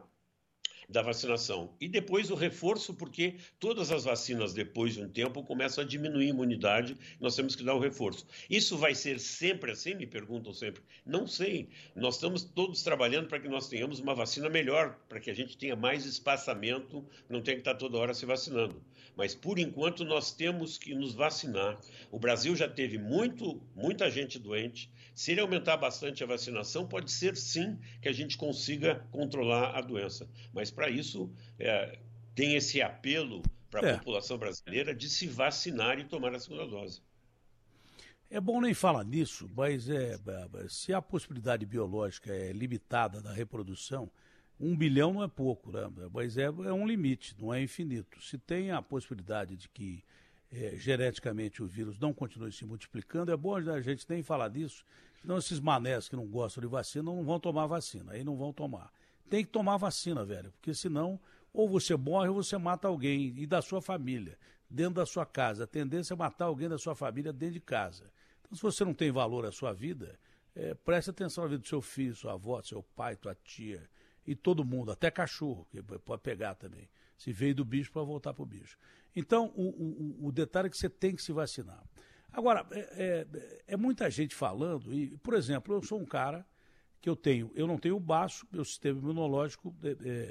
da vacinação. E depois o reforço, porque todas as vacinas, depois de um tempo, começam a diminuir a imunidade, nós temos que dar o reforço. Isso vai ser sempre assim? Me perguntam sempre. Não sei. Nós estamos todos trabalhando para que nós tenhamos uma vacina melhor, para que a gente tenha mais espaçamento, não tenha que estar toda hora se vacinando. Mas, por enquanto, nós temos que nos vacinar. O Brasil já teve muito, muita gente doente. Se ele aumentar bastante a vacinação, pode ser sim que a gente consiga controlar a doença. Mas para isso é, tem esse apelo para a é. população brasileira de se vacinar e tomar a segunda dose. É bom nem falar nisso, mas é, se a possibilidade biológica é limitada da reprodução, um bilhão não é pouco, né? Mas é, é um limite, não é infinito. Se tem a possibilidade de que É, geneticamente o vírus não continue se multiplicando, é bom a gente nem falar disso, senão esses manés que não gostam de vacina não vão tomar vacina, aí não vão tomar. Tem que tomar vacina, velho, porque senão ou você morre ou você mata alguém e da sua família, dentro da sua casa. A tendência é matar alguém da sua família dentro de casa. Então, se você não tem valor à sua vida, é, preste atenção na vida do seu filho, sua avó, seu pai, tua tia e todo mundo, até cachorro, que pode pegar também. Se veio do bicho para voltar para o bicho. Então, o, o, o detalhe é que você tem que se vacinar. Agora, é, é, é muita gente falando, e, por exemplo, eu sou um cara que eu tenho, eu não tenho baço, meu sistema imunológico é,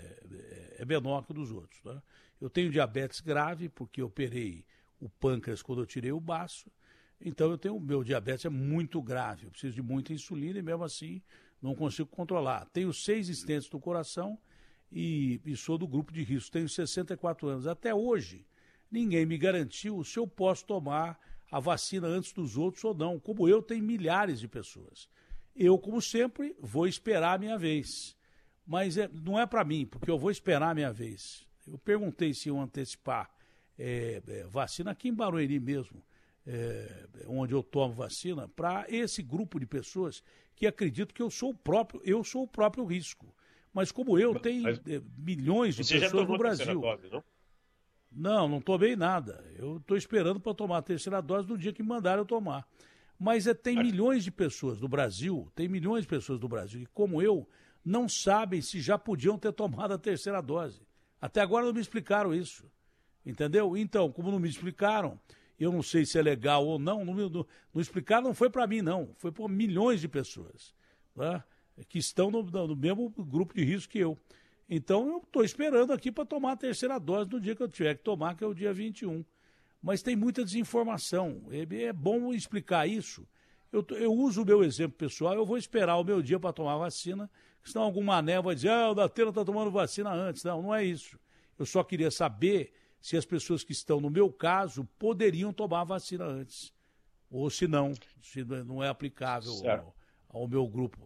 é, é menor que o dos outros. Né? Eu tenho diabetes grave, porque eu operei o pâncreas quando eu tirei o baço, então eu tenho, meu diabetes é muito grave, eu preciso de muita insulina e mesmo assim não consigo controlar. Tenho seis estentes no coração e, e sou do grupo de risco, tenho sessenta e quatro anos. Até hoje, ninguém me garantiu se eu posso tomar a vacina antes dos outros ou não. Como eu, tem milhares de pessoas. Eu, como sempre, vou esperar a minha vez. Mas é, não é para mim, porque eu vou esperar a minha vez. Eu perguntei se iam antecipar é, é, vacina aqui em Barueri mesmo, é, onde eu tomo vacina, para esse grupo de pessoas que acreditam que eu sou o próprio, eu sou o próprio risco. Mas como eu, tem Mas, é, milhões de pessoas no Brasil. Dose, não? Não, não tomei nada. Eu estou esperando para tomar a terceira dose no dia que me mandaram eu tomar. Mas é, tem milhões de pessoas no Brasil, tem milhões de pessoas no Brasil que, como eu, não sabem se já podiam ter tomado a terceira dose. Até agora não me explicaram isso. Entendeu? Então, como não me explicaram, eu não sei se é legal ou não, não, não, não explicaram, não foi para mim, não. Foi para milhões de pessoas, tá? Que estão no, no mesmo grupo de risco que eu. Então, eu estou esperando aqui para tomar a terceira dose no dia que eu tiver que tomar, que é o dia vinte e um. Mas tem muita desinformação. É, é bom explicar isso. Eu, eu uso o meu exemplo pessoal, eu vou esperar o meu dia para tomar vacina, senão algum mané vai dizer, ah, o Datena está tomando vacina antes. Não, não é isso. Eu só queria saber se as pessoas que estão no meu caso poderiam tomar a vacina antes. ou se não, se não é aplicável ao, ao meu grupo.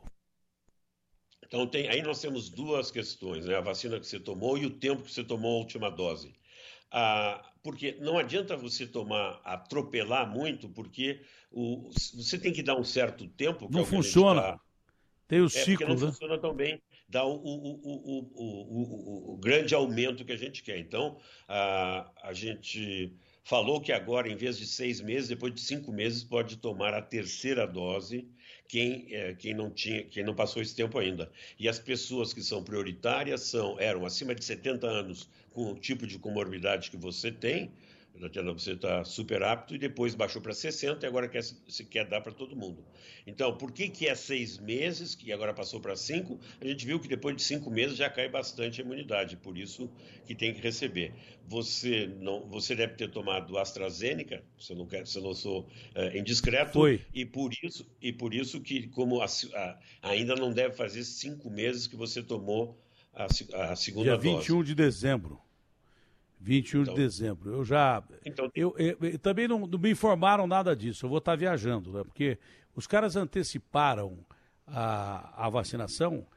Então, tem, aí nós temos duas questões, né? A vacina que você tomou e o tempo que você tomou a última dose. Ah, porque não adianta você tomar, atropelar muito, porque o, você tem que dar um certo tempo. Não funciona. Tá... Tem o é, ciclo, porque não né? funciona tão bem, dá o, o, o, o, o, o grande aumento que a gente quer. Então, a, a gente falou que agora, em vez de seis meses, depois de cinco meses, pode tomar a terceira dose, quem, é, quem, não tinha, quem não passou esse tempo ainda. E as pessoas que são prioritárias são, eram acima de setenta anos, com o tipo de comorbidade que você tem, você está super apto, e depois baixou para sessenta e agora quer, se quer dar para todo mundo. Então, por que, que é seis meses, que agora passou para cinco? A gente viu que depois de cinco meses já cai bastante a imunidade, por isso que tem que receber. Você, não, você deve ter tomado AstraZeneca, se eu não, quero, se eu não sou é, indiscreto, Foi. E, por isso, e por isso que como a, a, ainda não deve fazer cinco meses que você tomou a, a segunda Dia dose. vinte e um de dezembro. vinte e um Então, de dezembro. Eu já. Então, eu, eu, eu também não, não me informaram nada disso. Eu vou estar viajando, né? Porque os caras anteciparam a, a vacinação,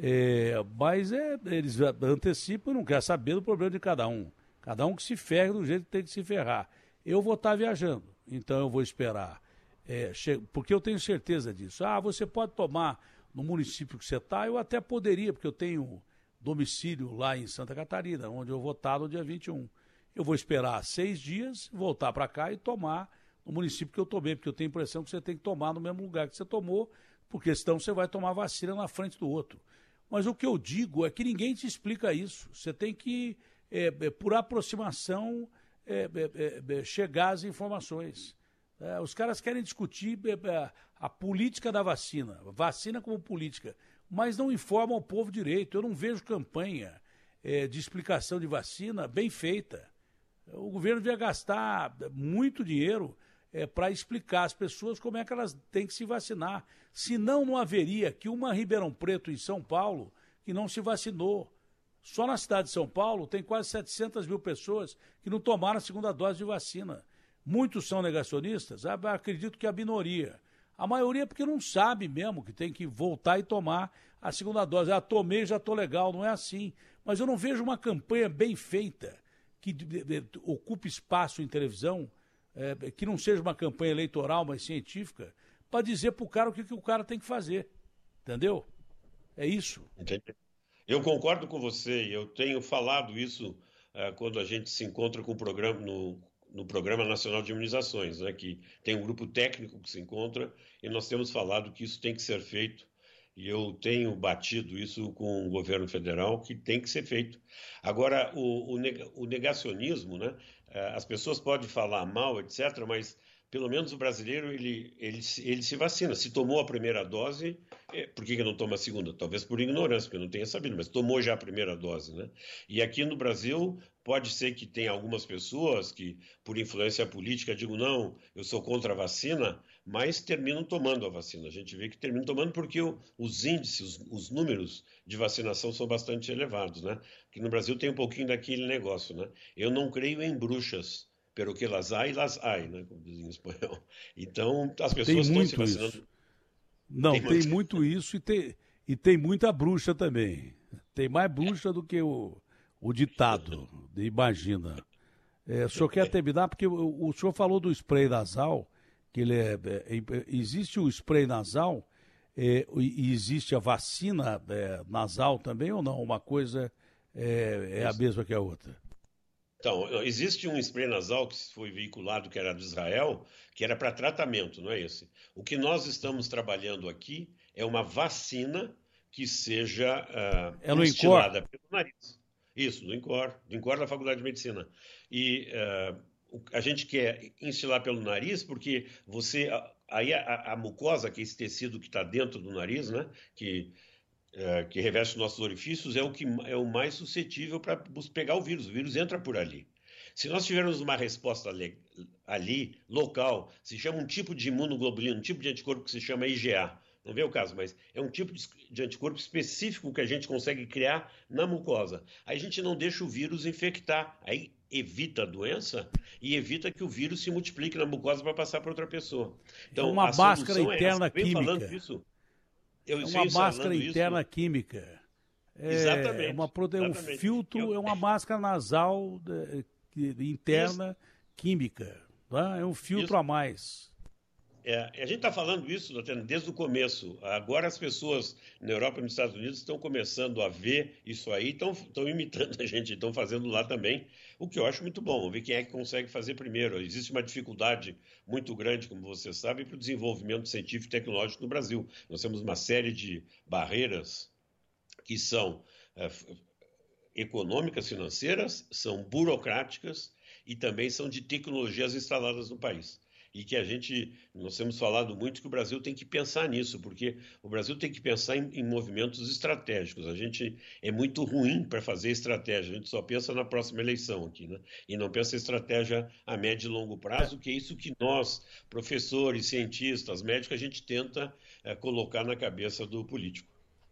é, mas é, eles antecipam e não querem saber do problema de cada um. Cada um que se ferre do jeito que tem que se ferrar. Eu vou estar viajando, então eu vou esperar. É, che... Porque eu tenho certeza disso. Ah, você pode tomar no município que você está, eu até poderia, porque eu tenho domicílio lá em Santa Catarina, onde eu vou estar no dia vinte e um. Eu vou esperar seis dias, voltar para cá e tomar no município que eu tomei, porque eu tenho a impressão que você tem que tomar no mesmo lugar que você tomou, porque senão você vai tomar vacina na frente do outro. Mas o que eu digo é que ninguém te explica isso. Você tem que, é, é, por aproximação, é, é, é, chegar às informações. É, os caras querem discutir é, a política da vacina, vacina como política, mas não informam ao povo direito. Eu não vejo campanha é, de explicação de vacina bem feita. O governo devia gastar muito dinheiro é, para explicar às pessoas como é que elas têm que se vacinar. Senão, não haveria aqui uma Ribeirão Preto em São Paulo que não se vacinou. Só na cidade de São Paulo tem quase setecentas mil pessoas que não tomaram a segunda dose de vacina. Muitos são negacionistas, acredito que a minoria. A maioria porque não sabe mesmo que tem que voltar e tomar a segunda dose. Ah, tomei, já estou legal, não é assim. Mas eu não vejo uma campanha bem feita que de, de, de, ocupe espaço em televisão, é, que não seja uma campanha eleitoral, mas científica, para dizer para o cara o que, que o cara tem que fazer. Entendeu? É isso. Entendi. Eu concordo com você, eu tenho falado isso uh, quando a gente se encontra com o programa no, no Programa Nacional de Imunizações, né, que tem um grupo técnico que se encontra e nós temos falado que isso tem que ser feito. E eu tenho batido isso com o governo federal, que tem que ser feito. Agora, o, o negacionismo, né? As pessoas podem falar mal, etcétera, mas pelo menos o brasileiro, ele, ele, ele se vacina. Se tomou a primeira dose, por que, que não toma a segunda? Talvez por ignorância, porque não tenha sabido, mas tomou já a primeira dose, né? E aqui no Brasil, pode ser que tenha algumas pessoas que, por influência política, digam, não, eu sou contra a vacina, mas terminam tomando a vacina. A gente vê que terminam tomando porque o, os índices, os, os números de vacinação são bastante elevados, né? Aqui no Brasil tem um pouquinho daquele negócio, né? Eu não creio em bruxas, pero que las hay, las hay, né? Como dizem em espanhol. Então, as pessoas estão se vacinando. Isso. Não, tem, tem muito... muito isso e tem, e tem muita bruxa também. Tem mais bruxa do que o, o ditado, imagina. É, o senhor quer terminar? Porque o, o senhor falou do spray nasal, que ele é, é, existe o spray nasal é, e existe a vacina é, nasal também ou não? Uma coisa é, é a mesma que a outra? Então, existe um spray nasal que foi veiculado, que era do Israel, que era para tratamento, não é esse? O que nós estamos trabalhando aqui é uma vacina que seja uh, é no instilada pelo nariz. Isso, no INCOR, do INCOR da Faculdade de Medicina. E uh, a gente quer instilar pelo nariz porque você... Aí a, a mucosa, que é esse tecido que está dentro do nariz, né, que... É, que reveste os nossos orifícios, é o, que, é o mais suscetível para pegar o vírus. O vírus entra por ali. Se nós tivermos uma resposta ali, ali, local, se chama um tipo de imunoglobulina, um tipo de anticorpo que se chama I G A. Não vê o caso, mas é um tipo de, de anticorpo específico que a gente consegue criar na mucosa. Aí a gente não deixa o vírus infectar. Aí evita a doença e evita que o vírus se multiplique na mucosa para passar para outra pessoa. Então, uma a máscara solução interna é essa. Eu venho química. falando isso, eu é venho uma máscara falando interna isso. química. É Exatamente. Uma prote... Um exatamente. filtro, Eu... é uma máscara nasal de... De interna isso. Química. Tá? É um filtro isso. a mais. É, a gente está falando isso desde o começo. Agora as pessoas na Europa e nos Estados Unidos estão começando a ver isso aí, estão, estão imitando a gente, estão fazendo lá também, o que eu acho muito bom. Vamos ver quem é que consegue fazer primeiro. Existe uma dificuldade muito grande, como você sabe, para o desenvolvimento científico e tecnológico no Brasil. Nós temos uma série de barreiras que são é, econômicas, financeiras, são burocráticas e também são de tecnologias instaladas no país. E que a gente, nós temos falado muito que o Brasil tem que pensar nisso, porque o Brasil tem que pensar em, em movimentos estratégicos. A gente é muito ruim para fazer estratégia, a gente só pensa na próxima eleição aqui, né? E não pensa em estratégia a médio e longo prazo, que é isso que nós, professores, cientistas, médicos, a gente tenta é, colocar na cabeça do político.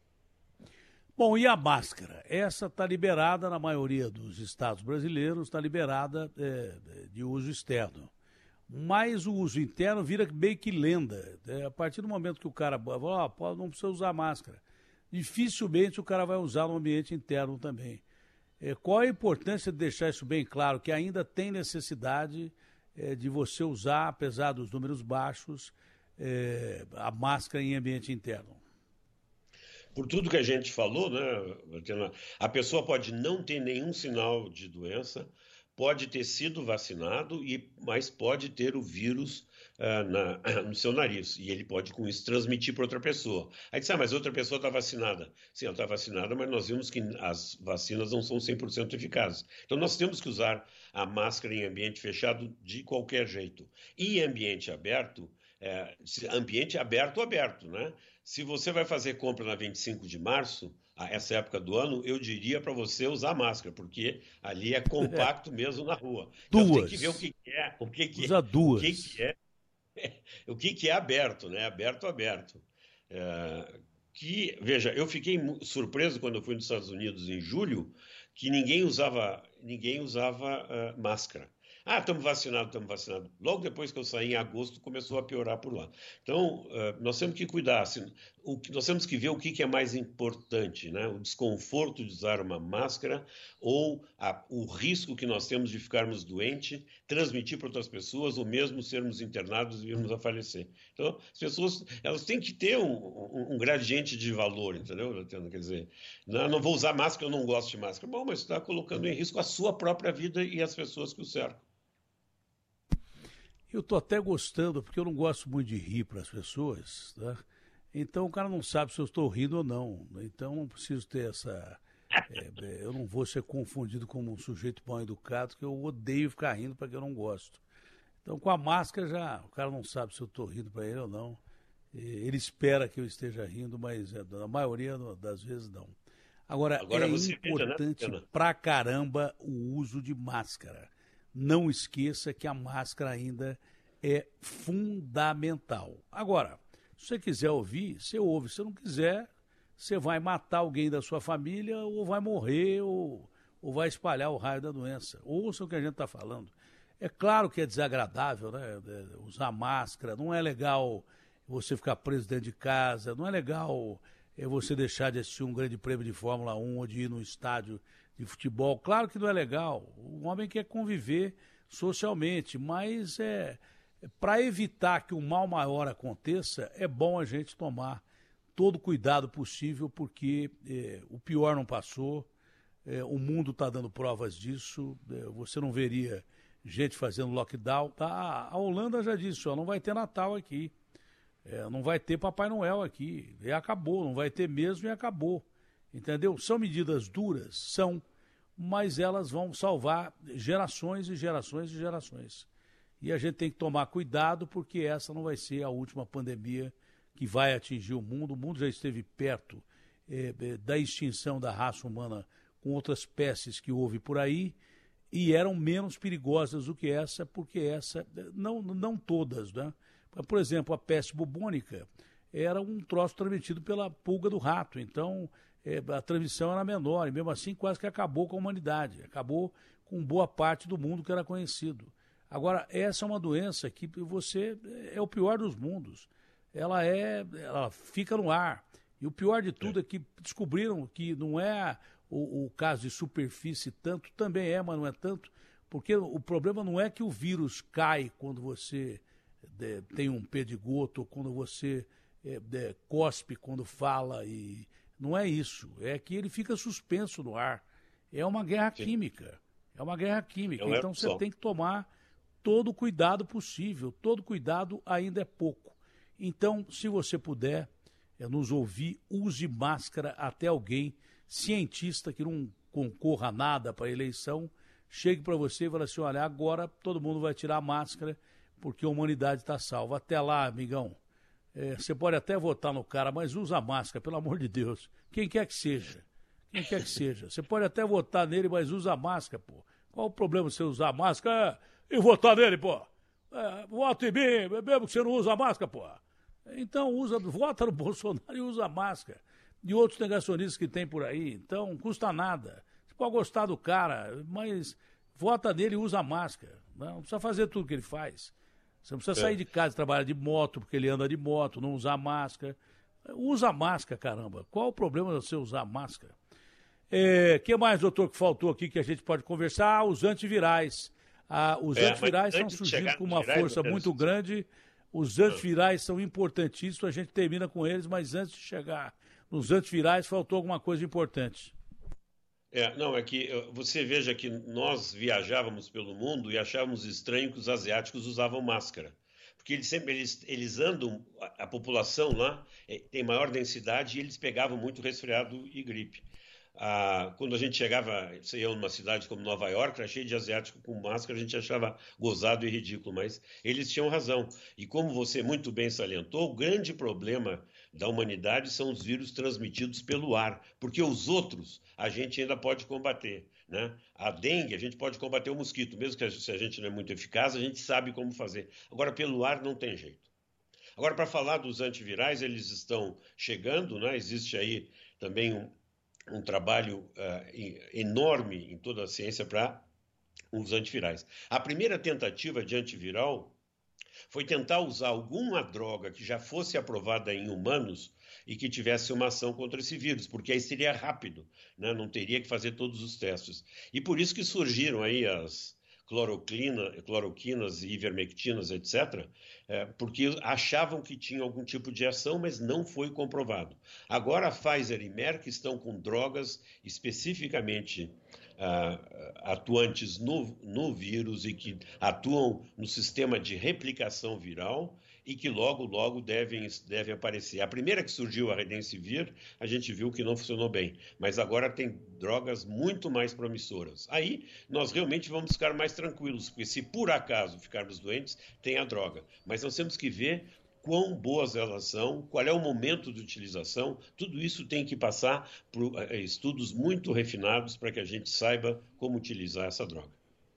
Bom, e a máscara? Essa está liberada na maioria dos estados brasileiros, está liberada é, de uso externo. Mas o uso interno vira meio que lenda. É, a partir do momento que o cara fala, oh, não precisa usar máscara, dificilmente o cara vai usar no ambiente interno também. É, qual a importância de deixar isso bem claro, que ainda tem necessidade é, de você usar, apesar dos números baixos, é, a máscara em ambiente interno? Por tudo que a gente falou, né, a pessoa pode não ter nenhum sinal de doença, pode ter sido vacinado, e, mas pode ter o vírus uh, na, no seu nariz. E ele pode, com isso, transmitir para outra pessoa. Aí diz, ah, mas outra pessoa está vacinada. Sim, ela está vacinada, mas nós vimos que as vacinas não são cem por cento eficazes. Então, nós temos que usar a máscara em ambiente fechado de qualquer jeito. E em ambiente aberto, é, ambiente aberto, aberto, né? Se você vai fazer compra na vinte e cinco de março, a essa época do ano, eu diria para você usar máscara, porque ali é compacto mesmo na rua. Duas. Então, tem que ver o que, que é, o que, que Usa é, duas. o que, que é, o que, que é aberto, né? Aberto, aberto. É, que, veja, eu fiquei surpreso quando eu fui nos Estados Unidos em julho, que ninguém usava, ninguém usava uh, máscara. Ah, estamos vacinados, estamos vacinados. Logo depois que eu saí, em agosto, começou a piorar por lá. Então, uh, nós temos que cuidar. Assim, o, nós temos que ver o que, que é mais importante, né? O desconforto de usar uma máscara ou a, o risco que nós temos de ficarmos doentes, transmitir para outras pessoas ou mesmo sermos internados e virmos a falecer. Então, as pessoas elas têm que ter um, um, um gradiente de valor, entendeu? Quer dizer, não, não vou usar máscara, eu não gosto de máscara. Bom, mas está colocando em risco a sua própria vida e as pessoas que o cercam. Eu estou até gostando, porque eu não gosto muito de rir para as pessoas, tá? Então o cara não sabe se eu estou rindo ou não. Então não preciso ter essa... É, eu não vou ser confundido como um sujeito mal educado, que eu odeio ficar rindo para que eu não gosto. Então com a máscara já, o cara não sabe se eu estou rindo para ele ou não. Ele espera que eu esteja rindo, mas na maioria das vezes não. Agora, Agora é importante veja, né? pra caramba o uso de máscara. Não esqueça que a máscara ainda é fundamental. Agora, se você quiser ouvir, você ouve. Se não quiser, você vai matar alguém da sua família ou vai morrer ou, ou vai espalhar o raio da doença. Ouça o que a gente está falando. É claro que é desagradável, né? Usar máscara, não é legal você ficar preso dentro de casa, não é legal é você deixar de assistir um grande prêmio de Fórmula um ou de ir no estádio de futebol. Claro que não é legal, o homem quer conviver socialmente, mas é, é para evitar que o mal maior aconteça, é bom a gente tomar todo o cuidado possível, porque é, o pior não passou, é, o mundo está dando provas disso, é, você não veria gente fazendo lockdown. Tá? A Holanda já disse, ó, não vai ter Natal aqui, é, não vai ter Papai Noel aqui, e acabou, não vai ter mesmo e acabou. Entendeu? São medidas duras? São, mas elas vão salvar gerações e gerações e gerações. E a gente tem que tomar cuidado, porque essa não vai ser a última pandemia que vai atingir o mundo. O mundo já esteve perto é, da extinção da raça humana com outras espécies que houve por aí, e eram menos perigosas do que essa, porque essa, não, não todas, né? Por exemplo, a peste bubônica era um troço transmitido pela pulga do rato, então... É, a transmissão era menor, e mesmo assim quase que acabou com a humanidade, acabou com boa parte do mundo que era conhecido. Agora, essa é uma doença que você é o pior dos mundos. Ela é, ela fica no ar. E o pior de tudo é, é que descobriram que não é o, o caso de superfície tanto, também é, mas não é tanto, porque o problema não é que o vírus cai quando você de, tem um perdigoto, ou quando você é, de, cospe quando fala, e não é isso. É que ele fica suspenso no ar. É uma guerra Sim. química. É uma guerra química. Não então é você tem que tomar todo o cuidado possível. Todo cuidado ainda é pouco. Então, se você puder é, nos ouvir, use máscara até alguém, cientista que não concorra a nada para a eleição, chegue para você e fale assim, olha, agora todo mundo vai tirar a máscara porque a humanidade está salva. Até lá, amigão. É, você pode até votar no cara, mas usa a máscara, pelo amor de Deus. Quem quer que seja. Quem quer que seja. Você pode até votar nele, mas usa a máscara, pô. Qual o problema de você usar a máscara e votar nele, pô? É, vota em mim, mesmo que você não usa a máscara, pô. Então, usa, vota no Bolsonaro e usa a máscara. E outros negacionistas que tem por aí. Então, não custa nada. Você pode gostar do cara, mas vota nele e usa a máscara. Não, não precisa fazer tudo que ele faz. Você não precisa sair de casa e trabalhar de moto, porque ele anda de moto, não usar máscara. Usa a máscara, caramba. Qual o problema de você usar a máscara? O é, que mais, doutor, que faltou aqui que a gente pode conversar? Ah, os antivirais. Ah, os é, antivirais estão surgindo com uma virais, força muito grande. Os antivirais são importantíssimos, a gente termina com eles, mas antes de chegar nos antivirais, faltou alguma coisa importante. É, não, é que você veja que nós viajávamos pelo mundo e achávamos estranho que os asiáticos usavam máscara. Porque eles sempre eles, eles andam, a, a população lá é, tem maior densidade e eles pegavam muito resfriado e gripe. Ah, quando a gente chegava, você ia numa cidade como Nova York, era cheio de asiático com máscara, a gente achava gozado e ridículo, mas eles tinham razão. E como você muito bem salientou, o grande problema da humanidade são os vírus transmitidos pelo ar, porque os outros a gente ainda pode combater, né? A dengue a gente pode combater o mosquito, mesmo que se a gente não é muito eficaz, a gente sabe como fazer. Agora, pelo ar não tem jeito. Agora, para falar dos antivirais, eles estão chegando, né? Existe aí também um um trabalho uh, enorme em toda a ciência para os antivirais. A primeira tentativa de antiviral foi tentar usar alguma droga que já fosse aprovada em humanos e que tivesse uma ação contra esse vírus, porque aí seria rápido, né? Não teria que fazer todos os testes. E por isso que surgiram aí as cloroquina, cloroquinas e ivermectinas, etcétera, é, porque achavam que tinha algum tipo de ação, mas não foi comprovado. Agora a Pfizer e Merck estão com drogas especificamente ah, atuantes no, no vírus e que atuam no sistema de replicação viral e que logo, logo devem, devem aparecer. A primeira que surgiu, a Remdesivir, a gente viu que não funcionou bem, mas agora tem drogas muito mais promissoras. Aí nós realmente vamos ficar mais tranquilos, porque se por acaso ficarmos doentes, tem a droga. Mas nós temos que ver quão boas elas são, qual é o momento de utilização, tudo isso tem que passar por estudos muito refinados para que a gente saiba como utilizar essa droga.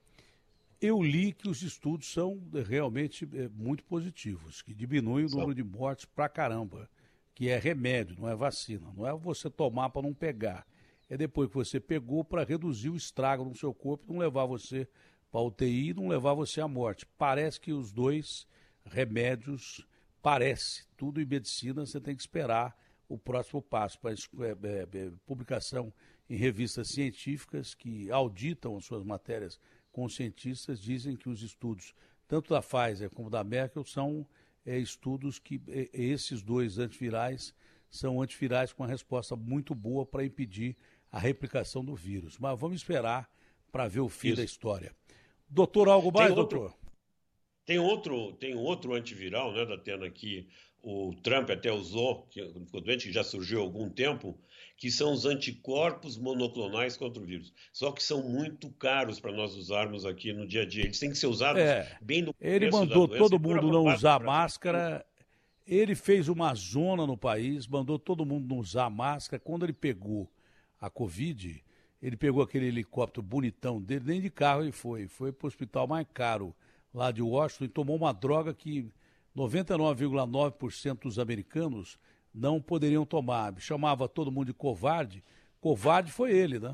Eu li que os estudos são realmente é, muito positivos, que diminuem o São. número de mortes pra caramba, que é remédio, não é vacina. Não é você tomar para não pegar. É depois que você pegou para reduzir o estrago no seu corpo, não levar você para a U T I e não levar você à morte. Parece que os dois remédios, parece, tudo em medicina, você tem que esperar o próximo passo para é, é, é, publicação em revistas científicas que auditam as suas matérias com cientistas, dizem que os estudos, tanto da Pfizer como da Merck, são é, estudos que é, esses dois antivirais são antivirais com uma resposta muito boa para impedir a replicação do vírus. Mas vamos esperar para ver o fim Isso. da história. Doutor, algo mais, tem outro, doutor? Tem outro, tem outro antiviral, né, Datena, que o Trump até usou, que ficou doente, que já surgiu há algum tempo, que são os anticorpos monoclonais contra o vírus. Só que são muito caros para nós usarmos aqui no dia a dia. Eles têm que ser usados é, bem no começo Ele mandou da doença, todo mundo não usar máscara. Ele fez uma zona no país, mandou todo mundo não usar máscara. Quando ele pegou a Covid, ele pegou aquele helicóptero bonitão dele, nem de carro ele foi. Foi para o hospital mais caro lá de Washington e tomou uma droga que noventa e nove vírgula nove por cento dos americanos não poderiam tomar. Chamava todo mundo de covarde. Covarde foi ele, né?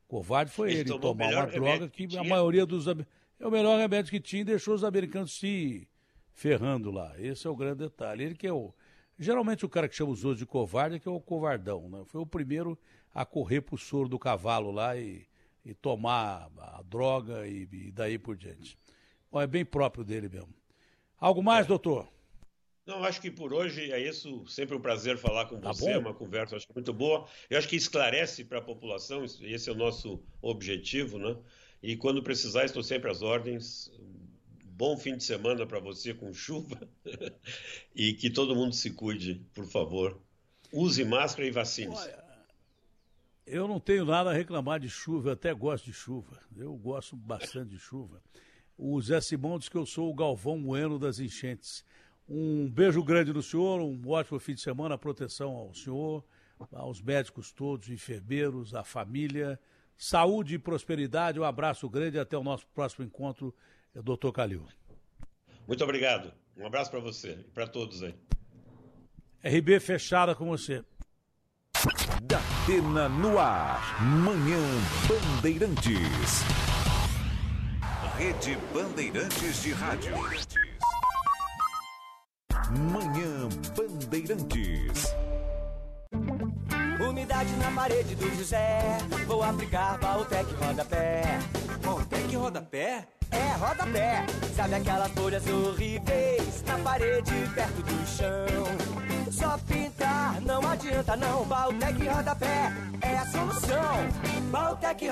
Covarde foi Ele ele, tomou tomar o melhor uma droga remédio que, que a tinha. maioria dos... am- É o melhor remédio que tinha e deixou os americanos se ferrando lá. Esse é o grande detalhe. Ele que é o... Geralmente o cara que chama os outros de covarde é que é o covardão, né? Foi o primeiro a correr pro soro do cavalo lá e, e tomar a droga e, e daí por diante. Bom, é bem próprio dele mesmo. Algo mais, doutor? Não, acho que por hoje é isso. Sempre um prazer falar com Tá você. É bom. uma conversa, acho que muito boa. Eu acho que esclarece para a população, esse é o nosso objetivo, né? E quando precisar, estou sempre às ordens. Bom fim de semana para você com chuva. E que todo mundo se cuide, por favor. Use máscara e vacine-se. Eu não tenho nada a reclamar de chuva, eu até gosto de chuva. Eu gosto bastante de chuva. O Zé Simão diz que eu sou o Galvão Bueno das enchentes. Um beijo grande no senhor, um ótimo fim de semana, proteção ao senhor, aos médicos todos, enfermeiros, à família, saúde e prosperidade. Um abraço grande e até o nosso próximo encontro, doutor Calil. Muito obrigado. Um abraço para você e para todos aí. R B fechada com você. Datena no ar. Manhã Bandeirantes. Rede Bandeirantes de Rádio. Manhã Bandeirantes. Umidade na parede do José. Vou aplicar Valtec Rodapé. Valtec Rodapé? É, rodapé. Sabe aquelas folhas horríveis na parede perto do chão? Só pintar não adianta não. Valtec Rodapé é a solução. Valtec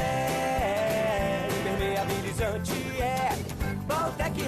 Rodapé, impermeabilizante é. Valtec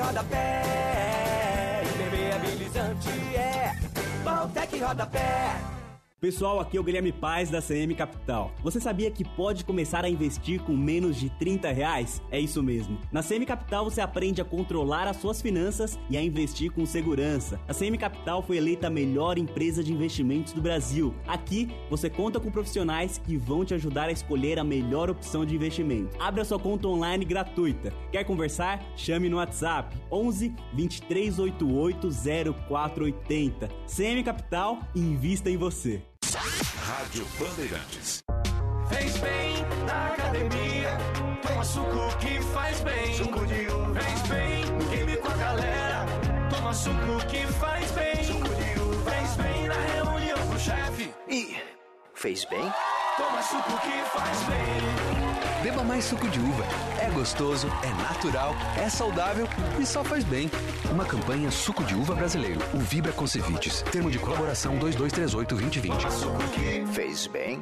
Rodapé, impermeabilizante é. Valtec Rodapé. Pessoal, aqui é o Guilherme Paz da C M Capital. Você sabia que pode começar a investir com menos de trinta reais? É isso mesmo. Na C M Capital você aprende a controlar as suas finanças e a investir com segurança. A C M Capital foi eleita a melhor empresa de investimentos do Brasil. Aqui você conta com profissionais que vão te ajudar a escolher a melhor opção de investimento. Abra sua conta online gratuita. Quer conversar? Chame no WhatsApp onze, vinte e três oitenta e oito, zero quatro oitenta. C M Capital, invista em você. Rádio Bandeirantes. Fez bem na academia, toma suco que faz bem. Suco de uva. Fez bem no game com a galera, toma suco que faz bem. Suco de uva. Fez bem na reunião com o chefe. E fez bem? Toma suco que faz bem. Beba mais suco de uva. É gostoso, é natural, é saudável e só faz bem. Uma campanha Suco de Uva Brasileiro. O Vibra Concevites. Termo de colaboração dois dois três oito, dois zero dois zero. Fez bem?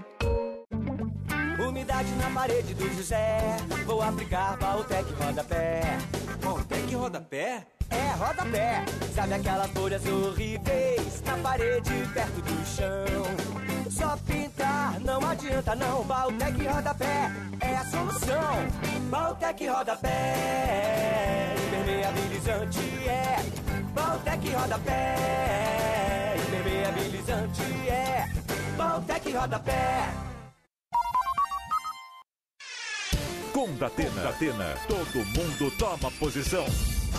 Umidade na parede do José. Vou aplicar Valtec Rodapé. Valtec Rodapé? É, rodapé. Sabe aquelas folhas horríveis na parede perto do chão? Só pintar não adianta não. Valtec Rodapé é a solução. Valtec Rodapé, impermeabilizante é. Valtec Rodapé, impermeabilizante é. Valtec Rodapé. Com Datena, Datena, todo mundo toma posição.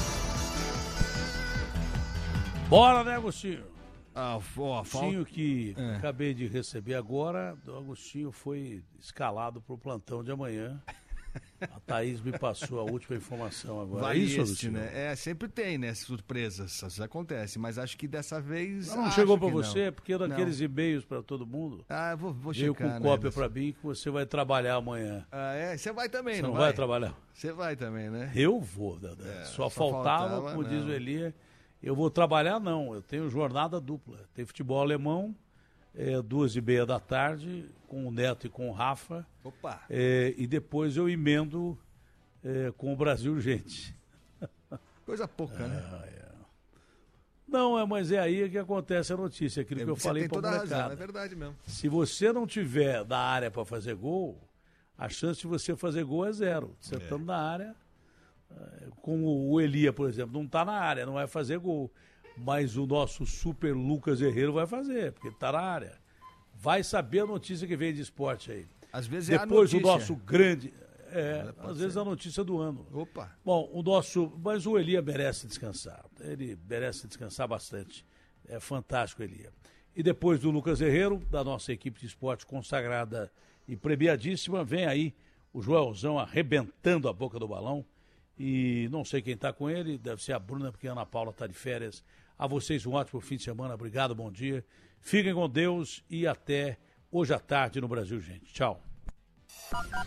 Bora, né, Agostinho? Ah, ó, Agostinho fal... que é. acabei de receber agora, o Agostinho foi escalado para o plantão de amanhã. A Thaís me passou a última informação agora. Vai é isso, este, Agostinho? né? É, sempre tem, né? Surpresas, isso acontece, mas acho que dessa vez. Não, não acho chegou para que você, não. porque daqueles e-mails para todo mundo. Ah, vou, vou veio checar, com né, cópia dessa... para mim que você vai trabalhar amanhã. Ah, é? Você vai também, você não, não vai? vai trabalhar? Você vai também, né? Eu vou, Dadé. É, só, só faltava, faltava, como diz não. o Elia, eu vou trabalhar não, eu tenho jornada dupla. Tem futebol alemão, é, duas e meia da tarde, com o Neto e com o Rafa. Opa! É, e depois eu emendo é, com o Brasil Urgente. Coisa pouca, ah, né? É. Não, é, mas é aí que acontece a notícia, aquilo É, que eu você falei tem para toda a razão, molecada. é verdade mesmo. Se você não tiver da área para fazer gol, a chance de você fazer gol é zero. Você É. estando na área, como o Elia, por exemplo, não está na área, não vai fazer gol. Mas o nosso super Lucas Herrero vai fazer, porque está na área. Vai saber a notícia que vem de esporte aí. Às vezes é Depois a o notícia. nosso grande... É, Pode às vezes ser. a notícia do ano. Opa! Bom, o nosso... Mas o Elia merece descansar. Ele merece descansar bastante. É fantástico, Elia. E depois do Lucas Herrero, da nossa equipe de esporte consagrada e premiadíssima. Vem aí o Joelzão arrebentando a boca do balão. E não sei quem está com ele, deve ser a Bruna, porque a Ana Paula está de férias. A vocês um ótimo fim de semana, obrigado, bom dia. Fiquem com Deus e até hoje à tarde no Brasil, gente. Tchau.